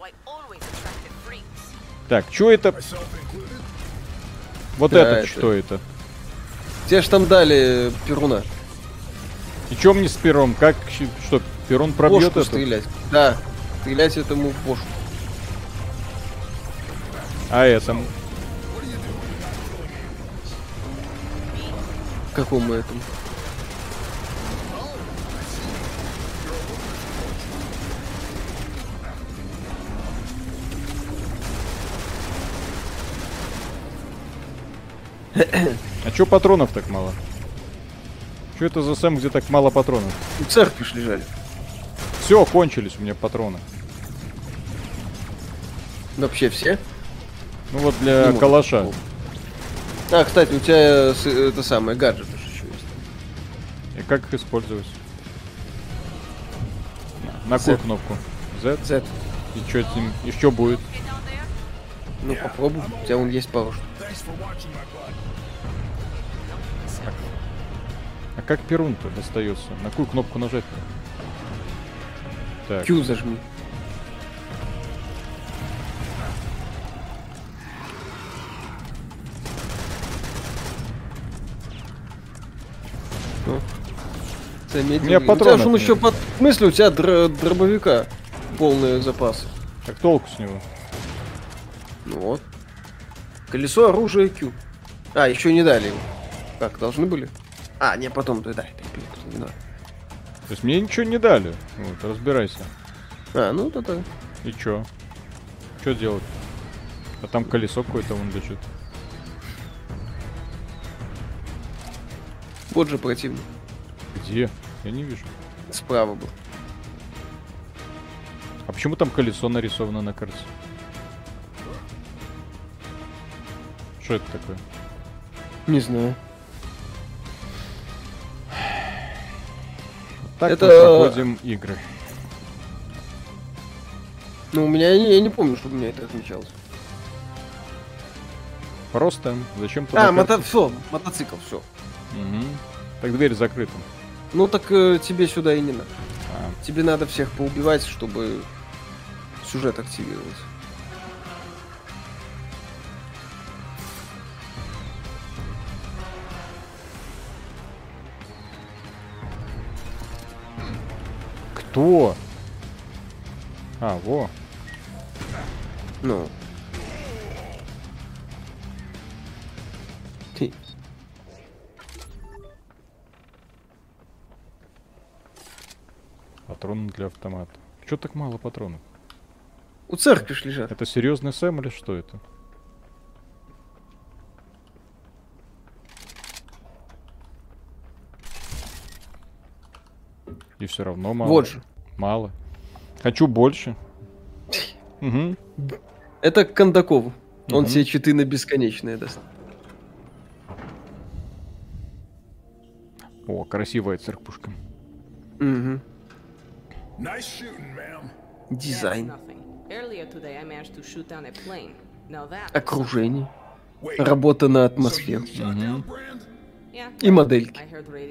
A: Так, что это? Вот это что это?
B: Тебе ж там дали Перуна.
A: И чё мне с пером? Как, что, Перун пробьет это?
B: Стрелять. Да, стрелять этому в бошку.
A: А этому?
B: Какому этому?
A: А чё патронов так мало? Что это за Сэм, где так мало патронов?
B: У церкви ж лежали.
A: Все, кончились у меня патроны.
B: Вообще все?
A: Ну вот для калаша.
B: А, кстати, у тебя это самое, гаджет еще есть.
A: И как их использовать? На какую кнопку? Z?
B: Z.
A: И что этим? И что будет?
B: Ну попробуй, у тебя вон есть пару штук.
A: А как Перун-то достается? На какую кнопку нажать-то? Так.
B: Q зажми. Заметил. У меня патронов нет. Еще в смысле, у тебя дробовика полные запасы.
A: Так толку с него?
B: Ну вот. Колесо, оружие, Q. А, еще не дали его. Как, должны были? А, не, потом ты дай.
A: То есть мне ничего не дали. Вот, разбирайся.
B: А, ну то-то.
A: И чё? Чё делать? А там колесо какое-то вон лежит.
B: Вот же противник.
A: Где? Я не вижу.
B: Справа был.
A: А почему там колесо нарисовано на карте? Что это такое?
B: Не знаю.
A: Так это... мы проходим игры.
B: Ну, у меня, я не помню, чтобы у меня это отмечалось.
A: Просто зачем
B: туда... мотоцикл, все.
A: Угу. Так дверь закрыта.
B: Ну так тебе сюда и не надо. Тебе надо всех поубивать, чтобы сюжет активировался.
A: Что? А, во.
B: Ну.
A: Патроны для автомата. Чё так мало патронов?
B: У церкви ж лежат.
A: Это серьезный Сэм или что это? И все равно мало.
B: Вот же.
A: Мало. Хочу больше. Угу.
B: Это к Кондакову. Он себе читы на бесконечные даст.
A: О, красивая церквушка.
B: Угу. Дизайн. Окружение. Работа на атмосферу. И модельки.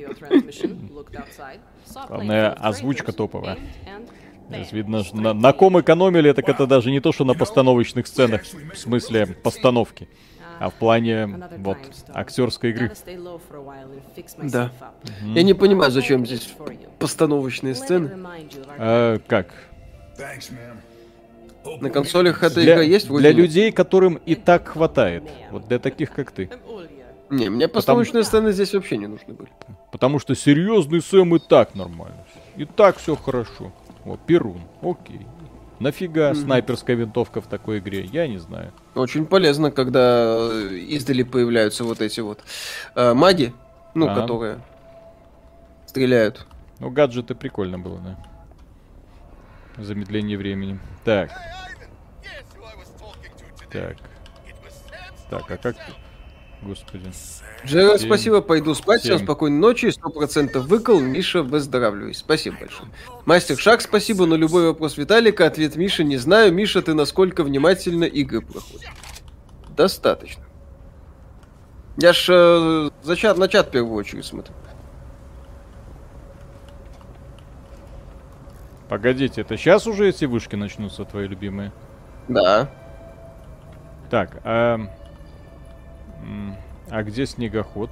A: Главное, озвучка топовая. Здесь видно, на ком экономили, так это даже не то, что на постановочных сценах, в смысле постановки, а в плане вот актерской игры.
B: Да. Я не понимаю, зачем здесь постановочные сцены.
A: Как?
B: На консолях эта игра есть?
A: Для людей, которым и так хватает. Вот для таких, как ты.
B: Не, мне постановочные сцены здесь вообще не нужны были.
A: Потому что серьезный Сэм и так нормально. И так все хорошо. Вот, Перун, окей. Нафига снайперская винтовка в такой игре? Я не знаю.
B: Очень полезно, когда издали появляются вот эти вот маги, которые стреляют.
A: Ну, гаджеты прикольно было, да. Замедление времени. Так. Так, а как... Господи.
B: Джерри, спасибо, пойду спать. Всем спокойной ночи. 100% выкол. Миша, выздоравливай. Спасибо большое. Мастер Шаг, спасибо. На любой вопрос Виталика ответ Миша не знаю. Миша, ты насколько внимательно игры проходишь? Достаточно. Я ж на чат в первую очередь смотрю.
A: Погодите, это сейчас уже эти вышки начнутся, твои любимые?
B: Да.
A: Так, а где снегоход?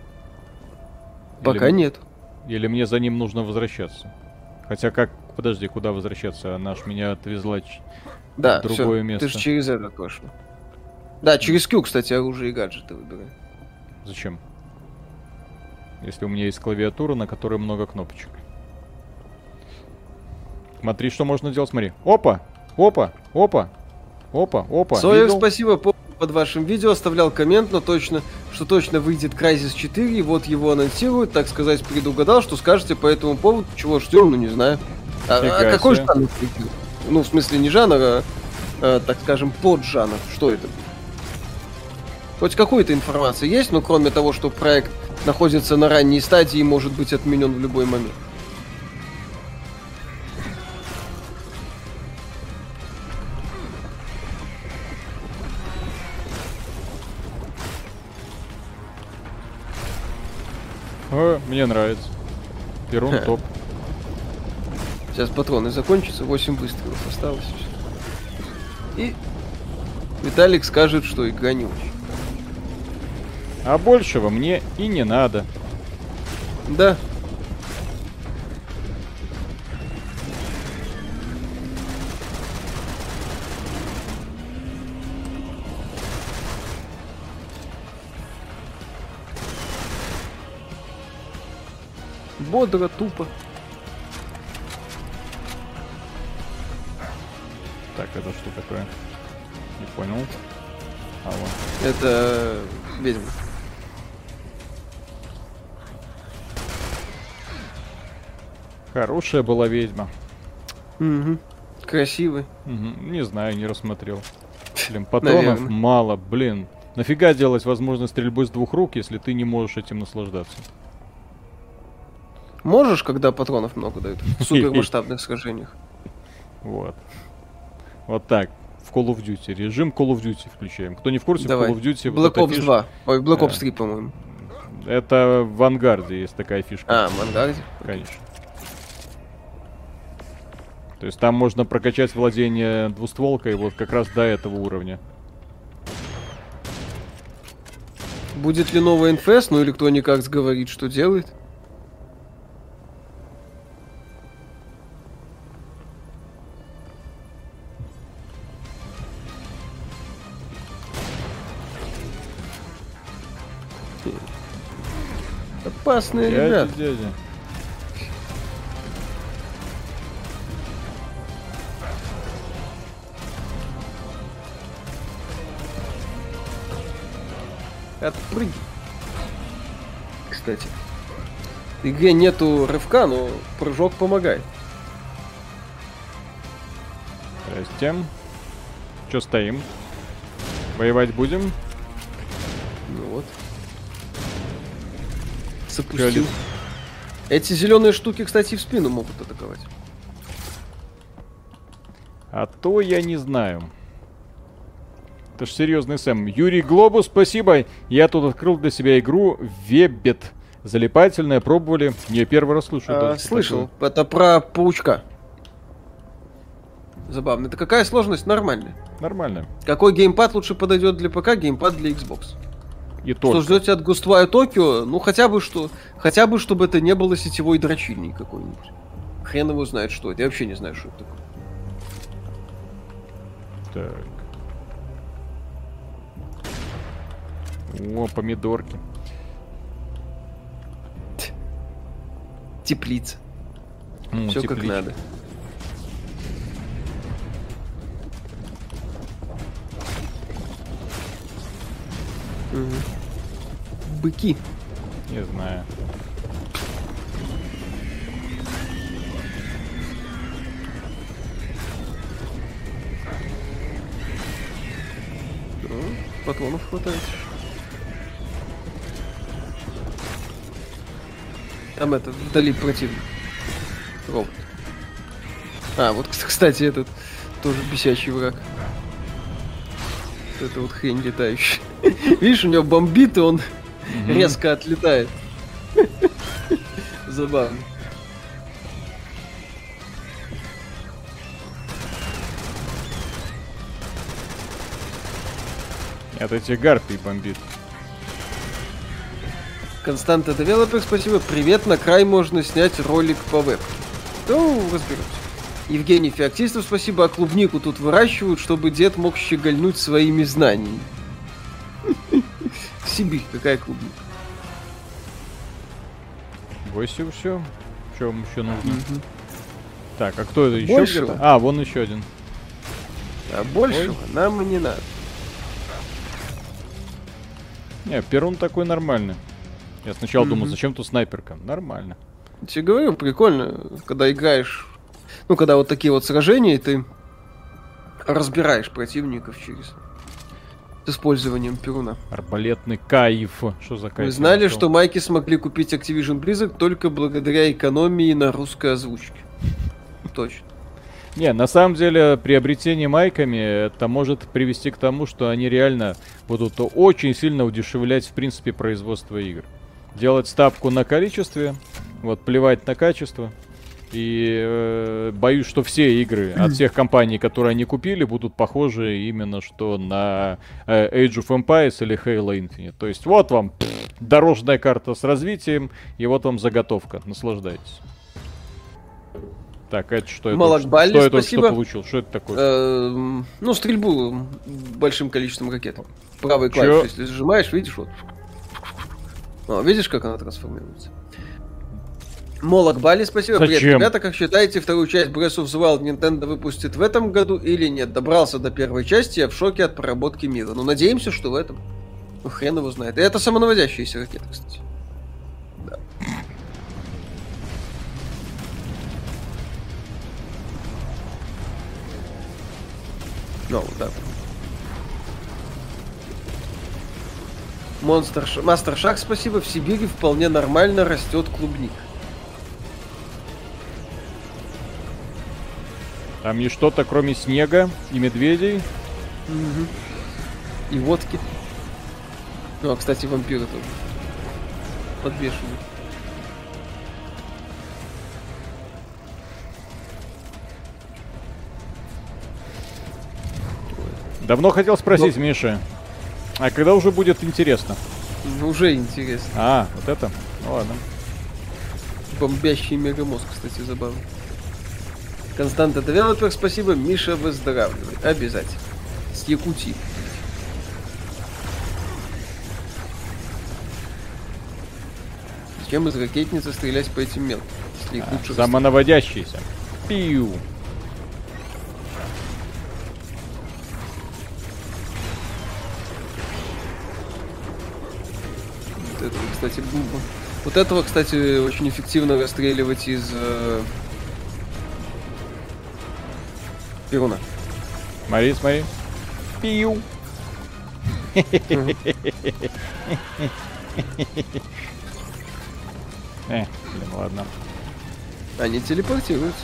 B: Пока нет.
A: Или мне за ним нужно возвращаться? Хотя как... Подожди, куда возвращаться? Она ж меня отвезла в другое место.
B: Ты же через это пошел. Да, через Q, кстати, оружие и гаджеты выбирай.
A: Зачем? Если у меня есть клавиатура, на которой много кнопочек. Смотри, что можно делать, смотри. Опа! Опа! Опа! Опа! Опа!
B: Соев, спасибо, под вашим видео оставлял коммент, но точно выйдет Crysis 4, и вот его анонсируют, так сказать, предугадал, что скажете по этому поводу, чего ждем, ну не знаю. А какой жанр? Ну, в смысле, не жанр, так скажем, поджанр. Что это? Хоть какую-то информацию есть, но кроме того, что проект находится на ранней стадии и может быть отменен в любой момент.
A: Мне нравится. Перун топ.
B: Сейчас патроны закончатся, 8 выстрелов осталось. И Виталик скажет, что игра не очень.
A: А большего мне и не надо.
B: Да. Бодро, тупо.
A: Так, это что такое? Не понял. А, вон.
B: Это ведьма.
A: Хорошая была ведьма.
B: Угу. Красивый.
A: Угу. Не знаю, не рассмотрел. Блин, патронов мало, блин. Нафига делать возможность стрельбы с двух рук, если ты не можешь этим наслаждаться?
B: Можешь, когда патронов много дают в супермасштабных сражениях.
A: Вот. Вот так. В Call of Duty. Режим Call of Duty включаем. Кто не в курсе,
B: давай.
A: в Call of Duty...
B: Black Ops 2. Ой, Black Ops 3, по-моему.
A: Это в Vanguard есть такая фишка.
B: А, в Vanguard?
A: Конечно. То есть там можно прокачать владение двустволкой вот как раз до этого уровня.
B: Будет ли новый NFS, ну или кто-никак сговорит, что делает? Опасные ребята.
A: Дядя.
B: Отпрыгивай. Кстати. В игре нету рывка, но прыжок помогает.
A: Здрасте. Че стоим? Воевать будем?
B: Ну вот. Запустил. Эти зеленые штуки, кстати, в спину могут атаковать.
A: А то я не знаю. Это ж серьезный Сэм. Юрий Глобус, спасибо. Я тут открыл для себя игру Веббет. Залипательная, пробовали. Не первый раз слышу.
B: Слышал. Это про паучка. Забавно. Это какая сложность? Нормальная.
A: Нормально.
B: Какой геймпад лучше подойдет для ПК, геймпад для Xbox?
A: И только.
B: Что ждете от Ghostwire Tokyo? Ну, хотя бы, чтобы это не было сетевой дрочильни какой-нибудь. Хрен его знает, что это. Я вообще не знаю, что это такое.
A: Так. О, помидорки.
B: Теплица. Все как надо. Быки.
A: Не знаю.
B: Патронов хватает. Там это, вдали противник. Робот. А, вот, кстати, этот тоже бесячий враг. Это вот хрень летающая. Видишь, у него бомбит, и он резко отлетает. Забавно.
A: Это эти гарпии бомбит.
B: Константа Девелопер, спасибо. Привет, на край можно снять ролик по веб. Ну, разберемся. Евгений Феоктистов, спасибо. А клубнику тут выращивают, чтобы дед мог щегольнуть своими знаниями. Сибирь, какая клубника?
A: Восемь все. Что вам еще нужно? Так, а кто это еще где-то? А, вон еще один.
B: А большего нам и не надо.
A: Не, Перун такой нормальный. Я сначала думал, зачем тут снайперка? Нормально.
B: Я тебе говорю, прикольно, когда играешь. Ну, когда вот такие вот сражения, ты разбираешь противников с использованием Перуна.
A: Арбалетный кайф. Что за кайф?
B: Вы знали, что майки смогли купить Activision Blizzard только благодаря экономии на русской озвучке? Точно.
A: Не, на самом деле, приобретение майками это может привести к тому, что они реально будут очень сильно удешевлять, в принципе, производство игр. Делать ставку на количестве, вот, плевать на качество. И боюсь, что все игры от всех компаний, которые они купили, будут похожи именно что на Age of Empires или Halo Infinite. То есть вот вам дорожная карта с развитием, и вот вам заготовка. Наслаждайтесь. Так, это что это? Что я только что получил? Что это такое?
B: Ну, стрельбу большим количеством ракет. Правый клавиш, если сжимаешь, видишь, вот. О, видишь, как она трансформируется? Молок Бали, спасибо.
A: Зачем?
B: Привет, ребята, как считаете, вторую часть Breath of the Wild Nintendo выпустит в этом году или нет? Добрался до первой части, я в шоке от проработки мира. Ну, надеемся, что в этом. Ну, хрен его знает. И это самонаводящиеся ракеты, кстати. Да. Ну, да. Мастер Шаг, спасибо. В Сибири вполне нормально растет клубника.
A: Там есть что-то, кроме снега и медведей.
B: И водки. Ну, а, кстати, вампиры тоже подвешены.
A: Давно хотел спросить, Миша, а когда уже будет интересно?
B: Уже интересно.
A: А, вот это? Ну ладно.
B: Бомбящий мегамозг, кстати, забавно. Константа Девелопер, спасибо. Миша, выздоравливай. Обязательно. С Якутии. Зачем из ракетницы стрелять по этим мелким? Если их лучше
A: самонаводящиеся. Пиу.
B: Вот этого, кстати, очень эффективно расстреливать из Перуна.
A: Смотри, смотри. Пиу. Блин, ладно.
B: Они телепортируются.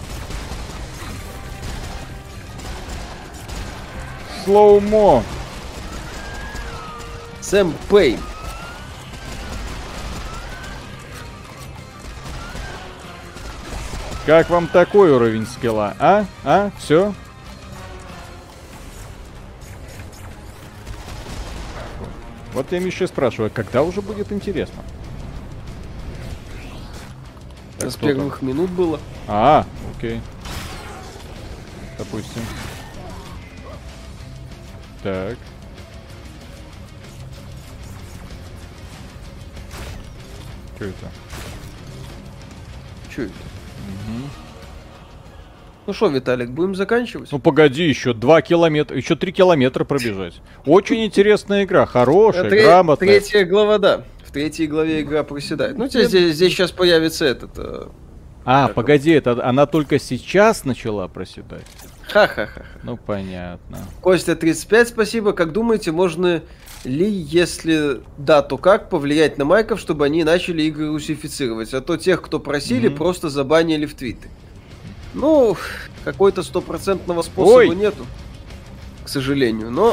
A: Слоумо.
B: Сэм Пейн.
A: Как вам такой уровень скилла? А? Все? Вот я Миша спрашиваю, когда уже будет интересно?
B: Так, с первых минут было.
A: Окей. Допустим. Так. Что это?
B: Что это? Ну что, Виталик, будем заканчивать?
A: Ну погоди, еще 2 километра, еще 3 километра пробежать. Очень интересная игра, хорошая, грамотная.
B: 3 глава, да. В 3 главе игра проседает. Ну, здесь сейчас появится этот...
A: погоди, это она только сейчас начала проседать?
B: Ха-ха-ха.
A: Ну, понятно.
B: Костя 35, спасибо. Как думаете, можно ли, если да, то как повлиять на майков, чтобы они начали игры русифицировать? А то тех, кто просили, просто забанили в твиты. Ну, какой-то стопроцентного способа нету, к сожалению. Но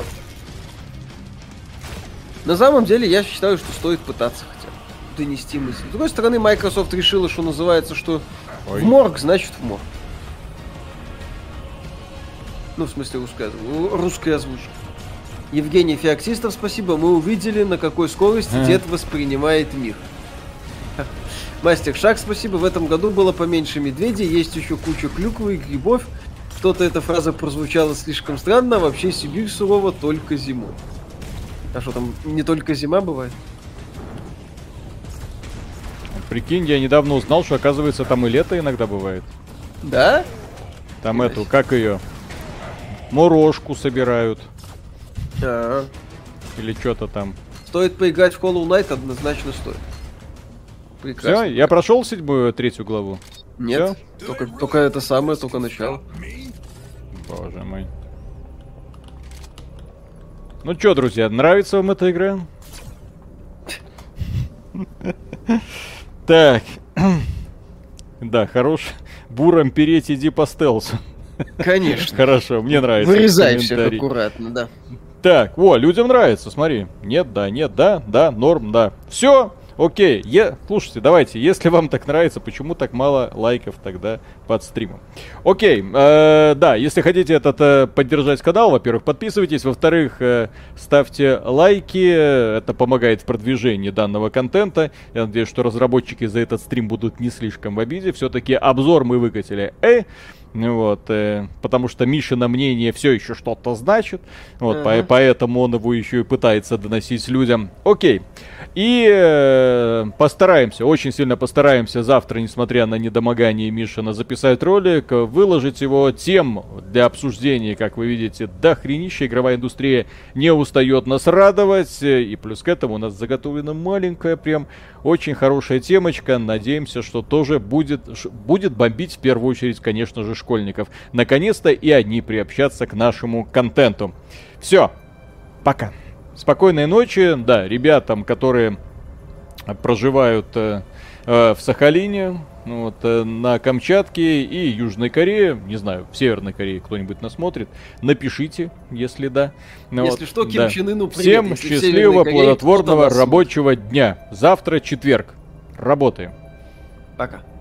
B: на самом деле я считаю, что стоит пытаться хотя бы донести мысль. С другой стороны, Microsoft решила, что называется, что в морг, значит в морг. Ну, в смысле, русской озвучки. Евгений Феоктистов, спасибо. Мы увидели, на какой скорости дед воспринимает мир. Мастер Шаг, спасибо. В этом году было поменьше медведей, есть еще куча клюквы и грибов. Что-то эта фраза прозвучала слишком странно, а вообще Сибирь сурова только зимой. А что там, не только зима бывает?
A: Прикинь, я недавно узнал, что оказывается там и лето иногда бывает.
B: Да?
A: Там эту, как ее? Морожку собирают. Или что-то там.
B: Стоит поиграть в Hollow Knight, однозначно стоит.
A: Прекрасно. Все, я прошел 3 главу.
B: Нет, только это самое, только начало.
A: Боже мой. Ну чё, друзья, нравится вам эта игра? Так. Да, хорош. Буром переть, иди по стелсу.
B: Конечно.
A: Хорошо, мне нравится.
B: Вырезай все аккуратно, да.
A: Так, людям нравится, смотри. Нет, да, норм, да. Все. Окей, слушайте, давайте, если вам так нравится, почему так мало лайков тогда под стримом? Окей, да, если хотите поддержать канал, во-первых, подписывайтесь, во-вторых, ставьте лайки, это помогает в продвижении данного контента. Я надеюсь, что разработчики за этот стрим будут не слишком в обиде, все-таки обзор мы выкатили, потому что Мишино мнение все еще что-то значит, поэтому он его еще и пытается доносить людям. Окей, и постараемся, очень сильно постараемся завтра, несмотря на недомогание Мишина, записать ролик, выложить его. Тем для обсуждения, как вы видите, дохренища. Игровая индустрия не устает нас радовать, и плюс к этому у нас заготовлена маленькая, прям очень хорошая темочка. Надеемся, что тоже будет бомбить в первую очередь, конечно же, школьников. Наконец-то и они приобщатся к нашему контенту. Все, пока. Спокойной ночи, да, ребятам, которые проживают в Сахалине, на Камчатке и Южной Корее, не знаю, в Северной Корее кто-нибудь нас смотрит, напишите, если да.
B: Если что, Ким Чен Ыну привет.
A: Всем счастливого, плодотворного рабочего дня. Завтра четверг. Работаем.
B: Пока.